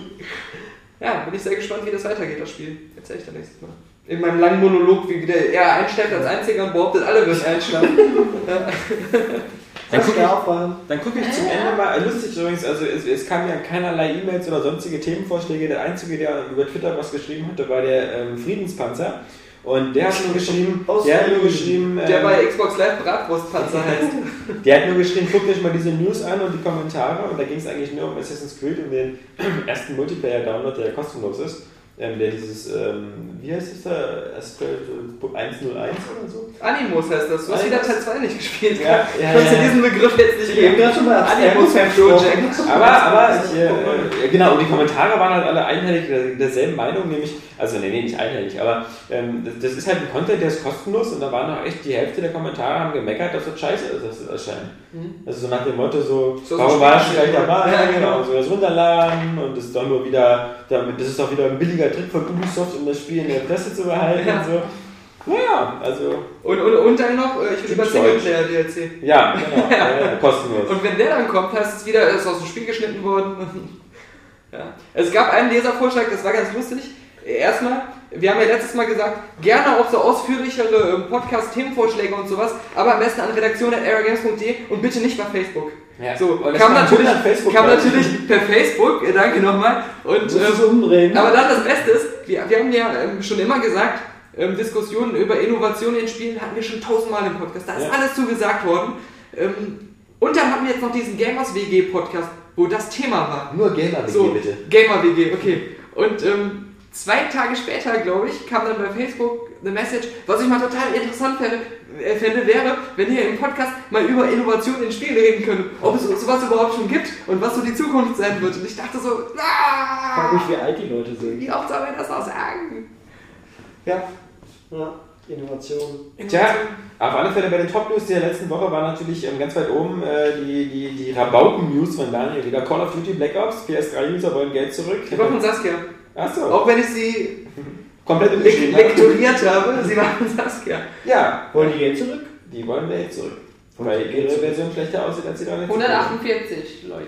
Ja, bin ich sehr gespannt, wie das weitergeht, das Spiel. Erzähl ich dann nächstes Mal. In meinem langen Monolog, wie wieder er einstellt als Einziger und behauptet, alle würden einschlafen. Dann gucke ich, aufwachen. ich zum Ende mal, lustig übrigens, also es kamen ja keinerlei E-Mails oder sonstige Themenvorschläge. Der Einzige, der über Twitter was geschrieben hatte, war der Friedenspanzer. Und der hat nur geschrieben, Der bei Xbox Live Bratwurstpanzer heißt. Der hat nur geschrieben, guckt euch mal diese News an und die Kommentare. Und da ging es eigentlich nur um Assassin's Creed und den ersten Multiplayer-Download, der kostenlos ist. Der dieses, wie heißt es da? 101 oder so? Animus heißt das. Du hast wieder Teil 2 nicht gespielt. Ja, Kannst du diesen Begriff jetzt nicht geben? gerade schon mal Animus Project. Aber genau, und die Kommentare waren halt alle einhellig derselben Meinung, nämlich, also nee, nicht einhellig, aber das ist halt ein Content, der ist kostenlos und da waren auch echt die Hälfte der Kommentare haben gemeckert, dass das scheiße ist, dass das erscheint. Also so nach dem Motto so warum war es vielleicht dabei? Ja, genau, so das runterladen und das ist doch nur wieder, das ist doch wieder ein billiger Trick von Ubisoft, um das Spiel in der Presse zu behalten und so. Naja, also... Und dann noch, ich will lieber Singleplayer-DLC. Ja, genau, kostenlos. Und wenn der dann kommt, heißt es wieder, er ist aus dem Spiel geschnitten worden. Ja. Es gab einen Leservorschlag, das war ganz lustig. Erstmal, wir haben ja letztes Mal gesagt, gerne auch so ausführlichere Podcast-Themenvorschläge und sowas, aber am besten an redaktion@aerogames.de und bitte nicht bei Facebook. Ja. So, kam natürlich per Facebook, danke nochmal. Und aber dann das Beste ist, wir haben ja schon immer gesagt, Diskussionen über Innovationen in Spielen hatten wir schon 1000-mal im Podcast. Da ist alles zugesagt worden. Und dann hatten wir jetzt noch diesen Gamers WG Podcast, wo das Thema war. Nur Gamer WG, so, bitte. Gamer WG, okay. Und 2 Tage später, glaube ich, kam dann bei Facebook eine Message, was ich mal total interessant fände, wäre, wenn ihr im Podcast mal über Innovation in Spielen reden könnt, ob es sowas überhaupt schon gibt und was so die Zukunft sein wird. Und ich dachte so, Ich frage mich, wie alt die Leute sind. wie oft soll man das auch sagen? Ja, Innovation. Tja, auf alle Fälle bei den Top-News der letzten Woche war natürlich ganz weit oben die Rabauken-News von Daniel. Wieder Call of Duty Black Ops, PS3-User wollen Geld zurück. Die war von Saskia. Achso. Auch wenn ich sie Komplett lektoriert habe, sie war von Saskia. Ja. Wollen die Geld zurück? Die wollen Geld zurück. Weil ihre Version schlechter aussieht als die 148 Leute.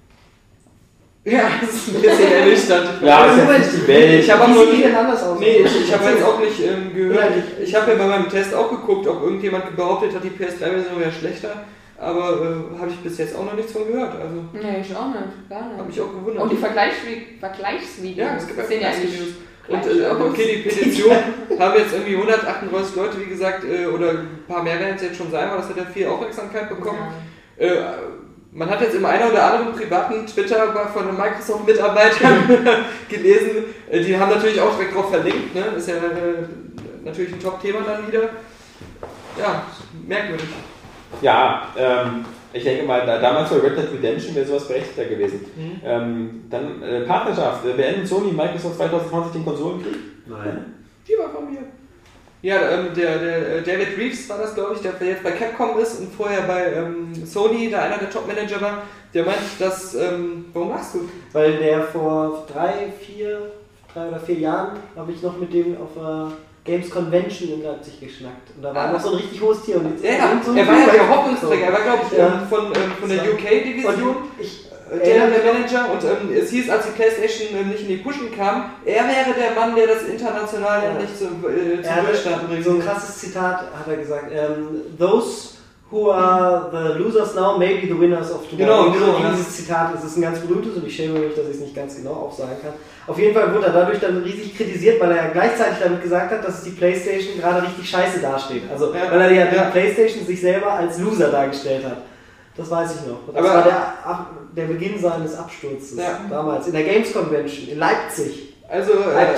Ja, das ist ein bisschen ernüchternd. Ja, das ist jetzt nicht die Welt. Ich habe auch Wie noch sieht die nie, denn anders aus? nee, ich habe jetzt auch nicht gehört. Ja, Ich habe ja bei meinem Test auch geguckt, ob irgendjemand behauptet hat, die PS3-Version wäre schlechter. Aber habe ich bis jetzt auch noch nichts von gehört. Also Nee, ich auch nicht. Gar nicht. habe mich auch gewundert. Und die Vergleichsvideos. Ja, es gibt ja sehen ja eigentlich Vergleichsvideos. Und aber okay, die Petition haben jetzt irgendwie 138 Leute, wie gesagt, oder ein paar mehr werden es jetzt schon sein, weil das hat ja viel Aufmerksamkeit bekommen. Ja. Man hat jetzt im einen oder anderen privaten Twitter von den Microsoft-Mitarbeitern gelesen, die haben natürlich auch direkt drauf verlinkt, ne? Ist ja natürlich ein Top-Thema dann wieder. Ja, merkwürdig. Ja, ich denke mal, damals bei Red Dead Redemption wäre sowas berechtigter gewesen. Dann Partnerschaft. Beenden Sony Microsoft 2020 den Konsolenkrieg? Nein. Die war von mir. Ja, der David Reeves war das, glaube ich, der jetzt bei Capcom ist und vorher bei Sony, der einer der Top-Manager war. Der meint, dass... warum lachst du? Weil der vor 3 oder 4 Jahren habe ich noch mit dem auf der Games Convention in Leipzig geschnackt. Und da war noch so ein richtig hohes Tier. Und jetzt Ja, so er war ja der Hoffnungsträger. Er war, glaube ich, Ja. von der UK-Division. Der Manager und es hieß, als die PlayStation nicht in die Pushen kam, er wäre der Mann, der das international endlich zum Durchstarten bringt. So ein krasses Zitat hat er gesagt. Those Who are the losers now, maybe the winners of tomorrow. Genau. Dieses Zitat, es ist ein ganz berühmtes und ich schäme mich, dass ich es nicht ganz genau aufsagen kann. Auf jeden Fall wurde er dadurch dann riesig kritisiert, weil er ja gleichzeitig damit gesagt hat, dass die PlayStation gerade richtig scheiße dasteht. Also weil er die PlayStation sich selber als Loser dargestellt hat. Das weiß ich noch. Das war der Beginn seines Absturzes damals in der Games Convention in Leipzig. Also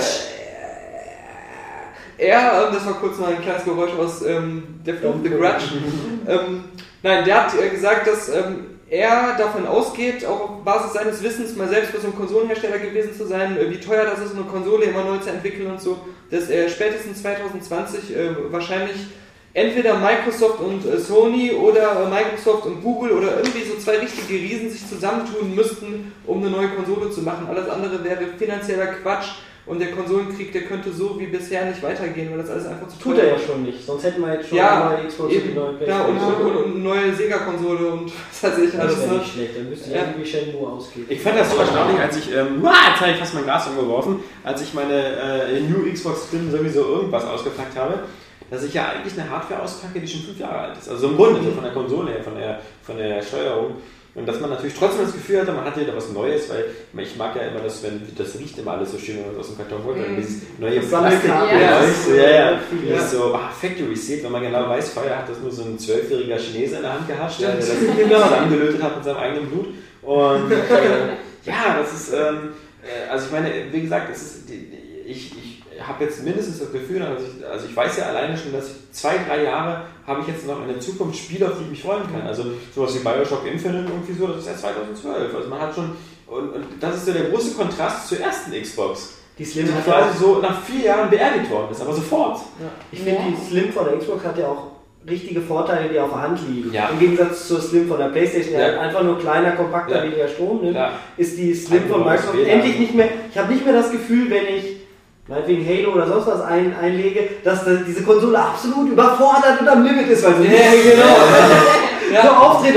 das war kurz mal ein kleines Geräusch aus der Fluch, The Grudge. Nein, der hat gesagt, dass er davon ausgeht, auch auf Basis seines Wissens, mal selbst bei so einem Konsolenhersteller gewesen zu sein, wie teuer das ist, eine Konsole immer neu zu entwickeln und so, dass er spätestens 2020 wahrscheinlich entweder Microsoft und Sony oder Microsoft und Google oder irgendwie so zwei richtige Riesen sich zusammentun müssten, um eine neue Konsole zu machen. Alles andere wäre finanzieller Quatsch. Und der Konsolenkrieg, der könnte so wie bisher nicht weitergehen, weil das alles einfach zu teuer ist. Tut er ja schon nicht, sonst hätten wir jetzt schon eine neue Xbox und die neue PlayStation. Und eine neue Sega-Konsole und was weiß ich alles. Das wäre nicht schlecht, dann müsste ich irgendwie Shenmue ausgeben. Ich fand das so erstaunlich, als ich, jetzt habe ich fast mein Glas umgeworfen, als ich meine New Xbox Slim sowieso irgendwas ausgepackt habe, dass ich ja eigentlich eine Hardware auspacke, die schon 5 Jahre alt ist. Also im Grunde, so von der Konsole her, von der Steuerung. Und dass man natürlich trotzdem das Gefühl hatte, man hat wieder was Neues, weil ich mag ja immer das, wenn das riecht immer alles so schön, wenn man es aus dem Karton holt, dann dieses neue Plastik, dieses so Factory Seed, wenn man genau weiß, vorher hat das nur so ein 12-jähriger Chinese in der Hand gehabt, der das zusammengelötet hat mit seinem eigenen Blut. Und das ist, also ich meine, wie gesagt, ich habe jetzt mindestens das Gefühl, also ich weiß ja alleine schon, dass 2-3 Jahre habe ich jetzt noch in der Zukunft Spiele, auf die ich mich freuen kann. Also sowas wie Bioshock Infinite irgendwie so, das ist ja 2012. Also man hat schon, und das ist so der große Kontrast zur ersten Xbox. Die Slim die quasi so nach 4 Jahren beerdigt worden ist, aber sofort. Ja. Ich finde, die Slim von der Xbox hat ja auch richtige Vorteile, die auf der Hand liegen. Ja. Im Gegensatz zur Slim von der PlayStation, die einfach nur kleiner, kompakter, weniger Strom nimmt, ist die Slim von Microsoft endlich nicht mehr. Ich habe nicht mehr das Gefühl, wenn ich meinetwegen Halo oder sonst was einlege, dass diese Konsole absolut überfordert und am Limit ist, weil sie so auftritt.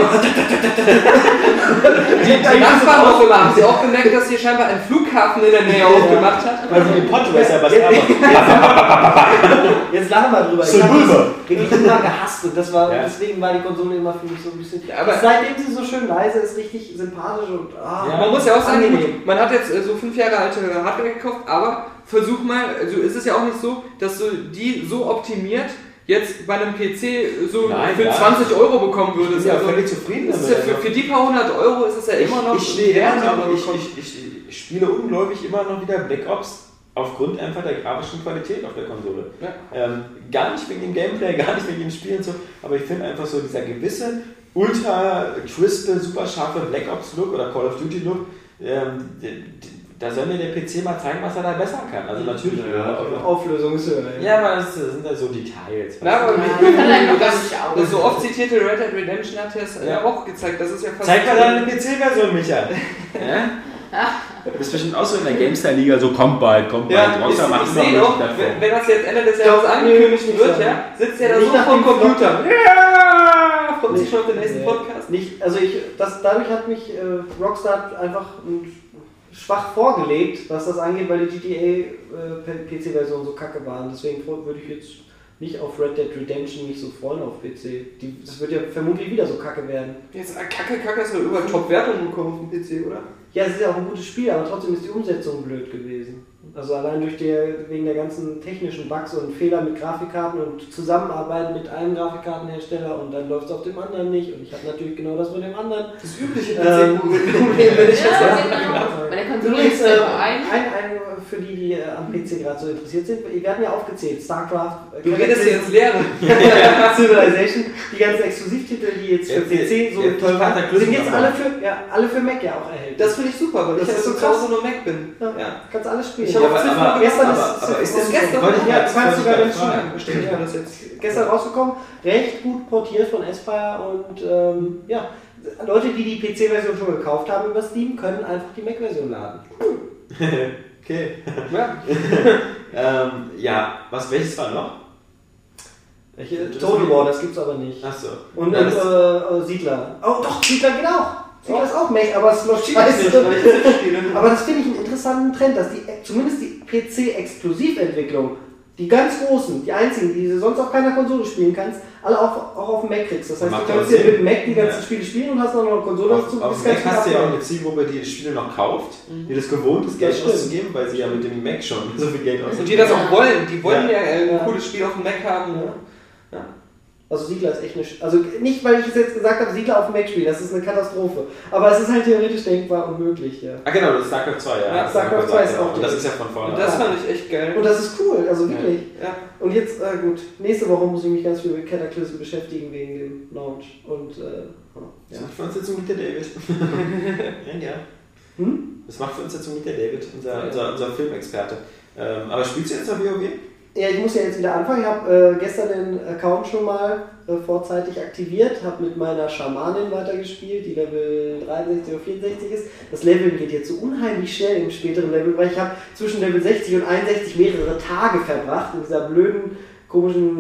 Die Nachbarn auch immer. Haben Sie auch gemerkt, dass hier scheinbar ein Flughafen in der Nähe aufgemacht hat? Weil sie den Podracer was Jetzt lachen wir drüber. Ich habe wirklich immer gehasst und deswegen war die Konsole immer für mich so ein bisschen. Aber seitdem sie so schön leise ist, richtig sympathisch und man muss ja auch sagen, man hat jetzt so 5 Jahre alte Hardware gekauft, aber versuch mal, also ist es ja auch nicht so, dass du die so optimiert jetzt bei einem PC so für 20 € bekommen würdest. Ich bin ja völlig zufrieden damit. Für die paar 100 € ist es ja immer noch ich spiele ungläubig immer noch wieder Black Ops aufgrund einfach der grafischen Qualität auf der Konsole. Ja. Gar nicht wegen dem Gameplay, gar nicht wegen dem Spiel und so, aber ich finde einfach so dieser gewisse ultra crispe, super scharfe Black Ops Look oder Call of Duty Look, da soll mir der PC mal zeigen, was er da besser kann. Also natürlich. Auflösung ist höher. Ja, aber das sind da so Details. So oft zitierte Red Dead Redemption hat es auch gezeigt. Das ist ja fast. Zeig mal deine PC-Version, Micha. Du bist bestimmt auch so in der GameStar-Liga, so kommt bald. Ich sehe doch, wenn das jetzt Ende des Jahres angekündigt wird, sitzt er da so vor dem Computer. Ja! Freut sich schon auf den nächsten Podcast. Dadurch hat mich Rockstar einfach schwach vorgelegt, was das angeht, weil die GTA-PC-Version so kacke waren. Deswegen würde ich jetzt nicht auf Red Dead Redemption nicht so freuen auf PC. Das wird ja vermutlich wieder so kacke werden. Jetzt kacke ist ja über Top-Wertung bekommen auf dem PC, oder? Ja, es ist ja auch ein gutes Spiel, aber trotzdem ist die Umsetzung blöd gewesen. Also allein wegen der ganzen technischen Bugs und Fehler mit Grafikkarten und Zusammenarbeit mit einem Grafikkartenhersteller und dann läuft es auf dem anderen nicht. Und ich habe natürlich genau das mit dem anderen. Das übliche PC-Problem, wenn ich das sagen kann. Bei der Konsole ist für die am PC gerade so interessiert sind, wir werden ja aufgezählt. StarCraft, du redest hier ins Leere. Civilization, die ganzen Exklusivtitel, die jetzt für PC so toll waren, sind jetzt alle für Mac ja auch erhältlich. Das finde ich super, weil ich ja so zu Hause nur Mac bin. Ja. Kannst alles spielen. Gestern rausgekommen, recht gut portiert von Aspire und Leute, die die PC-Version schon gekauft haben über Steam, können einfach die Mac-Version laden. Okay. Welches war noch? Total War, das gibt's aber nicht. Achso. Und Siedler. Oh doch, Siedler geht auch. Siedler ist auch Mac, aber es läuft scheiße. Aber das finde ich einen interessanten Trend, dass zumindest die PC-Exklusiventwicklung Die ganz großen, die einzigen, die du sonst auf keiner Konsole spielen kannst, alle auch auf dem Mac kriegst. Das heißt, du kannst dir mit dem Mac die ganzen Spiele spielen und hast dann noch eine Konsole dazu. Auf dem Mac hast du ja auch eine Zielgruppe, die die Spiele noch kauft, die das gewohnt ist, Geld auszugeben, weil sie ja mit dem Mac schon so viel Geld ausgeben. Und die das auch wollen. Die wollen ja ein cooles Spiel auf dem Mac haben. Ja. Also Siedler ist echt also nicht, weil ich es jetzt gesagt habe, Siedler auf dem Mac spielen, das ist eine Katastrophe. Aber es ist halt theoretisch denkbar und möglich, ja. Ah genau, das ist StarCraft 2, ja. StarCraft 2 ist auch. Und das ist ja von vorne. Und das fand ich echt geil. Und das ist cool, also wirklich. Ja. Und jetzt, gut, nächste Woche muss ich mich ganz viel mit Cataclysm beschäftigen wegen dem Launch. Und, Das macht für uns jetzt so mit der David. ja. Das macht für uns jetzt so mit der David, unser Filmexperte. Aber spielst du jetzt noch WoW? Ja, ich muss ja jetzt wieder anfangen. Ich habe gestern den Account schon mal vorzeitig aktiviert, habe mit meiner Schamanin weitergespielt, die Level 63 oder 64 ist. Das Leveln geht jetzt so unheimlich schnell im späteren Level, weil ich habe zwischen Level 60 und 61 mehrere Tage verbracht in dieser blöden, komischen,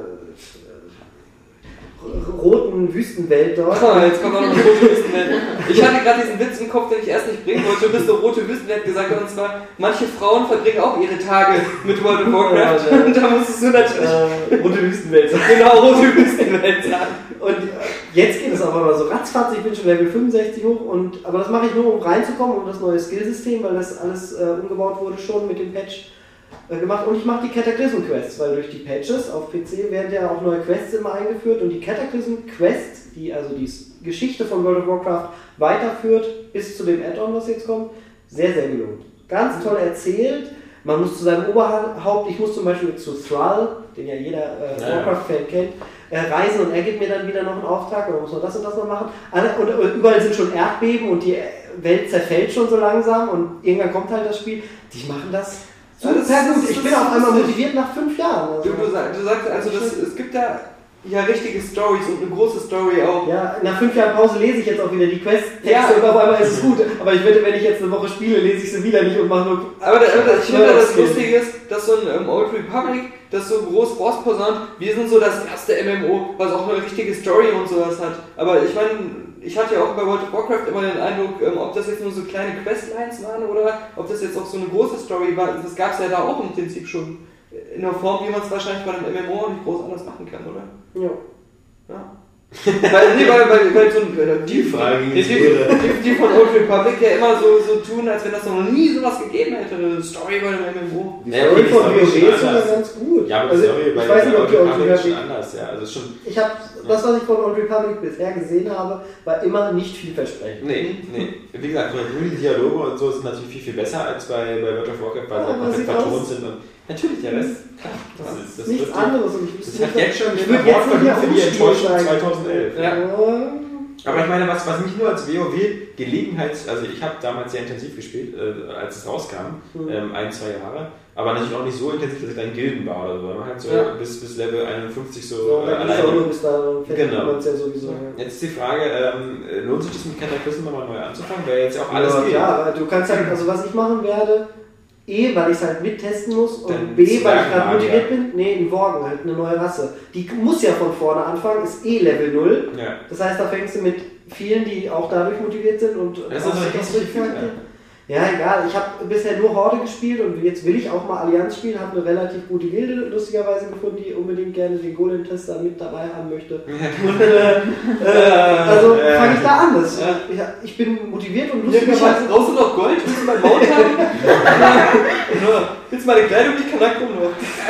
roten Wüstenwelt dort. Oh, jetzt kommt auch noch eine rote Wüstenwelt. Ich hatte gerade diesen Witz im Kopf, den ich erst nicht bringen wollte, bis eine rote Wüstenwelt gesagt hat, und zwar, manche Frauen verbringen auch ihre Tage mit World of Warcraft. Und da musstest du natürlich rote Wüstenwelt sagen. Genau, rote Wüstenwelt sagen. Und jetzt geht es aber mal so ratzfatz, ich bin schon Level 65 hoch, aber das mache ich nur, um reinzukommen, um das neue Skillsystem, weil das alles umgebaut wurde schon mit dem Patch gemacht. Und ich mache die Cataclysm-Quests, weil durch die Patches auf PC werden ja auch neue Quests immer eingeführt und die Cataclysm-Quest, die also die Geschichte von World of Warcraft weiterführt, bis zu dem Add-on, was jetzt kommt, sehr, sehr gelungen. Ganz toll erzählt. Man muss zu seinem Oberhaupt, ich muss zum Beispiel zu Thrall, den ja jeder Warcraft-Fan kennt, reisen und er gibt mir dann wieder noch einen Auftrag, oder muss man das und das noch machen. Und überall sind schon Erdbeben und die Welt zerfällt schon so langsam und irgendwann kommt halt das Spiel. Die machen das super gut. Ich bin auf einmal motiviert nach 5 Jahren. Also. Du sagst also, es gibt da ja richtige Storys und eine große Story auch. Ja, nach 5 Jahren Pause lese ich jetzt auch wieder die Quest-Texte und auf einmal ist es gut. Aber ich wette, wenn ich jetzt eine Woche spiele, lese ich sie wieder nicht und mache nur... Aber ich finde das Lustige ist, dass so ein Old Republic das so groß rausposaunt, wir sind so das erste MMO, was auch eine richtige Story und sowas hat. Aber ich meine, ich hatte ja auch bei World of Warcraft immer den Eindruck, ob das jetzt nur so kleine Questlines waren oder ob das jetzt auch so eine große Story war. Das gab es ja da auch im Prinzip schon. In der Form, wie man es wahrscheinlich bei einem MMO auch nicht groß anders machen kann, oder? Ja. Weil so die Frage die von Old Republic ja immer so tun, als wenn das noch nie sowas gegeben hätte. Eine Story bei einem MMO. Die Story von WoW ist sogar ganz gut. Ja, aber die Story bei ich weiß nicht, ob die Old Republic schon anders, ja. Also schon. Ich habe das, was ich von Old Republic bisher gesehen habe, war immer nicht vielversprechend. Nee. Wie gesagt, die Dialoge und so sind natürlich viel besser als bei World of Warcraft, weil sie komplett vertont sind. Und natürlich, ja, das ist nichts anderes. Und ich wüsste nicht, jetzt schon ich würde jetzt nicht für die Enttäuschung 2011. Ja. Aber ich meine, was mich nur als WoW also ich habe damals sehr intensiv gespielt, als es rauskam, 1-2 Jahre, aber natürlich auch nicht so intensiv, dass ich da in Gilden war oder so. Man hat so bis Level 51 so alleine. Genau. Ja sowieso, Jetzt ist die Frage, lohnt sich das mit Cataclysm nochmal neu anzufangen, weil jetzt auch alles geht? Ja, du kannst halt, also was ich machen werde, weil ich es halt mittesten muss und B, weil ich gerade motiviert bin, ein Worgen, halt eine neue Rasse. Die muss ja von vorne anfangen, ist Level 0. Ja. Das heißt, da fängst du mit vielen, die auch dadurch motiviert sind und das ist ja, egal. Ich habe bisher nur Horde gespielt und jetzt will ich auch mal Allianz spielen, habe eine relativ gute Gilde lustigerweise gefunden, die unbedingt gerne den Golem-Tester mit dabei haben möchte. Also fange ich da an. Ich bin motiviert und lustigerweise... Brauchst du noch Gold? Willst du mein Mount haben? Willst du meine Kleidung nicht? Kanakrum noch.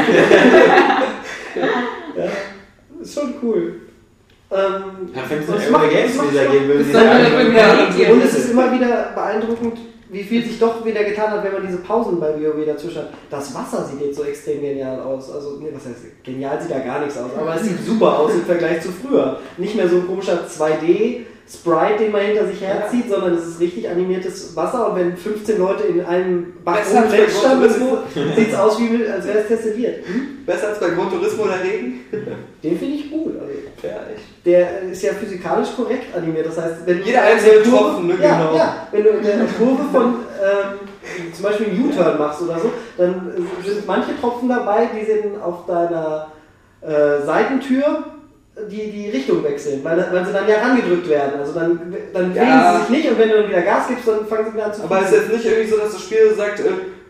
Ja, ist schon cool. Fängst du noch Games wieder geben? Und es ist immer wieder beeindruckend, wie viel sich doch wieder getan hat, wenn man diese Pausen bei WoW dazwischen hat. Das Wasser sieht jetzt so extrem genial aus. Also, was heißt, genial sieht da gar nichts aus, aber es sieht super aus im Vergleich zu früher. Nicht mehr so ein komischer 2D-Sprite, den man hinter sich herzieht, sondern es ist richtig animiertes Wasser und wenn 15 Leute in einem Bach rumstanden, sieht es aus, als wäre es testilliert. Besser als bei Gran Turismo oder Regen? Den finde ich gut. Also, der ist ja physikalisch korrekt animiert. Das heißt, wenn jeder einzelne Tropfen, genau. Ja, wenn du in der Kurve von zum Beispiel einen U-Turn machst oder so, dann sind manche Tropfen dabei, die sind auf deiner Seitentür die Richtung wechseln, weil sie dann ja rangedrückt werden. Also dann drehen sie sich nicht und wenn du dann wieder Gas gibst, dann fangen sie wieder an zu fliegen. Aber es ist jetzt nicht irgendwie so, dass das Spiel sagt,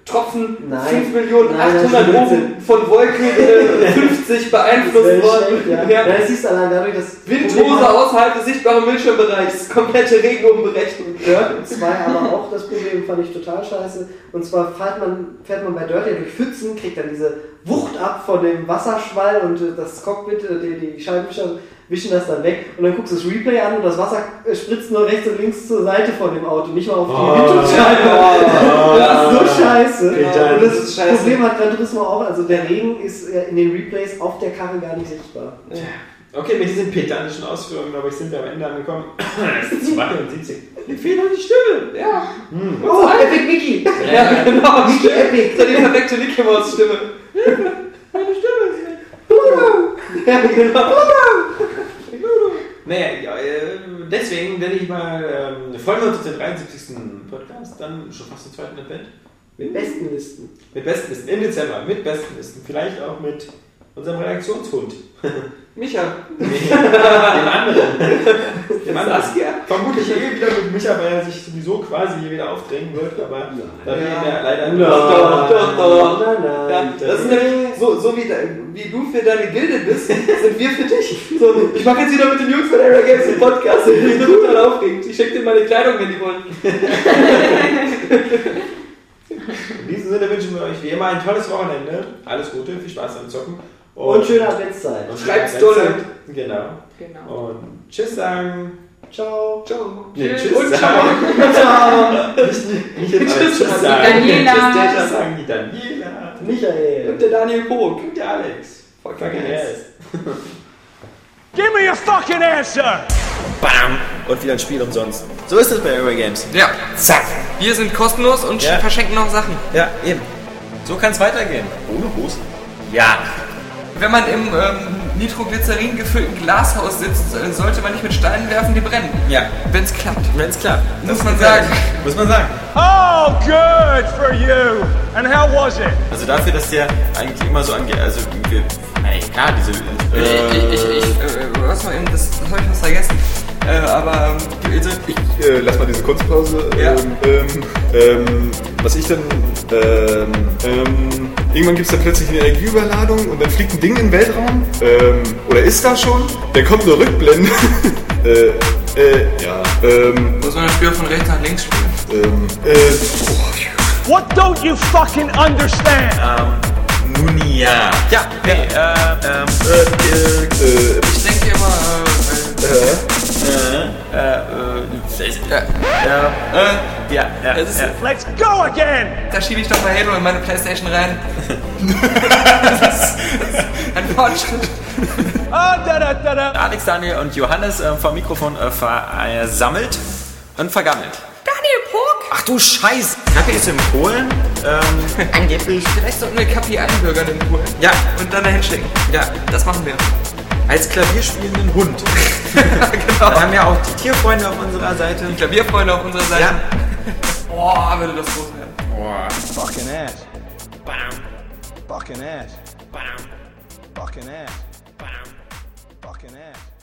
Tropfen, Nein. 5.800.000 von Wolken 50 beeinflusst worden. Ja, das siehst du allein dadurch, dass Windhose außerhalb des sichtbaren Bildschirmbereichs, komplette Regenbogenberechnung. Dirt 2 aber auch das Problem, fand ich total scheiße. Und zwar fährt man bei Dirt ja durch Pfützen, kriegt dann diese Wucht ab von dem Wasserschwall und das Cockpit, die Scheibenwischer wischen das dann weg und dann guckst du das Replay an und das Wasser spritzt nur rechts und links zur Seite von dem Auto, nicht mal auf die Windschutzscheibe. Das ist so scheiße. Und das Problem hat Gran Turismo auch, also der Regen ist in den Replays auf der Karre gar nicht sichtbar. Ja. Okay, mit diesen pedantischen Ausführungen, glaube ich, sind wir am Ende angekommen. Es ist 72. Mir fehlt noch die Stimme. Ja. Oh, Epic Mickey! Ja, genau. Mickey Epic! Das ist die perfekte Mickey Mouse Stimme. Meine Stimme ist weg. Ja, genau. Naja, deswegen nenne ich mal, freuen wir uns auf den 73. Podcast, dann schon fast den zweiten Advent. Mit besten Listen. Mit besten Listen, im Dezember, mit besten Listen. Vielleicht auch mit unserem Redaktionshund. Micha. Dem anderen. Dem anderen. Saskia. Vermutlich wieder mit Micha, weil er sich sowieso quasi hier wieder aufdrängen wird, aber da wir ihn ja leider Doch. Nein. Ja, das ist nämlich so wie du für deine Gilde bist, sind wir für dich. So, ich mache jetzt wieder mit den Jungs von Area Games einen Podcast, ich bin total aufregend. Ich schicke dir meine Kleidung, wenn die wollen. In diesem Sinne wünschen wir euch wie immer ein tolles Wochenende. Alles Gute, viel Spaß beim Zocken. Und schöne Adventszeit. Schreibt's dolle. Genau. Und tschüss sagen. Ciao. Ciao. Nee, tschüss Und sagen. Ciao. Nicht jetzt Tschüss tschüss sagen. Daniela. Tschüss sagen die Daniela. Michael. Und der Daniel Pog. Und der Alex. Fucking Yes. Give me a fucking answer! Bam! Und wieder ein Spiel umsonst. So ist es bei Eurogames. Ja. Zack! Wir sind kostenlos und Ja. verschenken noch Sachen. Ja, eben. So kann es weitergehen. Ohne Hose? Ja. Wenn man im Nitroglycerin gefüllten Glashaus sitzt, sollte man nicht mit Steinen werfen, die brennen. Ja. Wenn es klappt. Wenn es klappt. Muss man sagen. Muss man sagen. Oh, good for you! And how was it? Also dafür, dass der eigentlich immer so angeht. Also, klar, diese. Was mal eben, das habe ich was vergessen. Aber Lass mal diese Kunstpause. Ja. Was ich dann. Irgendwann gibt es da plötzlich eine Energieüberladung und dann fliegt ein Ding in den Weltraum. Oder ist da schon? Dann kommt eine Rückblende. muss man das Spiel von rechts nach links spielen. What don't you fucking understand? Nun ja. Ja, hey, Ich denke immer, Let's go again! da schiebe ich doch mal Halo in meine Playstation rein. Das ist ein Fortschritt. Alex, Daniel und Johannes vom Mikrofon versammelt und vergammelt. Daniel Pog? Ach du Scheiß! Kaffee ist in Polen. Angeblich. Vielleicht sollten wir Kapi einbürgern in Polen. Ja. Und dann dahin schicken. Ja, Das machen wir. als klavierspielenden Hund. Genau. Wir haben ja auch die Tierfreunde auf unserer Seite. Die Klavierfreunde auf unserer Seite. Ja. Boah, würde das groß werden. Boah. Fucking ass. Bam. Fucking ass. Bam. Fucking ass. Bam. Fucking ass.